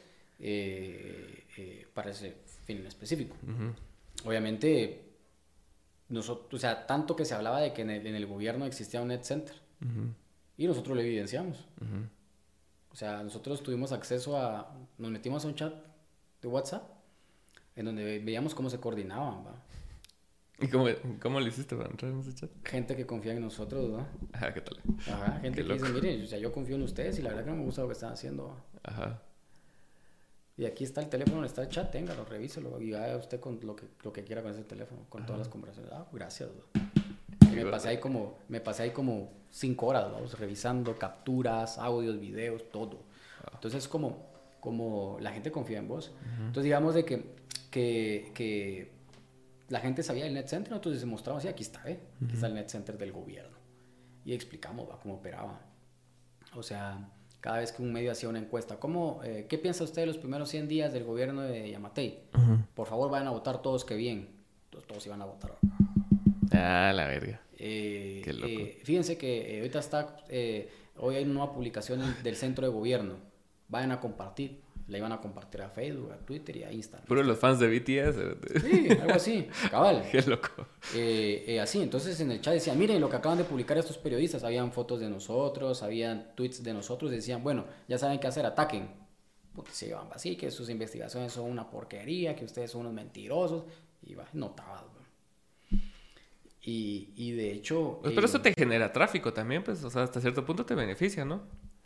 para ese fin específico. Obviamente, nosotros, o sea, tanto que se hablaba de que en el gobierno existía un Net Center y nosotros lo evidenciamos. O sea, nosotros tuvimos acceso nos metimos a un chat de WhatsApp en donde veíamos cómo se coordinaban, ¿va? ¿Y cómo lo hiciste para entrar en ese chat? Gente que confía en nosotros, ¿no? Ajá, ¿qué tal? Ajá, gente que dice, miren, o sea, yo confío en ustedes y la verdad que no me gusta lo que están haciendo, ¿va? Ajá. Y aquí está el teléfono, está el chat, téngalo, revíselo y haga usted con lo que quiera con ese teléfono, con todas las conversaciones. Gracias, ¿va? Me pasé ahí como 5 horas, vamos, revisando capturas, audios, videos, todo. Entonces, como la gente confía en vos. Entonces, digamos de que la gente sabía del Net Center, entonces se mostraba así, aquí está, aquí está el Net Center del gobierno. Y explicamos, ¿va? Cómo operaba. O sea, cada vez que un medio hacía una encuesta, ¿qué piensa usted de los primeros 100 días del gobierno de Yamatei? Por favor, vayan a votar todos, que bien. Entonces, todos iban a votar. La verga. Qué loco. Fíjense que ahorita hoy hay una nueva publicación del centro de gobierno. Vayan a compartir. La iban a compartir a Facebook, a Twitter y a Instagram. Puro los fans de BTS. Sí, algo así, cabal. Qué loco. Así, entonces en el chat decían, miren lo que acaban de publicar estos periodistas. Habían fotos de nosotros, habían tweets de nosotros. Decían, bueno, ya saben qué hacer, ataquen. Porque se iban así, que sus investigaciones son una porquería, que ustedes son unos mentirosos. Y va, notaban. Y de hecho... Pues, pero eso te genera tráfico también, pues, o sea, hasta cierto punto te beneficia, ¿no?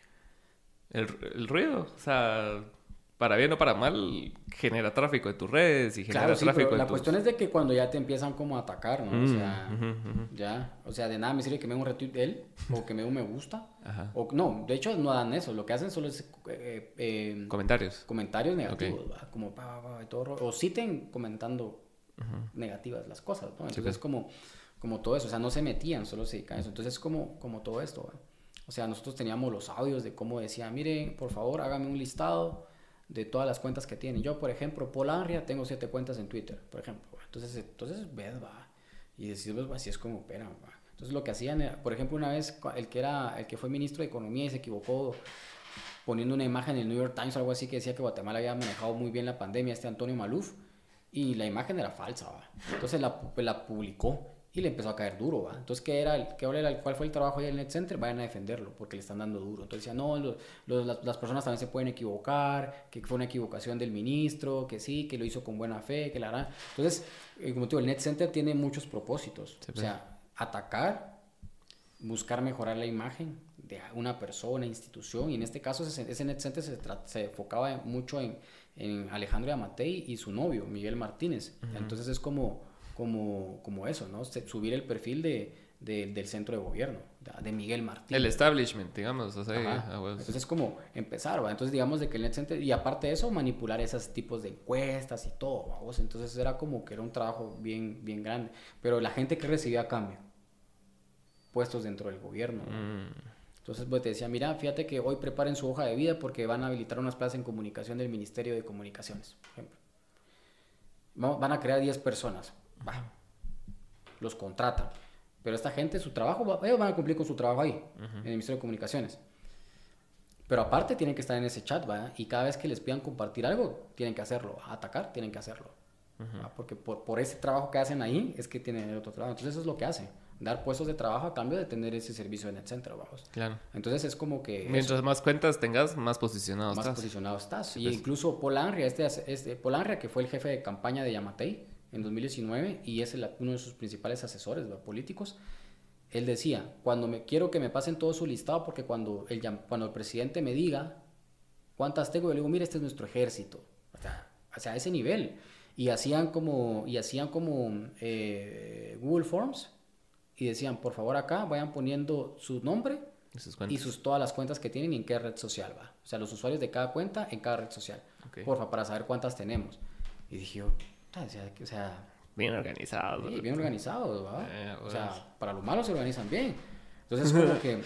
El ruido, o sea, para bien o para mal, genera tráfico en tus redes y genera Claro, sí, tráfico pero en la tus... cuestión es de que cuando ya te empiezan como a atacar, ¿no? O sea, ujú. ya, o sea, de nada me sirve que me dé un retweet de él o que me dé un me gusta. Ajá. O no, de hecho no dan eso, lo que hacen solo es Comentarios. comentarios negativos, Ok. ¿va? Como y todo, o citen comentando negativas las cosas, ¿no? Sí, Entonces pues. como todo eso, o sea, no se metían, solo se dedicaban a eso. Entonces como todo esto, ¿va? O sea, nosotros teníamos los audios de cómo decía, miren, por favor, hágame un listado de todas las cuentas que tienen. Yo, por ejemplo, Paul Anria, tengo 7 cuentas en Twitter, por ejemplo. Entonces ves, va. Y decís, pues, así es como operan, va. Entonces lo que hacían, por ejemplo, una vez el que fue ministro de Economía y se equivocó poniendo una imagen en el New York Times o algo así que decía que Guatemala había manejado muy bien la pandemia, Antonio Maluf, y la imagen era falsa, ¿va? Entonces la publicó y le empezó a caer duro, ¿va? Entonces, ¿cuál fue el trabajo ahí en el Net Center? Vayan a defenderlo porque le están dando duro. Entonces decía, no, las personas también se pueden equivocar, que fue una equivocación del ministro, que sí, que lo hizo con buena fe, que la hará. Entonces, como te digo, el Net Center tiene muchos propósitos. Sí, o sea, atacar, buscar mejorar la imagen de una persona, institución, y en este caso ese Net Center se enfocaba mucho en Alejandro Yamatei y su novio, Miguel Martínez. Entonces es como eso, ¿no? Subir el perfil del centro de gobierno, de Miguel Martínez. El establishment, digamos, o sea, Entonces es como empezar, ¿va? Entonces digamos de que el Net Center, y aparte de eso, manipular esos tipos de encuestas y todo, ¿va? Entonces era como que era un trabajo bien, bien grande. Pero la gente que recibía a cambio, puestos dentro del gobierno, ¿no? Entonces pues te decía, mira, fíjate que hoy preparen su hoja de vida porque van a habilitar unas plazas en comunicación del Ministerio de Comunicaciones, por ejemplo. Van a crear 10 personas, va, los contratan. Pero esta gente, su trabajo, ellos van a cumplir con su trabajo ahí, en el Ministerio de Comunicaciones. Pero aparte tienen que estar en ese chat, ¿va? Y cada vez que les pidan compartir algo, tienen que hacerlo. Atacar, tienen que hacerlo. Porque por ese trabajo que hacen ahí, es que tienen el otro trabajo. Entonces eso es lo que hacen. Dar puestos de trabajo a cambio de tener ese servicio en el centro, vamos. Claro. Entonces es como que... Mientras más cuentas tengas, más posicionado más estás. posicionado estás. Sí, Y pues. incluso Paul Anria, Paul Anria, que fue el jefe de campaña de Yamatei en 2019 y es uno de sus principales asesores, ¿va? Políticos, él decía, quiero que me pasen todo su listado porque cuando el presidente me diga cuántas tengo, yo le digo, mira, este es nuestro ejército. O sea, a ese nivel. Y hacían como Google Forms y decían, por favor acá vayan poniendo su nombre y todas las cuentas que tienen y en qué red social va. O sea, los usuarios de cada cuenta en cada red social. Okay. Porfa, para saber cuántas tenemos. Y dije yo, o sea bien organizado. Sí, bien organizados, ¿va? Bueno. O sea, para lo malo se organizan bien. Entonces, como que,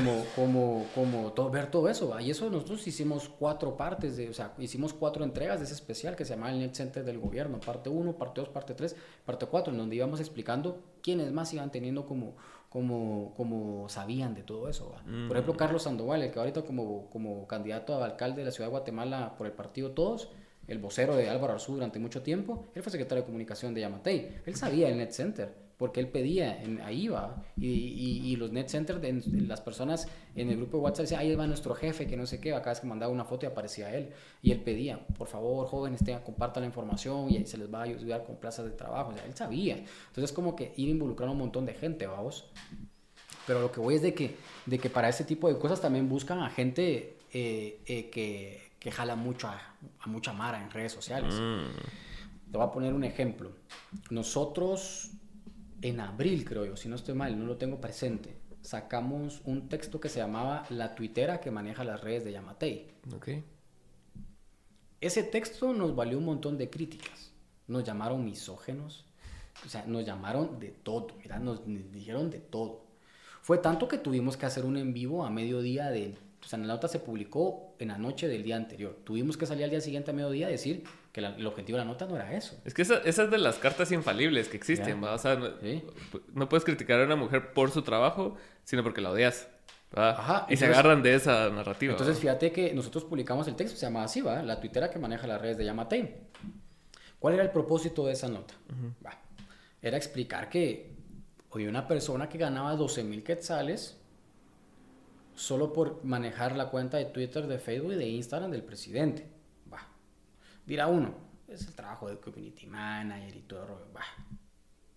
ver todo eso, ¿va? Y eso nosotros hicimos 4 partes, o sea, hicimos 4 entregas de ese especial que se llamaba el Net Center del Gobierno, parte 1, parte 2, parte 3, parte 4, en donde íbamos explicando quiénes más iban teniendo como sabían de todo eso, ¿va? Por ejemplo, Carlos Sandoval, el que ahorita como candidato a alcalde de la ciudad de Guatemala por el partido Todos, el vocero de Álvaro Arzú durante mucho tiempo, él fue secretario de comunicación de Yamatei, él sabía el Net Center, porque él pedía, ahí va, y los Net Center, las personas en el grupo de WhatsApp decían, ahí va nuestro jefe, que no sé qué, cada vez que mandaba una foto y aparecía él, y él pedía, por favor, jóvenes, compartan la información y ahí se les va a ayudar con plazas de trabajo, o sea, él sabía, entonces como que ir involucrando a un montón de gente, vamos, pero lo que voy es de que para ese tipo de cosas también buscan a gente que jala mucho a mucha mara en redes sociales. Te voy a poner un ejemplo. Nosotros, en abril, creo yo, si no estoy mal, no lo tengo presente, sacamos un texto que se llamaba La tuitera que maneja las redes de Yamatei. Okay. Ese texto nos valió un montón de críticas. Nos llamaron misógenos, o sea, nos llamaron de todo, mira, nos dijeron de todo. Fue tanto que tuvimos que hacer un en vivo a mediodía o sea, la nota se publicó en la noche del día anterior. Tuvimos que salir al día siguiente a mediodía a decir que el objetivo de la nota no era eso. Es que esa es de las cartas infalibles que existen, ¿va? O sea, no puedes criticar a una mujer por su trabajo, sino porque la odias, ¿va? Ajá, y entonces, se agarran de esa narrativa. Entonces, ¿va? fíjate que nosotros publicamos el texto, se llama así, ¿va? La tuitera que maneja las redes de Yamatei. ¿Cuál era el propósito de esa nota? Va. Era explicar que hoy una persona que ganaba 12,000 quetzales solo por manejar la cuenta de Twitter, de Facebook y de Instagram del presidente. Va. Dirá uno, es el trabajo de community manager y todo. Va.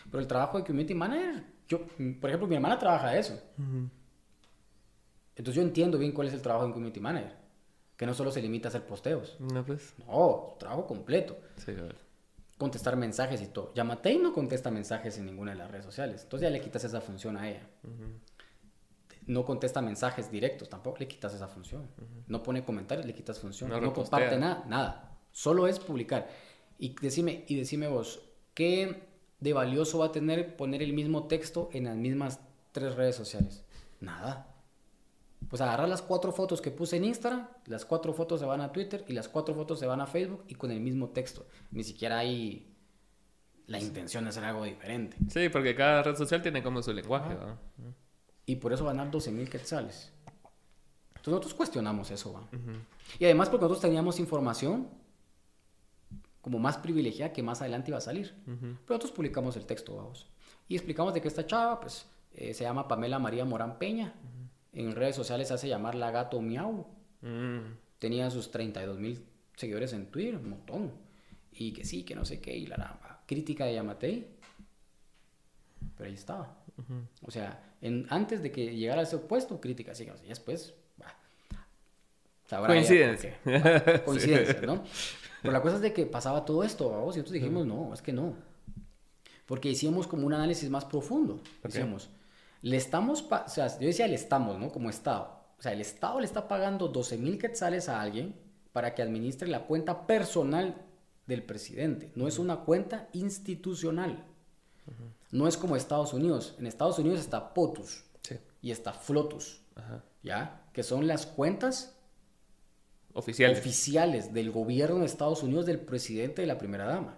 Pero el trabajo de community manager, por ejemplo, mi hermana trabaja de eso. Entonces yo entiendo bien cuál es el trabajo de un community manager. Que no solo se limita a hacer posteos. No, pues. No, trabajo completo. Sí, a ver. Contestar mensajes y todo. Yamatei no contesta mensajes en ninguna de las redes sociales. Entonces ya le quitas esa función a ella. No contesta mensajes directos, tampoco le quitas esa función. No pone comentarios, le quitas función. No comparte nada, nada. Solo es publicar. Y decime vos, ¿qué de valioso va a tener poner el mismo texto en las mismas 3 redes sociales? Nada. Pues agarrar las 4 fotos que puse en Instagram, las 4 fotos se van a Twitter y las 4 fotos se van a Facebook y con el mismo texto. Ni siquiera hay la intención de hacer algo diferente. Sí, porque cada red social tiene como su lenguaje, ¿va? Y por eso van a dar 12,000 quetzales. Entonces nosotros cuestionamos eso, ¿va? Y además porque nosotros teníamos información como más privilegiada que más adelante iba a salir. Pero nosotros publicamos el texto, vamos. Y explicamos de que esta chava, pues, se llama Pamela María Morán Peña. En redes sociales se hace llamar La Gato Miau. Tenía sus 32,000 seguidores en Twitter, un montón. Y que sí, que no sé qué, y la crítica de Yamatei. Pero ahí estaba. O sea, antes de que llegara a ese puesto, crítica, sí, y después, coincidencia. Coincidencia, ¿no? Pero la cosa es de que pasaba todo esto, vamos, y nosotros dijimos, no, es que no. Porque hicimos como un análisis más profundo. Decíamos, o sea, yo decía el estamos, ¿no? Como Estado. O sea, el Estado le está pagando 12,000 quetzales a alguien para que administre la cuenta personal del presidente. No es una cuenta institucional. No es como Estados Unidos. En Estados Unidos está POTUS y está FLOTUS, ¿ya? Que son las cuentas oficiales del gobierno de Estados Unidos, del presidente y de la primera dama.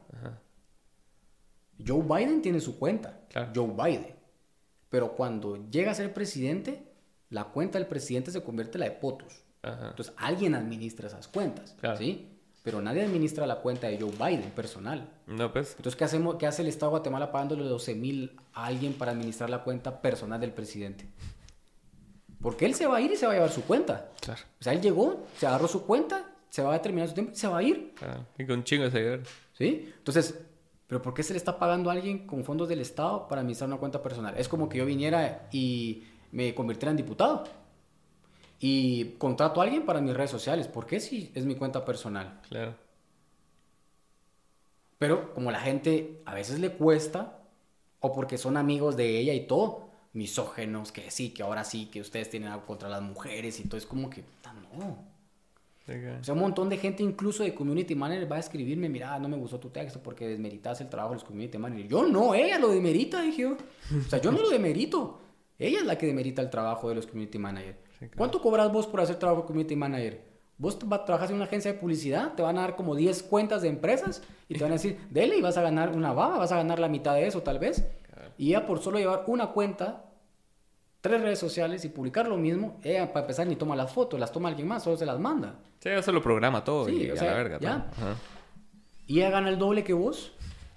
Joe Biden tiene su cuenta, Joe Biden. Pero cuando llega a ser presidente, la cuenta del presidente se convierte en la de POTUS. Entonces alguien administra esas cuentas, ¿sí? Pero nadie administra la cuenta de Joe Biden personal. No, pues. Entonces, ¿qué hace el Estado de Guatemala pagándole 12,000 a alguien para administrar la cuenta personal del presidente? Porque él se va a ir y se va a llevar su cuenta. Claro. O sea, él llegó, se agarró su cuenta, se va a terminar su tiempo y se va a ir. Y con un chingo de seguidores. ¿Sí? Entonces, ¿pero por qué se le está pagando a alguien con fondos del Estado para administrar una cuenta personal? Es como que yo viniera y me convirtiera en diputado. Y contrato a alguien para mis redes sociales. ¿Por qué si es mi cuenta personal? Claro. Pero como la gente a veces le cuesta, o porque son amigos de ella y todo, misógenos, que sí, que ahora sí, que ustedes tienen algo contra las mujeres y todo, es como que, no. O sea, un montón de gente, incluso de community manager, va a escribirme, mira, no me gustó tu texto porque desmeritas el trabajo de los community managers. Yo no, ella lo demerita, dije yo. O sea, yo no lo demerito. Ella es la que demerita el trabajo de los community managers. ¿Cuánto cobras vos por hacer trabajo de community manager? Vos trabajas en una agencia de publicidad, te van a dar como 10 cuentas de empresas y te van a decir, dele y vas a ganar una baba, vas a ganar la mitad de eso tal vez. Y ella por solo llevar una cuenta, 3 redes sociales y publicar lo mismo, ella para empezar ni toma las fotos, las toma alguien más, solo se las manda. Sí, ella se lo programa todo sí, y o a sea, la verga. Ya. Y ella gana el doble que vos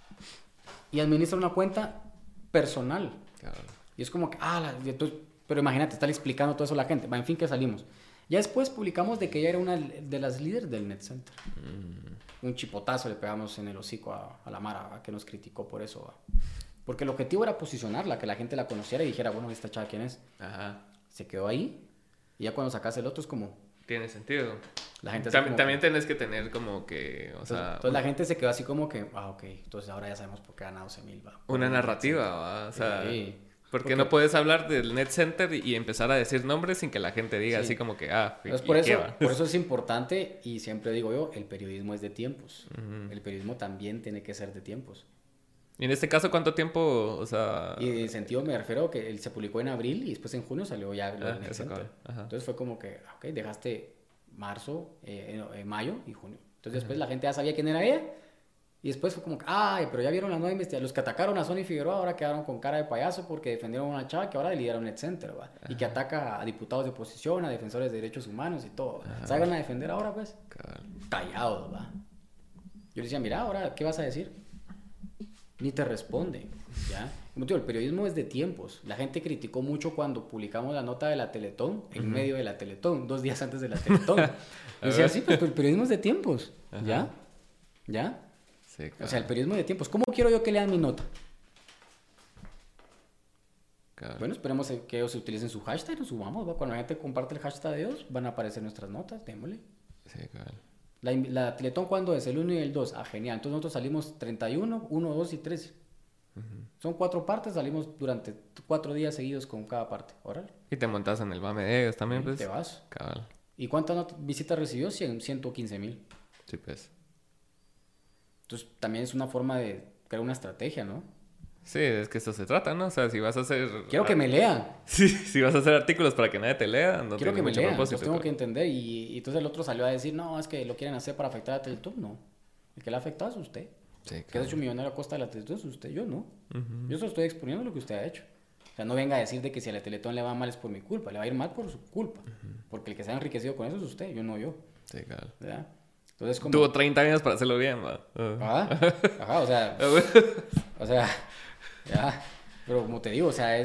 y administra una cuenta personal. Claro. Y es como que, entonces, pero imagínate, estar explicando todo eso a la gente. En fin, que salimos. Ya después publicamos de que ella era una de las líderes del Net Center. Un chipotazo le pegamos en el hocico a la Mara, que nos criticó por eso. Porque el objetivo era posicionarla, que la gente la conociera y dijera, bueno, ¿esta chava quién es? Se quedó ahí. Y ya cuando sacas el otro es como... Tiene sentido. La gente también tenés que tener como que, o sea... Entonces la gente se quedó así como que, ok, entonces ahora ya sabemos por qué ha ganado 12,000, va. Una narrativa, ¿va? O sea... Sí. Porque no puedes hablar del Net Center y empezar a decir nombres sin que la gente diga así como que, Entonces, por eso es importante, y siempre digo yo, el periodismo es de tiempos. El periodismo también tiene que ser de tiempos. Y en este caso, ¿cuánto tiempo, o sea...? Y en sentido me refiero que él se publicó en abril y después en junio salió ya lo del Net Center. Entonces fue como que, ok, dejaste marzo, mayo y junio. Entonces después la gente ya sabía quién era ella. Y después fue como que, pero ya vieron la nueva investigación. Los que atacaron a Sony Figueroa ahora quedaron con cara de payaso porque defendieron a una chava que ahora lidera un Net Center, ¿va? Y que ataca a diputados de oposición, a defensores de derechos humanos y todo. ¿Salgan a defender ahora, pues? Callados, ¿va? Yo le decía, mira, ahora, ¿qué vas a decir? Ni te responde, ¿ya? Como te digo, el periodismo es de tiempos. La gente criticó mucho cuando publicamos la nota de la Teletón, en medio de la Teletón, 2 días antes de la Teletón. Y decía, sí, pero el periodismo es de tiempos, ¿ya? ¿Ya? Sí, claro. O sea, el periodismo de tiempos. ¿Cómo quiero yo que lean mi nota? Cabal. Bueno, esperemos que ellos utilicen su hashtag y nos subamos, ¿va? Cuando la gente comparte el hashtag de ellos, van a aparecer nuestras notas, démosle. Sí, cabal. La Teletón, ¿cuándo es? El 1 y el 2. Ah, genial. Entonces nosotros salimos 31, 1, 2 y 3. Son 4 partes, salimos durante 4 días seguidos con cada parte. Órale. Y te montas en el mame de ellos también, pues. Te vas. Cabal. ¿Y cuántas visitas recibió? 115,000. Sí, pues. Entonces también es una forma de crear una estrategia, ¿no? Sí, es que esto se trata, ¿no? O sea, si vas a hacer... Quiero que me lean. Sí, si vas a hacer artículos para que nadie te lea, no Quiero tiene que me mucho lean. propósito. Los tengo que entender. Y entonces el otro salió a decir, no, es que lo quieren hacer para afectar a Teletón. No. El que le ha afectado es usted. Sí, Que has hecho millonario a costa de la Teletón es usted. Yo no. Yo solo estoy exponiendo lo que usted ha hecho. O sea, no venga a decir de que si a la Teletón le va mal es por mi culpa. Le va a ir mal por su culpa. Porque el que se ha enriquecido con eso es usted, yo no yo. Sí, cabal. ¿Verdad? Entonces, como... Tuvo 30 años para hacerlo bien, va. Ajá, o sea... o sea, ya. Pero como te digo, o sea,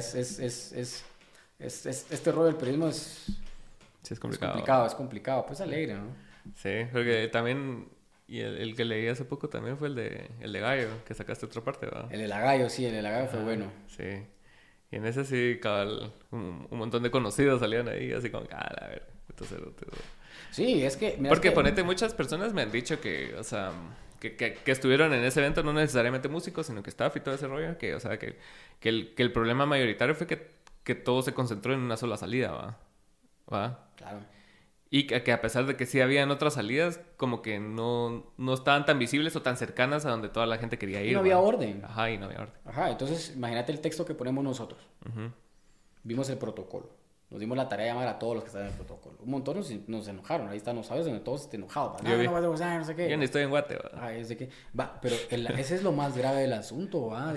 este rollo del periodismo es... Sí, es complicado. Es complicado. Pues alegre, ¿no? Sí, porque también... Y el que leí hace poco también fue el de Gallo, que sacaste otra parte, ¿va? El de la Gallo, sí, el de la Gallo fue bueno. Sí. Y en ese sí, cabal, un montón de conocidos salían ahí, así como, a ver, entonces... Sí, es que... mira, Porque es que... ponete, muchas personas me han dicho que, o sea, que estuvieron en ese evento, no necesariamente músicos, sino que staff y todo ese rollo, que, o sea, que el problema mayoritario fue que todo se concentró en una sola salida, ¿va? Claro. Y que a pesar de que sí habían otras salidas, como que no estaban tan visibles o tan cercanas a donde toda la gente quería ir. Y no había orden. Ajá, y no había orden. Ajá, entonces imagínate el texto que ponemos nosotros. Ujú. Vimos el protocolo. Nos dimos la tarea de llamar a todos los que estaban en el protocolo. Un montón nos enojaron. Ahí está, no sabes, donde todos enojados. Yo vi. No sé qué. Yo ni estoy en Guate, ¿va? Ah, es de que... Va, pero ese es lo más grave del asunto, ¿va?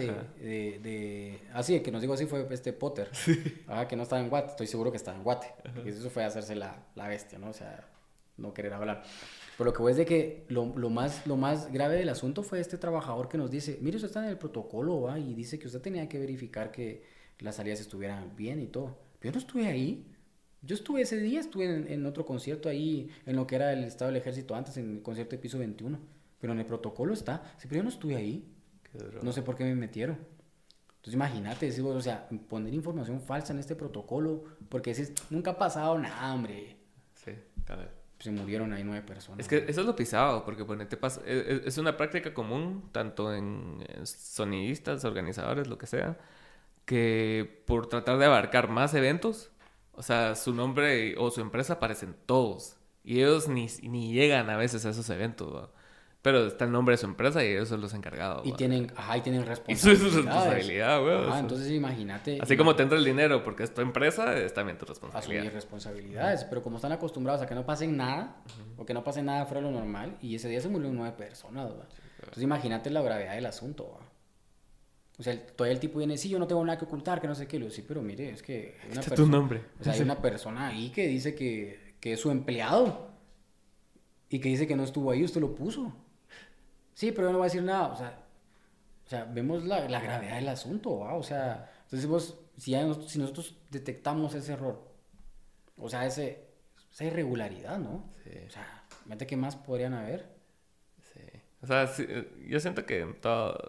Así, el que nos dijo así fue Potter. Ajá, que no estaba en Guate. Estoy seguro que estaba en Guate. Porque eso fue hacerse la bestia, ¿no? O sea, no querer hablar. Pero lo que voy es de que lo más grave del asunto fue este trabajador que nos dice, mire, usted está en el protocolo, ¿va? Y dice que usted tenía que verificar que las salidas estuvieran bien y todo. Pero yo no estuve ahí. Yo estuve ese día, estuve en otro concierto ahí, en lo que era el Estado del Ejército antes, en el concierto de Piso 21. Pero en el protocolo está. Sí, pero yo no estuve ahí. No sé por qué me metieron. Entonces imagínate, decimos, o sea, poner información falsa en este protocolo, porque nunca ha pasado nada, hombre. Sí, cabrón. Se murieron ahí 9 personas. Es que eso es lo pisado, porque ponete es una práctica común, tanto en sonidistas, organizadores, lo que sea, que por tratar de abarcar más eventos, o sea, su nombre o su empresa aparecen todos. Y ellos ni llegan a veces a esos eventos, ¿va? Pero está el nombre de su empresa y ellos son los encargados. Y ¿va? tienen Y responsabilidad. eso es su responsabilidad, güey. Ajá, entonces imagínate. Así como te entra el dinero porque es tu empresa, es también tu Asumir responsabilidad. responsabilidades. Pero como están acostumbrados a que no pasen nada, o que no pase nada fuera de lo normal, y ese día se murieron 9 personas, ¿va? Entonces imagínate la gravedad del asunto, ¿va? O sea, todavía el tipo viene, sí, yo no tengo nada que ocultar, que no sé qué. Le digo, sí, pero mire, es que... Está tu nombre. O sea, hay una persona ahí que dice que es su empleado. Y que dice que no estuvo ahí, usted lo puso. Sí, pero yo no voy a decir nada. O sea vemos la gravedad del asunto, ¿va? O sea, entonces si nosotros detectamos ese error, o sea, esa irregularidad, ¿no? Sí. O sea, fíjate qué más podrían haber. Sí. O sea, sí, yo siento que en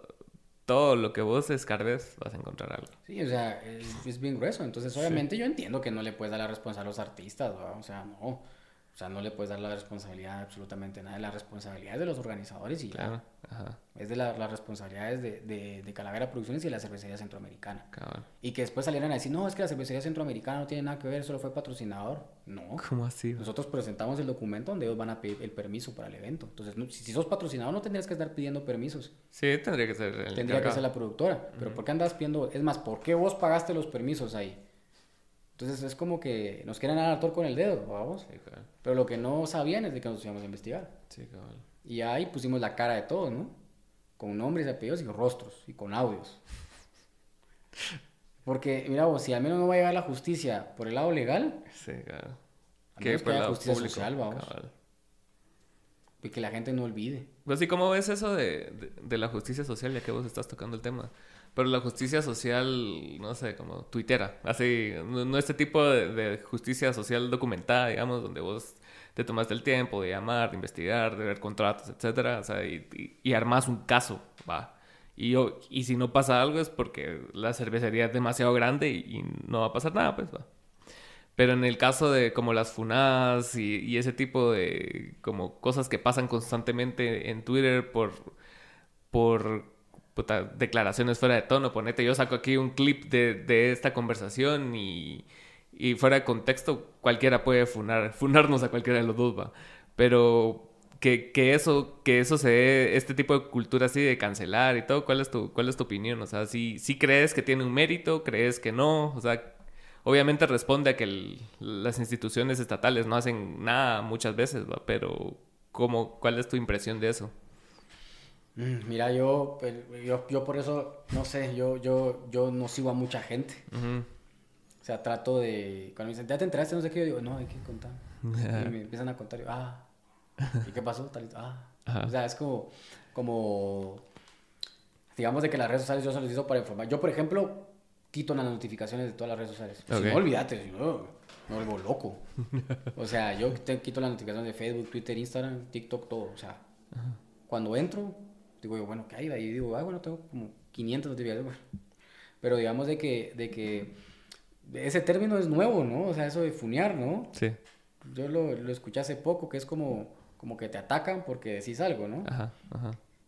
todo lo que vos escarbes vas a encontrar algo. Sí, o sea, es bien grueso. Entonces, obviamente, yo entiendo que no le puedes dar la responsabilidad a los artistas, ¿va? O sea, no. O sea, no le puedes dar la responsabilidad absolutamente nada. La responsabilidad es de los organizadores y Claro. ya. Ajá. Es de las responsabilidades de Calavera Producciones y de la Cervecería Centroamericana. Cabal. Y que después salieran a decir, no, es que la Cervecería Centroamericana no tiene nada que ver, solo fue patrocinador. No. ¿Cómo así? Nosotros presentamos el documento donde ellos van a pedir el permiso para el evento. Entonces, si sos patrocinador, no tendrías que estar pidiendo permisos. Sí, tendría que ser el Tendría que ser la productora. Pero ¿por qué andas pidiendo? Es más, ¿por qué vos pagaste los permisos ahí? Entonces es como que nos quieren dar al toro con el dedo, vamos. Sí, cabal. Pero lo que no sabían es de que nos íbamos a investigar. Sí, cabal. Y ahí pusimos la cara de todos, ¿no? Con nombres, apellidos y rostros. Y con audios. Porque, mira vos, si al menos no va a llegar la justicia por el lado legal, Sí, cabal. al menos que haya justicia público, social, vamos. cabal. Y que la gente no olvide. Pues sí, ¿cómo ves eso de la justicia social, ya que vos estás tocando el tema? Pero la justicia social, no sé, como tuitera. Así, no este tipo de justicia social documentada, digamos, donde vos te tomaste el tiempo de llamar, de investigar, de ver contratos, etcétera. O sea, y armás un caso, va. Y si no pasa algo es porque la cervecería es demasiado grande y no va a pasar nada, pues va. Pero en el caso de como las funadas y ese tipo de como cosas que pasan constantemente en Twitter por puta, declaraciones fuera de tono, ponete, yo saco aquí un clip de esta conversación y fuera de contexto cualquiera puede funarnos a cualquiera de los dos, va. Pero que eso se dé, este tipo de cultura así de cancelar y todo, cuál es tu opinión? O sea, si crees que tiene un mérito, crees que no, o sea, obviamente responde a que las instituciones estatales no hacen nada muchas veces, ¿va? Pero ¿cuál es tu impresión de eso? Mira, yo por eso, no sé, yo no sigo a mucha gente. Ujú. O sea, trato de... Cuando me dicen, ¿ya te enteraste? No sé qué, yo digo, no, hay que contar. Y me empiezan a contar, yo, ¿y qué pasó? Tal, Ajá. O sea, es como, digamos de que las redes sociales yo solo las utilizo para informar. Yo, por ejemplo, quito las notificaciones de todas las redes sociales. Si Ok. no, olvídate, si no, me vuelvo loco. O sea, yo quito las notificaciones de Facebook, Twitter, Instagram, TikTok, todo. O sea, cuando entro, digo yo, bueno, ¿qué hay? Y digo, bueno, tengo como 500 notificaciones. Pero digamos de que ese término es nuevo, ¿no? O sea, eso de funear, ¿no? Sí. Yo lo escuché hace poco, que es como que te atacan porque decís algo, ¿no? Ajá, ajá.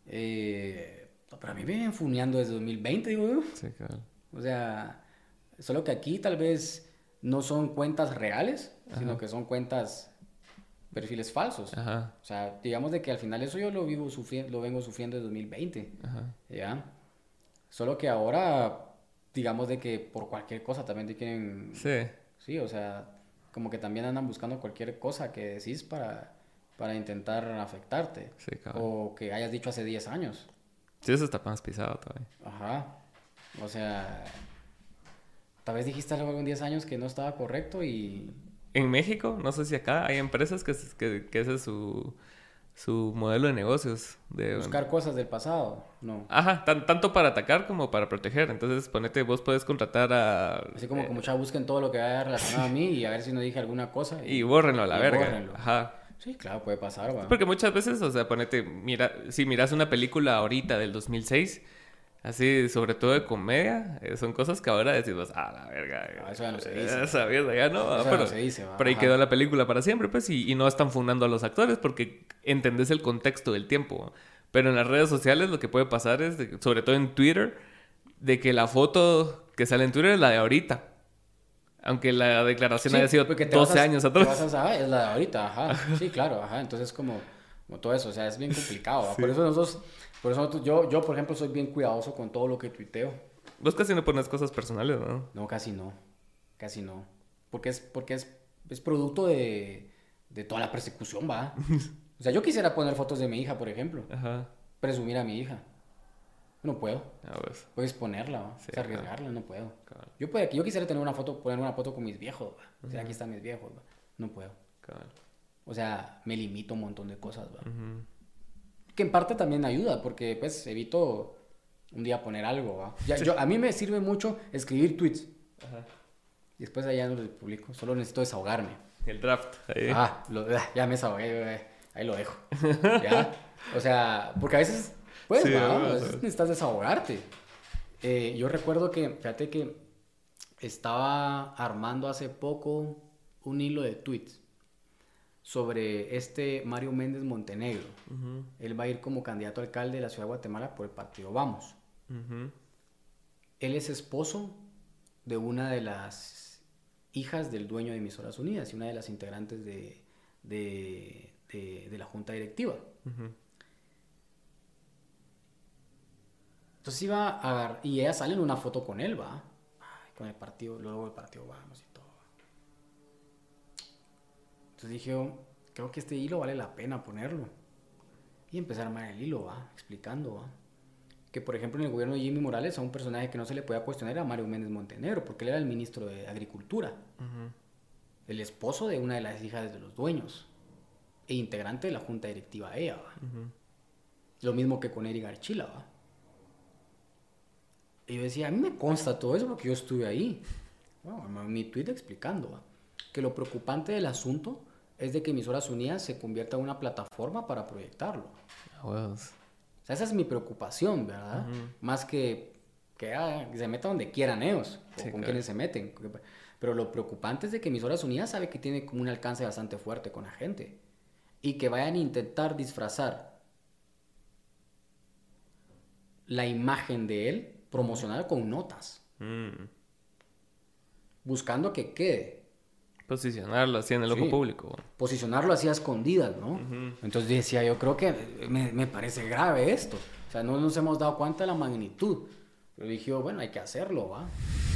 Pero a mí me vienen funeando desde 2020, digo yo. Sí, claro. O sea, solo que aquí tal vez no son cuentas reales, sino Ajá. que son cuentas, perfiles falsos. Ajá, O sea, digamos de que al final eso yo lo vengo sufriendo desde 2020, ajá. ¿ya? Solo que ahora, digamos de que por cualquier cosa también te quieren, Sí, sí, o sea, como que también andan buscando cualquier cosa que decís para intentar afectarte. sí, cabrón. O que hayas dicho hace 10 años. Sí, eso está más pisado todavía. Ajá. O sea, tal vez dijiste algo en 10 años que no estaba correcto y... En México, no sé si acá hay empresas que ese es su modelo de negocios. Buscar cosas del pasado, no. Ajá, tanto para atacar como para proteger. Entonces, ponete, vos puedes contratar a... Así como que mucha busquen todo lo que haya relacionado a mí y a ver si no dije alguna cosa. y bórrenlo a la y verga. bórrenlo. Ajá. Sí, claro, puede pasar, va. Porque muchas veces, o sea, ponete, mira, si miras una película ahorita del 2006, así, sobre todo de comedia, son cosas que ahora decimos, la verga. Eso ya no se dice. Esa mierda ya no, Eso ya pero, no se dice, va. pero ahí Ajá. quedó la película para siempre, pues, y no están fundando a los actores porque entendés el contexto del tiempo. Pero en las redes sociales lo que puede pasar es, sobre todo en Twitter, de que la foto que sale en Twitter es la de ahorita. Aunque la declaración Sí, haya sido porque 12 años atrás. es la de ahorita, ajá. Sí, claro, ajá. Entonces, como todo eso, o sea, es bien complicado, ¿va? Sí. Por eso yo, por ejemplo, soy bien cuidadoso con todo lo que tuiteo. Vos casi no pones cosas personales, ¿no? No, casi no. Casi no. Porque es producto de toda la persecución, va. O sea, yo quisiera poner fotos de mi hija, por ejemplo. Ajá. Presumir a mi hija. No puedo. Pues, Puedes ponerla, ¿va? sí, O sea, arriesgarla, no puedo. cabal, Yo quisiera tener poner una foto con mis viejos, ¿va? O sea, aquí están mis viejos, ¿va? No puedo. cabal. O sea, me limito a un montón de cosas, ¿va? Ujú. Que en parte también ayuda, porque pues evito un día poner algo, ¿va? A mí me sirve mucho escribir tweets. Ajá. Y después allá no los publico. Solo necesito desahogarme. El draft. Ahí. Ya me desahogué, ahí lo dejo. ¿Ya? O sea, porque a veces, pues, Sí, ¿va? ¿no? A veces necesitas desahogarte. Yo recuerdo que, fíjate que estaba armando hace poco un hilo de tweets sobre este Mario Méndez Montenegro. Ujú, Él va a ir como candidato a alcalde de la ciudad de Guatemala por el partido Vamos. ujú. Él es esposo de una de las hijas del dueño de Emisoras Unidas y una de las integrantes de la junta directiva. Ujú. Entonces y ella sale en una foto con él, va. Ay, con el partido, luego el partido Vamos y todo. Entonces dije, creo que este hilo vale la pena ponerlo. Y empecé a armar el hilo, va, explicando, va. Que por ejemplo en el gobierno de Jimmy Morales a un personaje que no se le podía cuestionar era Mario Méndez Montenegro, porque él era el ministro de Agricultura, Ujú. el esposo de una de las hijas de los dueños e integrante de la junta directiva ella, ¿va? Ujú. Lo mismo que con Eric Archila, ¿va? Y yo decía, a mí me consta todo eso porque yo estuve ahí. Bueno, mi tweet explicando, ¿va? Que lo preocupante del asunto es de que Emisoras Unidas se convierta en una plataforma para proyectarlo. Ah, huevos. O sea, esa es mi preocupación, ¿verdad? Más que se metan donde quieran ellos, o con quienes se meten. Pero lo preocupante es de que Emisoras Unidas sabe que tiene como un alcance bastante fuerte con la gente. Y que vayan a intentar disfrazar la imagen de él, promocionar con notas. Buscando que quede. Posicionarlo así en el ojo público. Posicionarlo así a escondidas, ¿no? Entonces decía, yo creo que me parece grave esto. O sea, no nos hemos dado cuenta de la magnitud. Pero dije yo, bueno, hay que hacerlo, ¿va?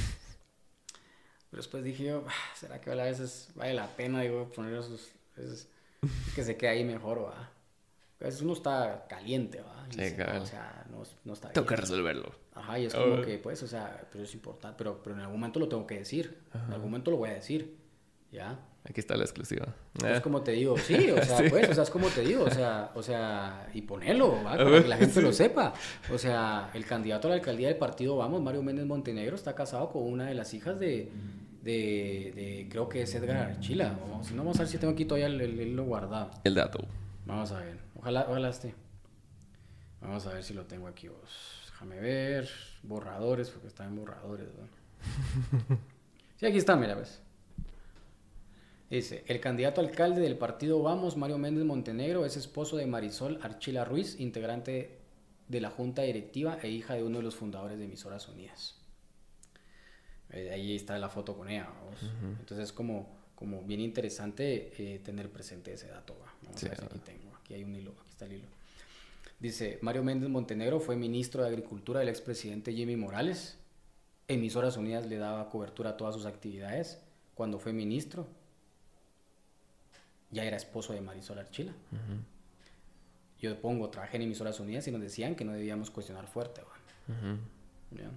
Pero después dije yo, ¿será que a veces vale la pena, digo, poner esos que se quede ahí mejor, ¿va? A veces uno está caliente, ¿va? Sí, claro. O sea, no está bien. Tengo que resolverlo. Ajá, y es como que, pues, o sea, pero es importante, pero en algún momento lo tengo que decir. En algún momento lo voy a decir, ¿ya? Aquí está la exclusiva. Es como te digo, sí, o sea, sí. Pues, o sea, es como te digo, o sea, y ponelo, ¿va? Para que la gente lo sepa. O sea, el candidato a la alcaldía del partido Vamos, Mario Méndez Montenegro, está casado con una de las hijas de creo que es Edgar Archila. Si no, vamos a ver si tengo aquí todavía el lo guardado. El dato. Vamos a ver, ojalá esté. Vamos a ver si lo tengo aquí vos. Déjame ver, borradores, porque está en borradores, ¿no? Sí, aquí está, mira, ves. Dice, el candidato alcalde del partido Vamos, Mario Méndez Montenegro, es esposo de Marisol Archila Ruiz, integrante de la junta directiva e hija de uno de los fundadores de Emisoras Unidas. Ahí está la foto con ella, ¿vamos? Entonces es como bien interesante tener presente ese dato, ¿va? Vamos a ver si aquí tengo, aquí hay un hilo, aquí está el hilo. Dice, Mario Méndez Montenegro fue ministro de Agricultura del expresidente Jimmy Morales. Emisoras Unidas le daba cobertura a todas sus actividades. Cuando fue ministro, ya era esposo de Marisol Archila. Yo trabajé en Emisoras Unidas y nos decían que no debíamos cuestionar fuerte, ¿ya?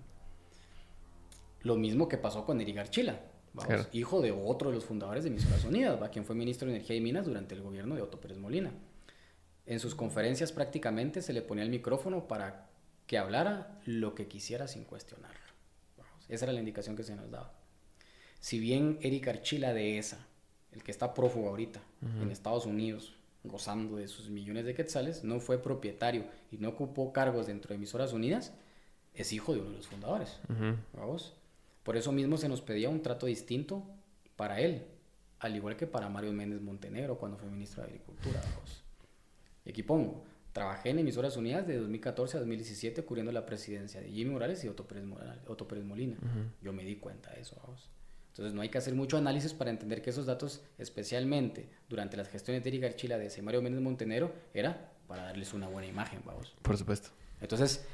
Lo mismo que pasó con Eric Archila, claro. Hijo de otro de los fundadores de Emisoras Unidas, quien fue ministro de Energía y Minas durante el gobierno de Otto Pérez Molina. En sus conferencias prácticamente se le ponía el micrófono para que hablara lo que quisiera sin cuestionarlo. Esa era la indicación que se nos daba. Si bien Eric Archila de ESA, el que está prófugo ahorita en Estados Unidos, gozando de sus millones de quetzales, no fue propietario y no ocupó cargos dentro de Emisoras Unidas, es hijo de uno de los fundadores. ¿Vamos? Por eso mismo se nos pedía un trato distinto para él, al igual que para Mario Méndez Montenegro cuando fue ministro de Agricultura. ¿Vamos? Y aquí pongo, trabajé en Emisoras Unidas de 2014 a 2017 cubriendo la presidencia de Jimmy Morales y Otto Pérez Molina. Yo me di cuenta de eso, vamos. Entonces no hay que hacer mucho análisis para entender que esos datos, especialmente durante las gestiones de Eric Archila de ese Mario Méndez Montenegro, era para darles una buena imagen, vamos. Por supuesto. Entonces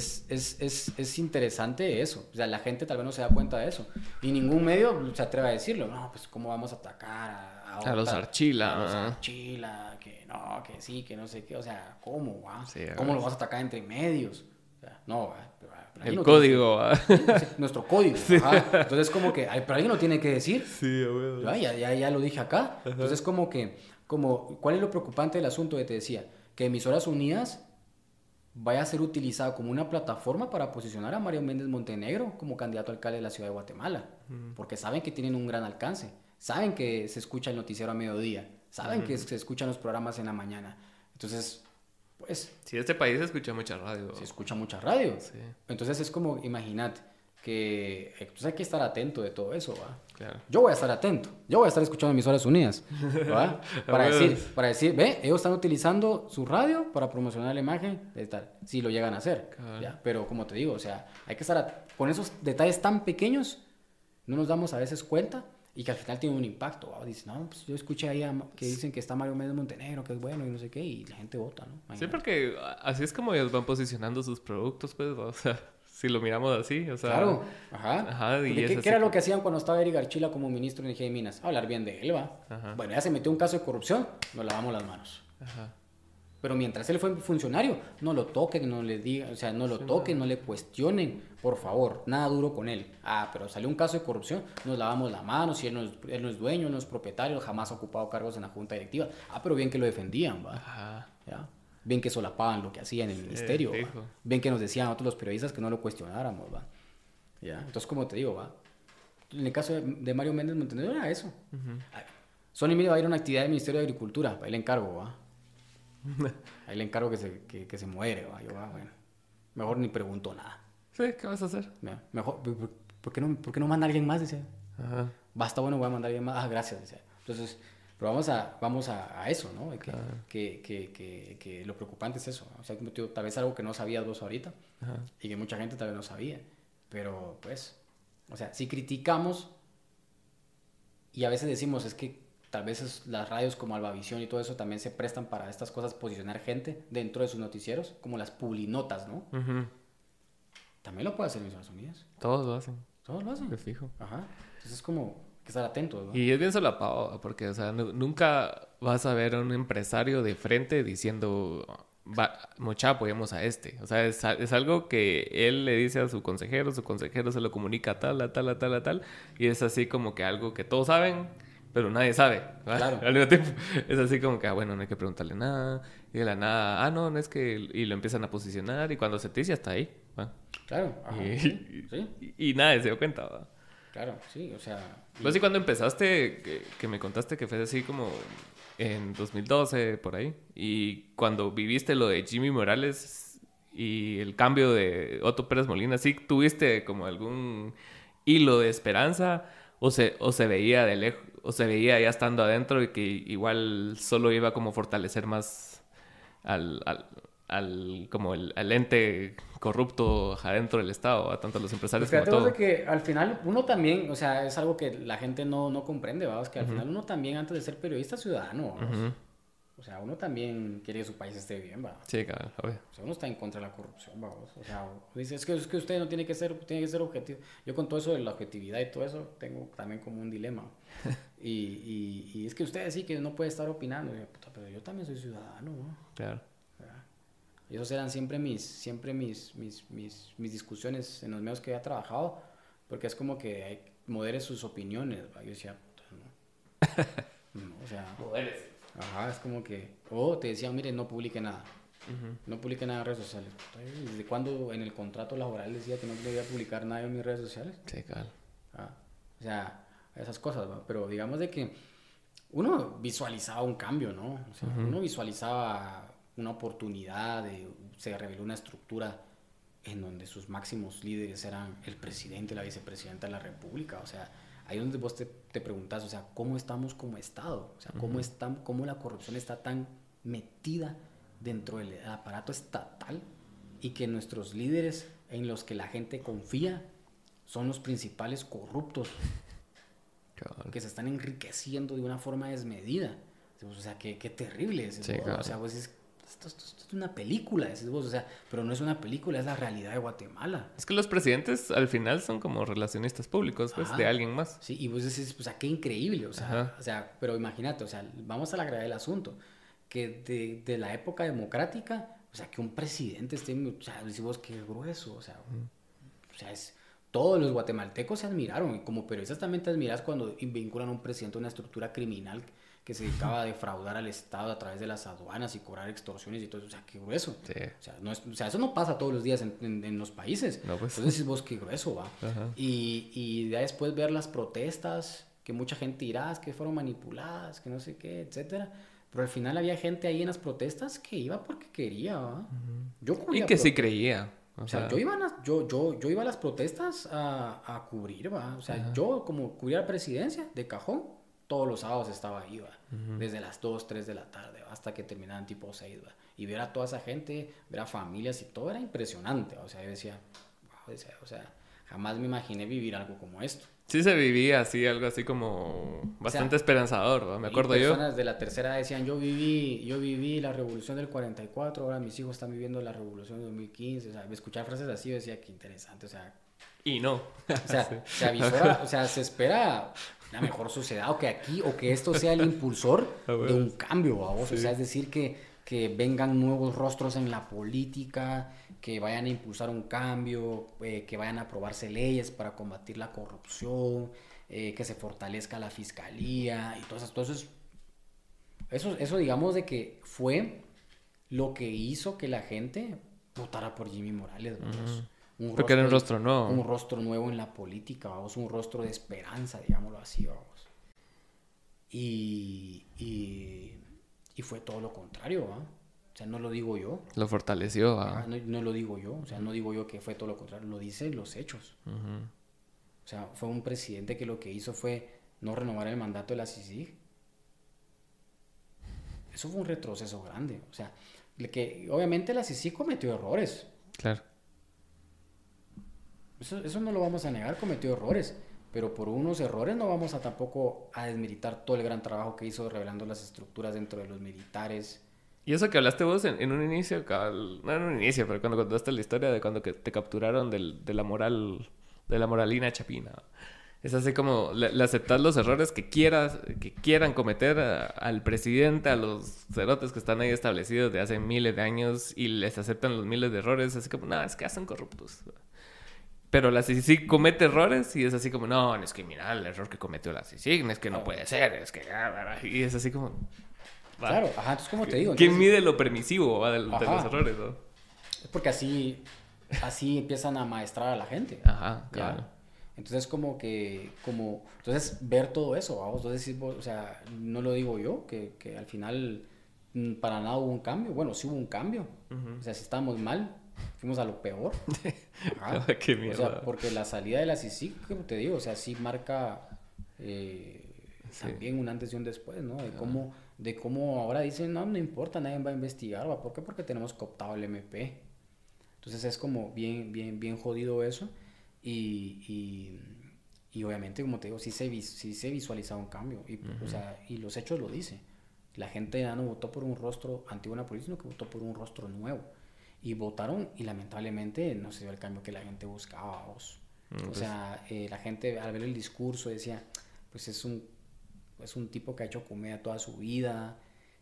es interesante eso. O sea, la gente tal vez no se da cuenta de eso. Y ningún medio se atreve a decirlo. No, pues cómo vamos a atacar a los Archila. A los Archila, que no, que sí, que no sé qué. O sea, ¿cómo, va? Sí, ¿Cómo lo vas a atacar entre medios? O sea, no, va. El código, nuestro código. Sí. Ajá. Entonces, como que, pero alguien lo tiene que decir. Sí, bueno. Ya lo dije acá. Ajá. Entonces, ¿cuál es lo preocupante del asunto que te decía? Que Emisoras Unidas vaya a ser utilizado como una plataforma para posicionar a Mario Méndez Montenegro como candidato a alcalde de la ciudad de Guatemala. Porque saben que tienen un gran alcance. Saben que se escucha el noticiero a mediodía. Saben que se escuchan los programas en la mañana. Entonces, pues... Sí, este país se escucha mucha radio. Se escucha mucha radio. Sí. Entonces es como, imagínate, que entonces hay que estar atento de todo eso, ¿va? Claro. Yo voy a estar atento. Yo voy a estar escuchando Emisoras Unidas, ¿va? para decir, ve, ellos están utilizando su radio para promocionar la imagen de tal. Si lo llegan a hacer, claro. ¿Ya? Pero como te digo, o sea, hay que estar con esos detalles tan pequeños, no nos damos a veces cuenta y que al final tiene un impacto, ¿va? Dicen, no, pues yo escuché ahí que dicen que está Mario Méndez Montenegro, que es bueno y no sé qué, y la gente vota, ¿no? Imagínate. Sí, porque así es como ellos van posicionando sus productos, pues, o sea... Si lo miramos así, o sea... Claro, ajá. ¿Qué era lo que hacían cuando estaba Eric Archila como ministro de Energía y Minas? Hablar bien de él, ¿va? Ajá. Bueno, ya se metió un caso de corrupción, nos lavamos las manos. Ajá. Pero mientras él fue funcionario, no lo toquen, no le digan, o sea, no lo toquen, no le cuestionen, por favor, nada duro con él. Pero salió un caso de corrupción, nos lavamos las manos, si él no es dueño, no es propietario, jamás ha ocupado cargos en la junta directiva. Pero bien que lo defendían, ¿va? Ajá. ¿Ya? Bien que solapaban lo que hacía en el ministerio, bien que nos decían a otros los periodistas que no lo cuestionáramos, ¿va? ¿Ya? Entonces, como te digo, ¿va? En el caso de Mario Méndez Montenegro era eso. Sonny Miller va a ir a una actividad del Ministerio de Agricultura, para el encargo, ¿va? Ahí le encargo que se muere, ¿va? Yo, bueno, mejor ni pregunto nada. Sí, ¿qué vas a hacer? Mejor, ¿por qué no manda a alguien más? Dice. Ajá. Basta, bueno, voy a mandar a alguien más. Ah, gracias, dice. Entonces, pero vamos a eso, ¿no? De que lo preocupante es eso. O sea, como te digo, tal vez algo que no sabías vos ahorita Ajá. y que mucha gente tal vez no sabía. Pero, pues, o sea, si criticamos y a veces decimos, es que tal vez las radios como Albavisión y todo eso también se prestan para estas cosas, posicionar gente dentro de sus noticieros, como las publinotas, ¿no? Ujú. También lo puede hacer en Estados Unidos. Todos lo hacen, Todos lo hacen. de fijo. Ajá. Entonces es como que estar atentos, ¿no? Y es bien solapado, porque, o sea, nunca vas a ver a un empresario de frente diciendo, mucha, apoyemos a este. O sea, es algo que él le dice a su consejero se lo comunica a tal, a tal, a tal, a tal, y es así como que algo que todos saben, pero nadie sabe, ¿va? Claro. Al mismo tiempo, es así como que, bueno, no hay que preguntarle nada, y de la nada, no, no es que, y lo empiezan a posicionar, y cuando se te dice, hasta ahí, ¿va? Claro, ajá. Sí. Y nadie se dio cuenta, ¿va? Claro, sí, o sea... Pues sí, cuando empezaste, que me contaste que fue así como en 2012, por ahí, y cuando viviste lo de Jimmy Morales y el cambio de Otto Pérez Molina, ¿sí tuviste como algún hilo de esperanza o se veía de lejos, o se veía ya estando adentro y que igual solo iba como fortalecer más como al ente corrupto adentro del Estado, a tanto los empresarios Pues como fíjate vos todo? de que al final uno también, o sea, es algo que la gente no comprende, ¿va? Es que al final uno también, antes de ser periodista, es ciudadano, ¿va? Ujú. O sea, uno también quiere que su país esté bien, ¿va? Sí, claro, obvio. O sea, uno está en contra de la corrupción, ¿va? O sea, dice, es que usted no tiene que ser objetivo. Yo con todo eso de la objetividad y todo eso, tengo también como un dilema. Y es que usted sí que no puede estar opinando. Y yo, puta, pero yo también soy ciudadano, ¿no? Claro. Y esos eran siempre mis discusiones en los medios que había trabajado, porque es como que modere sus opiniones, ¿va? Yo decía, puta, no, o sea, Poderes. ajá, es como que, o te decían, mire, no publique nada, Ujú. no publique nada en redes sociales. Puta, ¿desde cuándo en el contrato laboral decía que no debía publicar nada en mis redes sociales? Sí, claro. Ah, o sea, esas cosas, ¿va? Pero digamos de que uno visualizaba un cambio, ¿no? O sea, uno visualizaba una oportunidad, se reveló una estructura en donde sus máximos líderes eran el presidente, la vicepresidenta de la República. O sea, ahí donde vos te preguntas, o sea, ¿cómo estamos como Estado? O sea, ¿cómo la corrupción está tan metida dentro del aparato estatal y que nuestros líderes en los que la gente confía son los principales corruptos Cabal. que se están enriqueciendo de una forma desmedida? O sea, qué terrible. Sí, vos. claro. O sea, vos dices, esto es una película, decís vos, o sea, pero no es una película, es la realidad de Guatemala. Es que los presidentes al final son como relacionistas públicos, pues, Ajá. de alguien más. Sí, y vos decís, o sea, qué increíble, Ajá. o sea, pero imagínate, o sea, vamos a la gravedad del asunto, que de la época democrática, o sea, que un presidente esté, o sea, decís vos, qué grueso, o sea, todos los guatemaltecos se admiraron, y como periodistas también te admiras cuando vinculan a un presidente a una estructura criminal que se dedicaba a defraudar al Estado a través de las aduanas y cobrar extorsiones y todo eso. O sea, qué grueso. Sí. O sea, eso no pasa todos los días en los países. No, pues. Entonces decís vos, qué grueso, va. Ajá. Y ya después ver las protestas, que mucha gente dirá que fueron manipuladas, que no sé qué, etcétera. Pero al final había gente ahí en las protestas que iba porque quería, ¿va? Yo Y cubría que sí protestas. creía. O sea, yo iba a las protestas a cubrir, ¿va? O sea, yo como cubría la presidencia de cajón, todos los sábados estaba ahí, ¿va? Desde las 2, 3 de la tarde, ¿va? Hasta que terminaban tipo 6, ¿va? Y ver a toda esa gente, ver a familias y todo era impresionante, ¿va? O sea, yo decía, wow, o sea, jamás me imaginé vivir algo como esto. Sí se vivía así, algo así como bastante esperanzador, ¿no? Me acuerdo yo. Personas de la tercera edad decían, yo viví la revolución del 44, ahora mis hijos están viviendo la revolución del 2015. O sea, escuchar frases así, yo decía, qué interesante, o sea... Y no. O sea, Sí. se avisora, o sea, se espera una mejor sociedad o que aquí, o que esto sea el impulsor de un cambio, ¿vamos? Sí. O sea, es decir, que vengan nuevos rostros en la política, que vayan a impulsar un cambio, que vayan a aprobarse leyes para combatir la corrupción, que se fortalezca la fiscalía y todo eso. Entonces, eso digamos de que fue lo que hizo que la gente votara por Jimmy Morales, ¿vamos? Porque era un rostro nuevo. Un rostro nuevo en la política, vamos, un rostro de esperanza, digámoslo así, vamos. Y fue todo lo contrario, ¿va? O sea, no lo digo yo. Lo fortaleció. ¿Va? No lo digo yo. O sea, no digo yo que fue todo lo contrario. Lo dicen los hechos. O sea, fue un presidente que lo que hizo fue no renovar el mandato de la CICIG. Eso fue un retroceso grande. O sea, que obviamente la CICIG cometió errores. Claro. Eso no lo vamos a negar, cometió errores. Pero por unos errores no vamos a tampoco a desmeritar todo el gran trabajo que hizo revelando las estructuras dentro de los militares. Y eso que hablaste vos en un inicio, no en un inicio, pero cuando contaste la historia de cuando te capturaron de la moral, de la moralina chapina. Es así como le aceptas los errores que quieran cometer al presidente, a los cerotes que están ahí establecidos de hace miles de años y les aceptan los miles de errores. Así como, no, es que hacen corruptos. Pero la CICIG comete errores y es así como, no es que mira el error que cometió la CICIG, es que no puede ser, es que... Y es así como... Va. Claro, ajá, entonces como te digo... ¿Quién entonces, mide lo permisivo de los errores? ¿No? Es porque así empiezan a maestrar a la gente. Ajá, claro. ¿Ya? Entonces entonces ver todo eso, vamos, entonces, o sea, no lo digo yo, que al final para nada hubo un cambio. Bueno, sí hubo un cambio. O sea, si estábamos mal, fuimos a lo peor. Ajá. Qué mierda. O sea, porque la salida de la CICIG, como te digo, o sea, sí marca también un antes y un después, ¿no? De cómo ahora dicen, no importa, nadie va a investigar, ¿va? ¿Por qué? Porque tenemos cooptado el MP. Entonces es como bien jodido eso. Y obviamente, como te digo, sí se visualiza un cambio. O sea, y los hechos lo dicen. La gente ya no votó por un rostro antiguo napolitano, sino que votó por un rostro nuevo. Y votaron y lamentablemente no se dio el cambio que la gente buscaba. O sea, la gente al ver el discurso decía, pues es un tipo que ha hecho comedia toda su vida.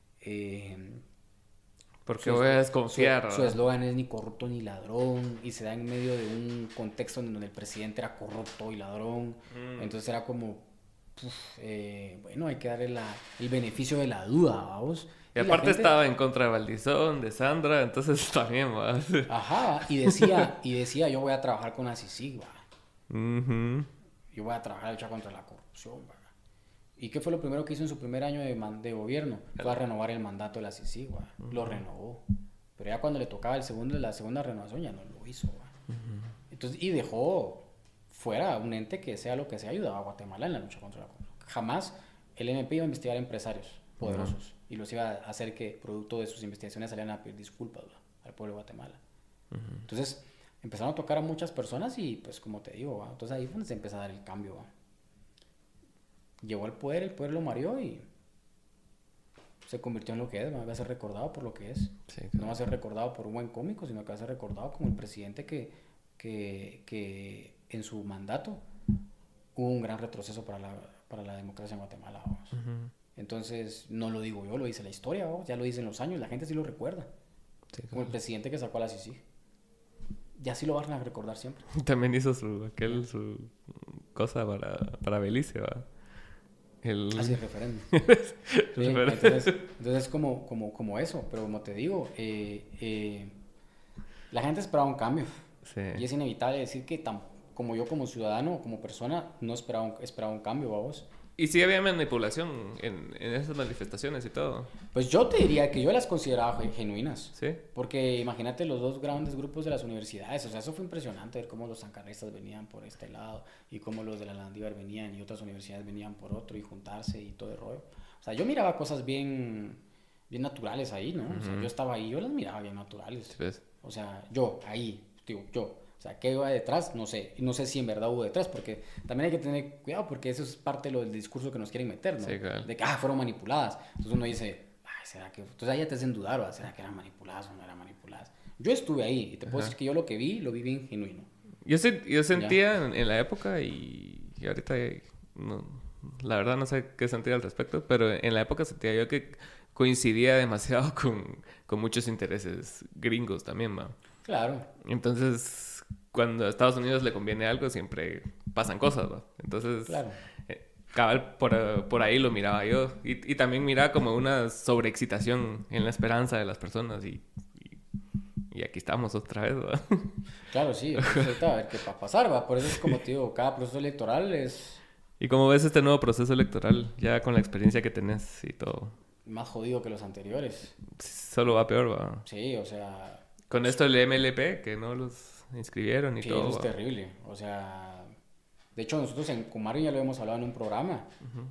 Porque voy a desconfiar. Su eslogan es ni corrupto ni ladrón. Y se da en medio de un contexto en donde el presidente era corrupto y ladrón. Entonces era como, bueno, hay que darle el beneficio de la duda, vamos. Y aparte gente... estaba en contra de Valdizón, de Sandra, entonces también, va. Ajá, y decía, yo voy a trabajar con la CICIG, va. Yo voy a trabajar a luchar contra la corrupción, va. ¿Y qué fue lo primero que hizo en su primer año de gobierno? Fue a renovar el mandato de la CICIG, va. Lo renovó. Pero ya cuando le tocaba la segunda renovación ya no lo hizo, va. Entonces, y dejó fuera un ente que sea lo que sea ayudaba a Guatemala en la lucha contra la corrupción. Jamás el MP iba a investigar empresarios poderosos y los iba a hacer que producto de sus investigaciones salieran a pedir disculpas, ¿va? Al pueblo de Guatemala. Entonces empezaron a tocar a muchas personas y pues como te digo, ¿va? Entonces ahí fue donde se empezó a dar el cambio, ¿va? Llegó al poder, el poder lo mareó y se convirtió en lo que es, ¿va? Va a ser recordado por lo que es. Sí, claro. No va a ser recordado por un buen cómico, sino que va a ser recordado como el presidente que en su mandato hubo un gran retroceso para la democracia en Guatemala, vamos. Entonces, no lo digo yo, lo dice la historia, ¿vamos? Ya lo dicen los años, la gente sí lo recuerda. Sí, claro. Como el presidente que sacó a la CICIG. Y así lo van a recordar siempre. También hizo su cosa para Belice, ¿va? Así, referéndum. Sí, entonces como eso, pero como te digo, la gente esperaba un cambio. Sí. Y es inevitable decir que como yo como ciudadano, como persona, no esperaba un cambio, vamos. ¿Y sí había manipulación en esas manifestaciones y todo? Pues yo te diría que yo las consideraba genuinas. ¿Sí? Porque imagínate los dos grandes grupos de las universidades. O sea, eso fue impresionante ver cómo los sancarristas venían por este lado y cómo los de la Landívar venían y otras universidades venían por otro y juntarse y todo el rollo. O sea, yo miraba cosas bien naturales ahí, ¿no? O sea, yo estaba ahí, yo las miraba bien naturales. ¿Sí ves? O sea, yo, ahí, digo, yo. O sea, ¿qué iba detrás? No sé. No sé si en verdad hubo detrás, porque también hay que tener cuidado, porque eso es parte del discurso que nos quieren meter, ¿no? Sí, claro. De que, fueron manipuladas. Entonces uno dice, ¿será que...? Entonces ahí ya te hacen dudar, ¿verdad? ¿Será que eran manipuladas o no eran manipuladas? Yo estuve ahí y te puedo decir que yo lo vi bien genuino. Yo sentía en la época y ahorita no, la verdad no sé qué sentir al respecto, pero en la época sentía yo que coincidía demasiado con muchos intereses gringos también, ¿va? Claro. Entonces, cuando a Estados Unidos le conviene algo, siempre pasan cosas, ¿no? Entonces, claro. Cabal, por ahí lo miraba yo. Y también miraba como una sobreexcitación en la esperanza de las personas. Y aquí estamos otra vez, ¿va? Claro, sí. Entonces, a ver qué va a pasar, ¿va? Por eso es como te digo, cada proceso electoral es... ¿Y cómo ves este nuevo proceso electoral? Ya con la experiencia que tenés y todo. más jodido que los anteriores. Solo va peor, va. Sí, o sea... Con esto el MLP, que no los inscribieron y Sí, todo. eso es terrible. O sea, de hecho nosotros con Mario ya lo hemos hablado en un programa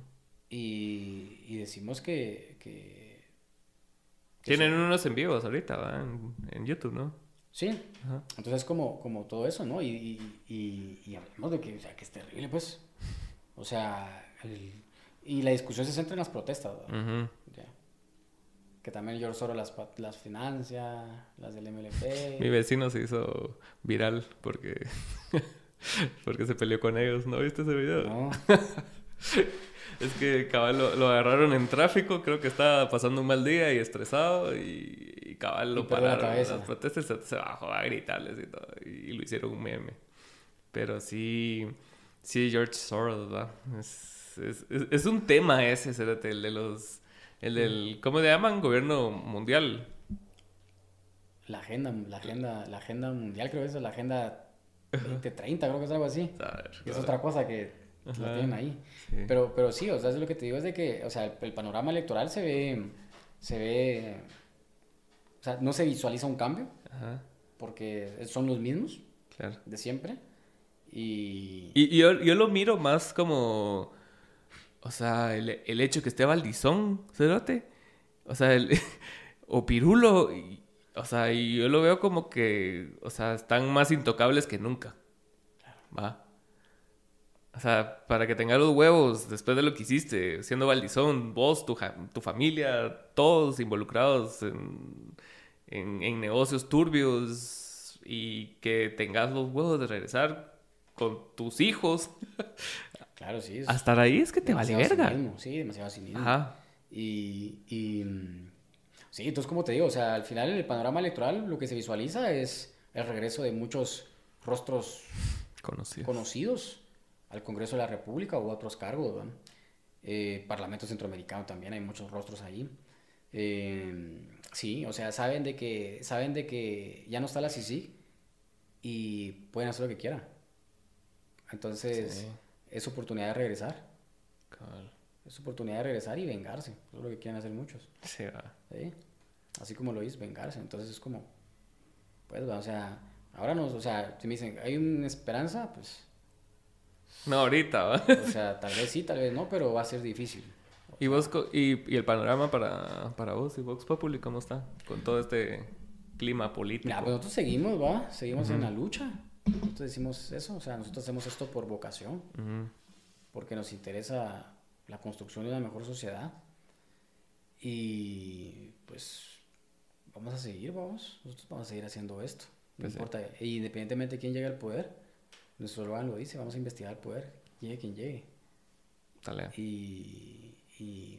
y decimos que Tienen unos en vivos ahorita, ¿va? En YouTube, ¿no? sí. Ajá. Entonces como todo eso, ¿no? Y hablamos de que, o sea, que es terrible, pues. O sea, y la discusión se centra en las protestas, ¿verdad? Ujú. Ya. Que también George Soros las financia, las del MLP. Mi vecino se hizo viral porque, porque se peleó con ellos. ¿No viste ese video? No, Es que cabal lo agarraron en tráfico, creo que estaba pasando un mal día y estresado y cabal Y lo perdió la pararon en cabeza. las protestas, se bajó a gritarles y todo y lo hicieron un meme. Pero sí, sí, George Soros, ¿va? Es un tema ese, cerote, el del, ¿cómo le llaman? Gobierno mundial. la agenda mundial, creo que es la agenda 2030, creo que es algo así. ¿Sabes? Que es otra cosa que la Ajá. tienen ahí. Sí. Pero sí, o sea, es lo que te digo es de que, o sea, el panorama electoral se ve, o sea, no se visualiza un cambio Ajá, porque son los mismos claro. de siempre y Y yo lo miro más como, o sea, el hecho que esté Valdizón, cerote. O sea, o Pirulo, o sea, y yo lo veo como que, o sea, están más intocables que nunca. Va. O sea, para que tengas los huevos después de lo que hiciste, siendo Valdizón, vos, tu familia, todos involucrados en negocios turbios y que tengas los huevos de regresar con tus hijos. claro, sí, es Hasta ahí es que te vale demasiado verga. cinismo, sí, demasiado cinismo. Ajá. Sí, entonces como te digo, o sea, al final en el panorama electoral lo que se visualiza es el regreso de muchos rostros Conocido. conocidos al Congreso de la República u otros cargos, ¿verdad? Parlamento Centroamericano también hay muchos rostros ahí. Sí, o sea, saben de que ya no está la CICIG y pueden hacer lo que quieran. Entonces, Sí, es oportunidad de regresar. cabal. Es oportunidad de regresar y vengarse. Eso es lo que quieren hacer muchos. Sí, va. ¿Sí? Así como lo dices, vengarse. Entonces es como, pues, o sea, ahora nos, o sea, si me dicen, ¿hay una esperanza? Pues, No, ahorita, ¿va? o sea, tal vez sí, tal vez no, pero va a ser difícil. O ¿Y sea, vos, y el panorama para vos y Vox Populi, cómo está? Con todo este clima político. mira, pues nosotros seguimos, ¿va? Seguimos en la lucha. Nosotros decimos eso, o sea, nosotros hacemos esto por vocación, Ujú. porque nos interesa la construcción de una mejor sociedad. Y pues vamos a seguir, vamos. Nosotros vamos a seguir haciendo esto. No Pues sí. importa, e independientemente de quién llegue al poder, nuestro slogan lo dice, vamos a investigar el poder, llegue quien llegue. Dale. Y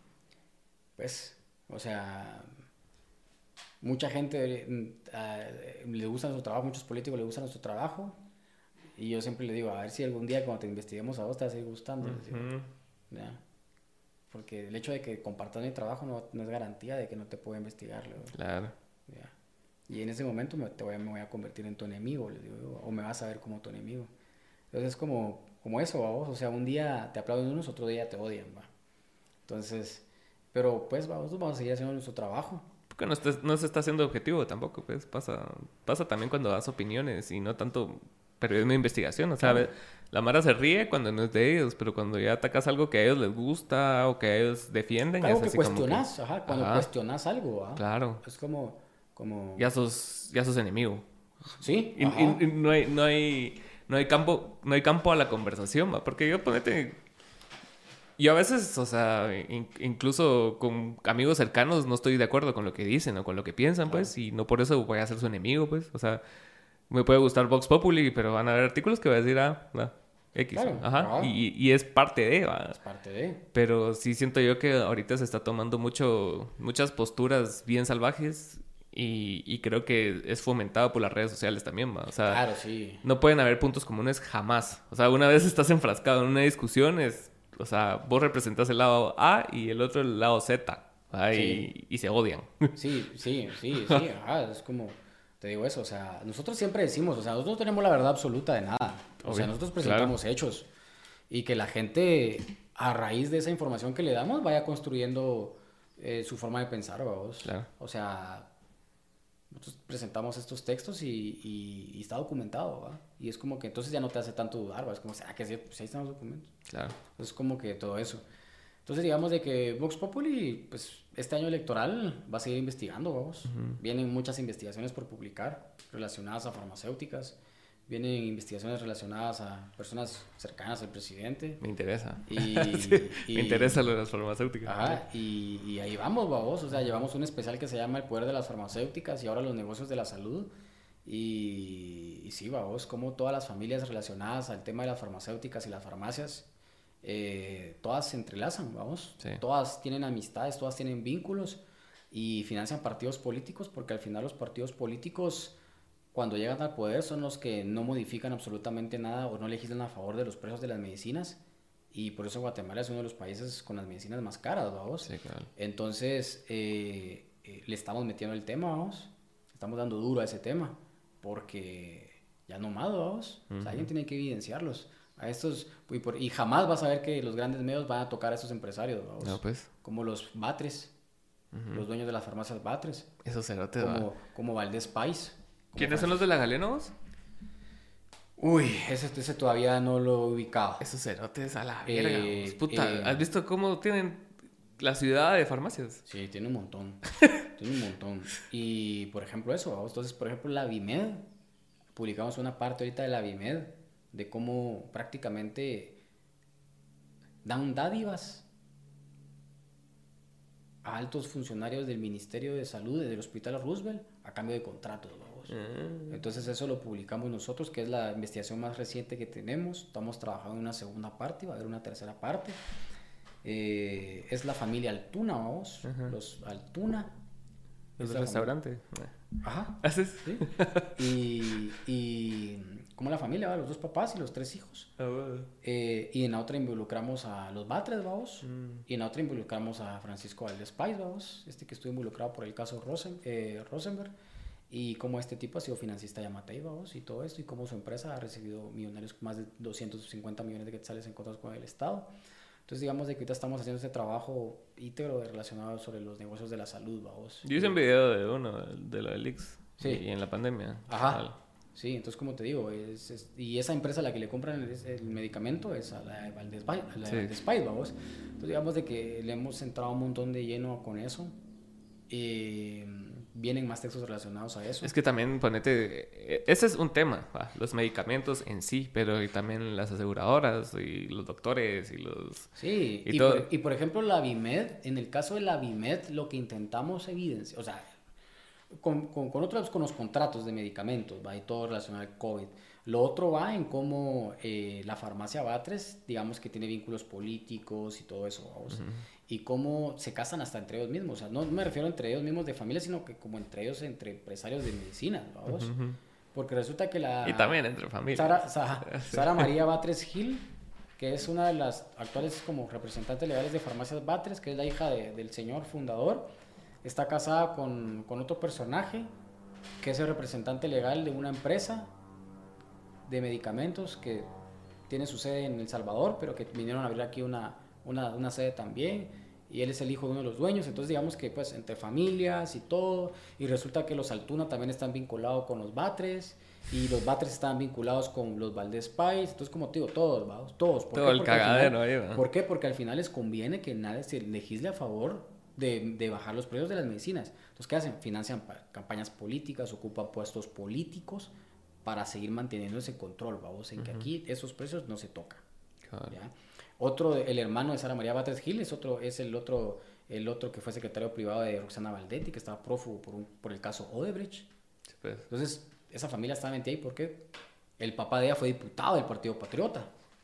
pues, o sea, mucha gente le gusta nuestro trabajo, muchos políticos le gusta nuestro trabajo. Y yo siempre le digo, a ver si algún día cuando te investiguemos a vos te va a seguir gustando. les digo, Ujú. ¿ya? Porque el hecho de que compartas mi trabajo no es garantía de que no te pueda investigar. le digo, Claro. ¿ya? Y en ese momento me voy a convertir en tu enemigo, les digo yo, o me vas a ver como tu enemigo. Entonces es como eso, vamos. O sea, un día te aplauden unos, otro día te odian, va. Entonces, pero pues vamos a seguir haciendo nuestro trabajo. Porque no se está haciendo objetivo tampoco, pues. Pasa también cuando das opiniones y no tanto periodismo de investigación. O sea, Claro. la Mara se ríe cuando no es de ellos, pero cuando ya atacas algo que a ellos les gusta o que a ellos defienden, Algo es que así como que... cuestionas, ajá, cuando Ajá. cuestionas algo, ¿va? Claro. Es como, Ya sos enemigo. sí, Y, ajá. y no hay campo a la conversación, ¿va? Porque yo a veces, o sea, incluso con amigos cercanos no estoy de acuerdo con lo que dicen o con lo que piensan, Claro. pues, y no por eso voy a ser su enemigo, pues. O sea, me puede gustar Vox Populi, pero van a haber artículos que voy a decir, X. Claro, Ajá. ajá. Y es parte de, ¿va? Es parte de. Pero sí siento yo que ahorita se está tomando muchas posturas bien salvajes y creo que es fomentado por las redes sociales también, ¿va? O sea, Claro, sí. no pueden haber puntos comunes jamás. O sea, una vez estás enfrascado en una discusión, o sea, vos representas el lado A y el otro el lado Z, ¿va? Sí. Y se odian. Sí, ajá, es como, te digo eso, o sea, nosotros siempre decimos, o sea, nosotros no tenemos la verdad absoluta de nada, o sea, Obvio, nosotros presentamos hechos y que la gente, a raíz de esa información que le damos, vaya construyendo su forma de pensar, vamos. Claro. O sea, nosotros presentamos estos textos y está documentado, ¿va? Y es como que entonces ya no te hace tanto dudar, ¿va? Es como, que sí, pues ahí están los documentos. Claro. Entonces, como que todo eso. Entonces, digamos de que Vox Populi, pues este año electoral va a seguir investigando, vamos. Vienen muchas investigaciones por publicar relacionadas a farmacéuticas. Vienen investigaciones relacionadas a personas cercanas al presidente. Me interesa. Sí, me interesa lo de las farmacéuticas. Ajá, y ahí vamos, vamos. O sea, llevamos un especial que se llama El poder de las farmacéuticas y ahora los negocios de la salud. Y sí, vamos, como todas las familias relacionadas al tema de las farmacéuticas y las farmacias, todas se entrelazan, vamos. Sí. Todas tienen amistades, todas tienen vínculos y financian partidos políticos porque al final los partidos políticos, cuando llegan al poder, son los que no modifican absolutamente nada o no legislan a favor de los precios de las medicinas. Y por eso Guatemala es uno de los países con las medicinas más caras, vamos. Sí, claro. Entonces, le estamos metiendo el tema, vamos. Estamos dando duro a ese tema. Porque ya no más, vamos. O sea, alguien tiene que evidenciarlos. A estos, y jamás vas a ver que los grandes medios van a tocar a estos empresarios, vamos. No, pues. Como los Batres, los dueños de las farmacias Batres. Esos cerotes, como Valdés Pais. ¿Quiénes son los de la Galena, vos? Uy, ese todavía no lo he ubicado. Esos cerotes a la verga. Puta, ¿has visto cómo tienen la ciudad de farmacias? Sí, tiene un montón. Tiene un montón. Y, por ejemplo, eso, ¿vamos? Entonces, por ejemplo, la Vimed. Publicamos una parte ahorita de la Vimed de cómo prácticamente dan dádivas a altos funcionarios del Ministerio de Salud del Hospital Roosevelt a cambio de contratos, vamos. Entonces eso lo publicamos nosotros, que es la investigación más reciente que tenemos. Estamos trabajando en una segunda parte, va a haber una tercera parte. Es la familia Altuna, vamos. Los Altuna. ¿Los del restaurante? Ajá. ¿Haces? Sí. Y como la familia, ¿va? Los dos papás y los tres hijos. Y en la otra involucramos a los Batres, vamos. Y en la otra involucramos a Francisco Valdés Pais, vamos. Que estuvo involucrado por el caso Rosenberg. Y cómo este tipo ha sido financista de Yamatei, vamos. Y todo esto. Y cómo su empresa ha recibido millonarios, más de 250 millones de quetzales en contratos con el Estado. Entonces, digamos de que ahorita estamos haciendo este trabajo íntegro relacionado sobre los negocios de la salud, vamos. Yo hice un video de uno, de lo del Ix. Sí. Y en la pandemia. Ajá. Sí, entonces, como te digo, y esa empresa a la que le compran el medicamento es a la de Valdés Pais, vamos. Entonces, digamos de que le hemos entrado un montón de lleno con eso. Vienen más textos relacionados a eso. Es que también, ponete, ese es un tema, los medicamentos en sí, pero y también las aseguradoras y los doctores y los... Sí, y por ejemplo la Vimed, en el caso de la Vimed, lo que intentamos evidenciar, o sea, con los contratos de medicamentos, va, y todo relacionado al COVID. Lo otro va en cómo la farmacia Batres, digamos que tiene vínculos políticos y todo eso, vamos. Y cómo se casan hasta entre ellos mismos. O sea, no me refiero entre ellos mismos de familia, sino que como entre ellos, entre empresarios de medicina, vamos. Porque resulta que y también entre familias. Sara María Batres Gil, que es una de las actuales como representantes legales de farmacias Batres, que es la hija del señor fundador, está casada con otro personaje, que es el representante legal de una empresa de medicamentos que tiene su sede en El Salvador, pero que vinieron a abrir aquí una sede también, y él es el hijo de uno de los dueños. Entonces digamos que pues entre familias y todo, y resulta que los Altuna también están vinculados con los Batres, y los Batres están vinculados con los Valdés Pais. Entonces, como te digo, todos, ¿va? Todos. Todo el cagadero ahí, ¿va? ¿Por qué? Porque al final les conviene que nadie se legisle a favor de bajar los precios de las medicinas. Entonces, ¿qué hacen? Financian campañas políticas, ocupan puestos políticos para seguir manteniendo ese control, vamos, en que aquí esos precios no se tocan. ¿Ya? Otro, el hermano de Sara María Batres Gil, es el otro que fue secretario privado de Roxana Valdetti, que estaba prófugo por el caso Odebrecht. Sí, pues. Entonces, esa familia está metida ahí porque el papá de ella fue diputado del Partido Patriota.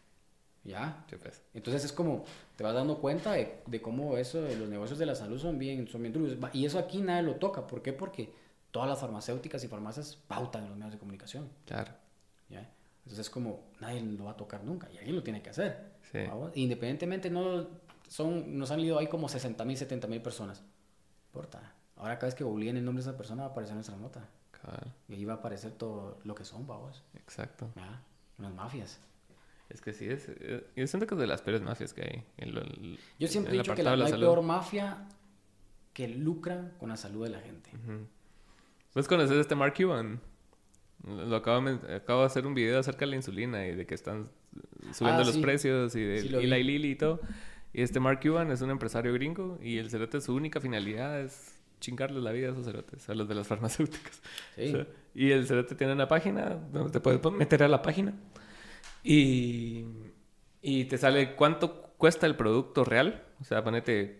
¿Ya? Sí, pues. Entonces es como, te vas dando cuenta de cómo eso, de los negocios de la salud son bien duros. Y eso aquí nadie lo toca. ¿Por qué? Porque todas las farmacéuticas y farmacias pautan en los medios de comunicación. Claro. ¿Ya? Entonces es como, nadie lo va a tocar nunca y alguien lo tiene que hacer. Sí. Independientemente, nos han ido ahí como 60,000, 70,000 personas. No importa. Ahora cada vez que googleen el nombre de esa persona va a aparecer nuestra nota. Claro. Y ahí va a aparecer todo lo que son, vamos. Exacto. ¿Ya? Unas mafias. Es que sí, yo siento que es de las peores mafias que hay. Yo siempre he dicho que la no hay peor mafia que lucra con la salud de la gente. ¿Vos conoces a este Mark Cuban? Acabo de hacer un video acerca de la insulina y de que están subiendo los precios y de Eli Lilly y todo. Y este Mark Cuban es un empresario gringo y el cerote, su única finalidad es chingarles la vida a esos cerotes, a los de las farmacéuticas. Sí. O sea, y el cerote tiene una página donde te puedes meter a la página y te sale cuánto cuesta el producto real. O sea, ponete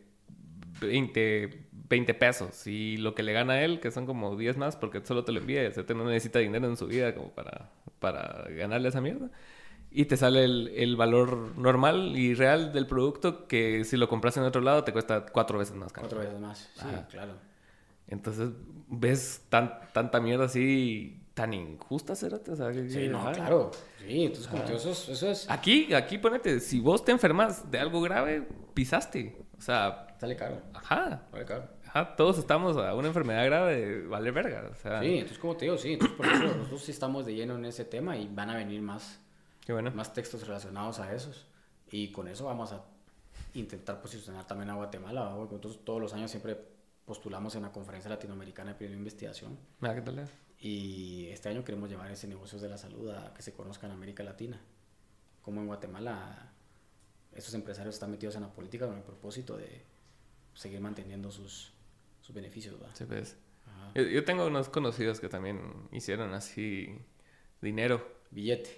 20 pesos y lo que le gana a él, que son como 10 más porque solo te lo envía y el cerote no necesita dinero en su vida como para ganarle esa mierda. Y te sale el valor normal y real del producto que si lo compras en otro lado te cuesta 4 veces más caro. 4 veces más, sí, claro. Entonces, ves tanta mierda así tan injusta, cerote. O sea, sí, no, claro. Sí, entonces como que eso es... Aquí ponete, si vos te enfermas de algo grave, pisaste. O sea... Sale caro. Sale caro. Todos estamos a una enfermedad grave de valer verga. O sea... Sí, entonces como te digo, sí. Entonces por eso nosotros sí estamos de lleno en ese tema y van a venir más... Qué bueno. Más textos relacionados a esos. Y con eso vamos a intentar posicionar también a Guatemala. Nosotros todos los años siempre postulamos en la Conferencia Latinoamericana de Periodismo e Investigación. ¿Qué tal? Y este año queremos llevar ese negocios de la salud a que se conozca en América Latina. Como en Guatemala, esos empresarios están metidos en la política con el propósito de seguir manteniendo sus beneficios, ¿verdad? Sí, pues. Yo tengo unos conocidos que también hicieron así dinero. Billete.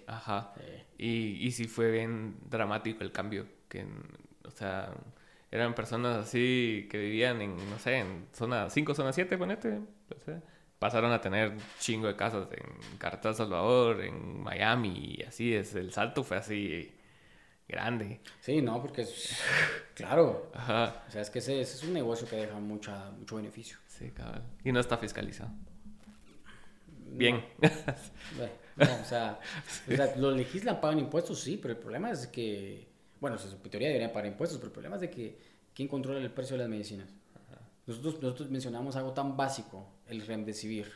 Y sí fue bien dramático el cambio. O sea, eran personas así que vivían en, no sé, en zona 5, zona 7, ponete. O sea, pasaron a tener chingo de casas en Cartel Salvador, en Miami, y así es. El salto fue así grande. Sí, no, porque es... Claro. Ajá. O sea, es que ese es un negocio que deja mucho beneficio. Sí, cabal. Y no está fiscalizado. Bien. No, o sea, lo legislan, pagan impuestos, sí, pero el problema es que, bueno, en teoría deberían pagar impuestos, pero el problema es de que ¿quién controla el precio de las medicinas? Nosotros mencionamos algo tan básico, el Remdesivir.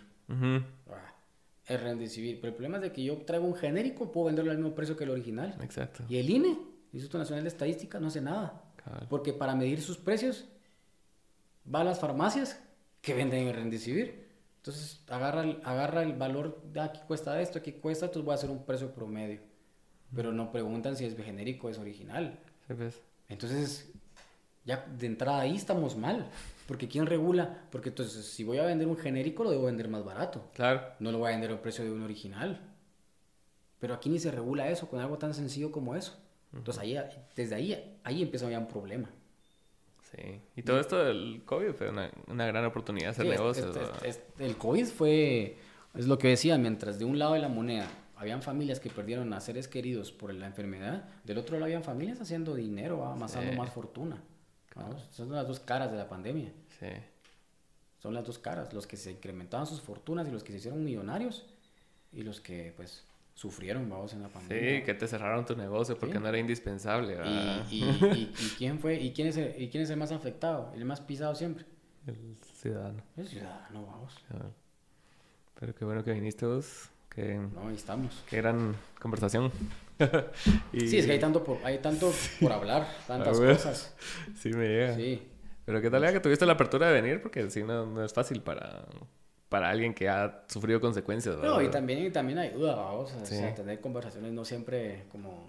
El Remdesivir, pero el problema es de que yo traigo un genérico, puedo venderlo al mismo precio que el original. Exacto. Y el INE, el Instituto Nacional de Estadística, no hace nada. Cabal. Porque para medir sus precios, va a las farmacias que venden el Remdesivir. Entonces agarra el valor, aquí cuesta esto, aquí cuesta, entonces voy a hacer un precio promedio. Pero no preguntan si es genérico o es original. Sí, pues. Entonces, ya de entrada ahí estamos mal. Porque ¿quién regula? Porque entonces, si voy a vender un genérico, lo debo vender más barato. Claro. No lo voy a vender al precio de un original. Pero aquí ni se regula eso con algo tan sencillo como eso. Entonces, desde ahí empieza ya un problema. Sí, y todo esto del COVID fue una gran oportunidad de hacer negocios. El COVID es lo que decía, mientras de un lado de la moneda habían familias que perdieron a seres queridos por la enfermedad, del otro lado habían familias haciendo dinero, amasando más fortuna. ¿No? Son las dos caras de la pandemia. Sí. Son las dos caras, los que se incrementaban sus fortunas y los que se hicieron millonarios y los que pues sufrieron, vamos, en la pandemia. Sí, que te cerraron tu negocio porque no era indispensable. ¿Y quién fue? ¿Y quién es el más afectado? ¿El más pisado siempre? El ciudadano. El ciudadano, vamos. Pero qué bueno que viniste vos. No, ahí estamos. Qué gran conversación. Sí, es que hay tanto por hablar, tantas cosas. Sí, me llega. Sí. Pero qué tal ya que tuviste la apertura de venir, porque si no es fácil para alguien que ha sufrido consecuencias, ¿verdad? No, y también ayuda, vamos. O sea, tener conversaciones no siempre como...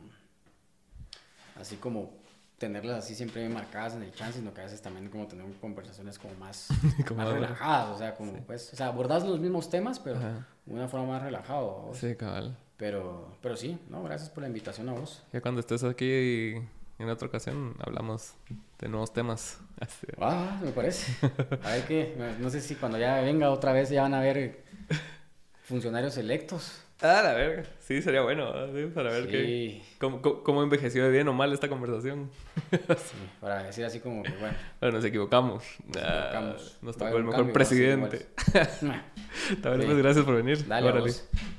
Así como tenerlas así siempre marcadas en el chance, sino que a veces también como tener conversaciones como más, más relajadas, o sea, como pues, o sea, abordás los mismos temas, pero de una forma más relajada, ¿vos? Sí, cabal. Pero sí, no, gracias por la invitación a vos. Ya cuando estés aquí en otra ocasión hablamos de nuevos temas. Me parece. A ver qué, no sé si cuando ya venga otra vez ya van a haber funcionarios electos. La verga. Sí, sería bueno, ¿sí? Para ver cómo envejeció de bien o mal esta conversación. Sí, para decir así como que bueno. Nos equivocamos. Nos tocó el mejor presidente. Pues gracias por venir. Dale,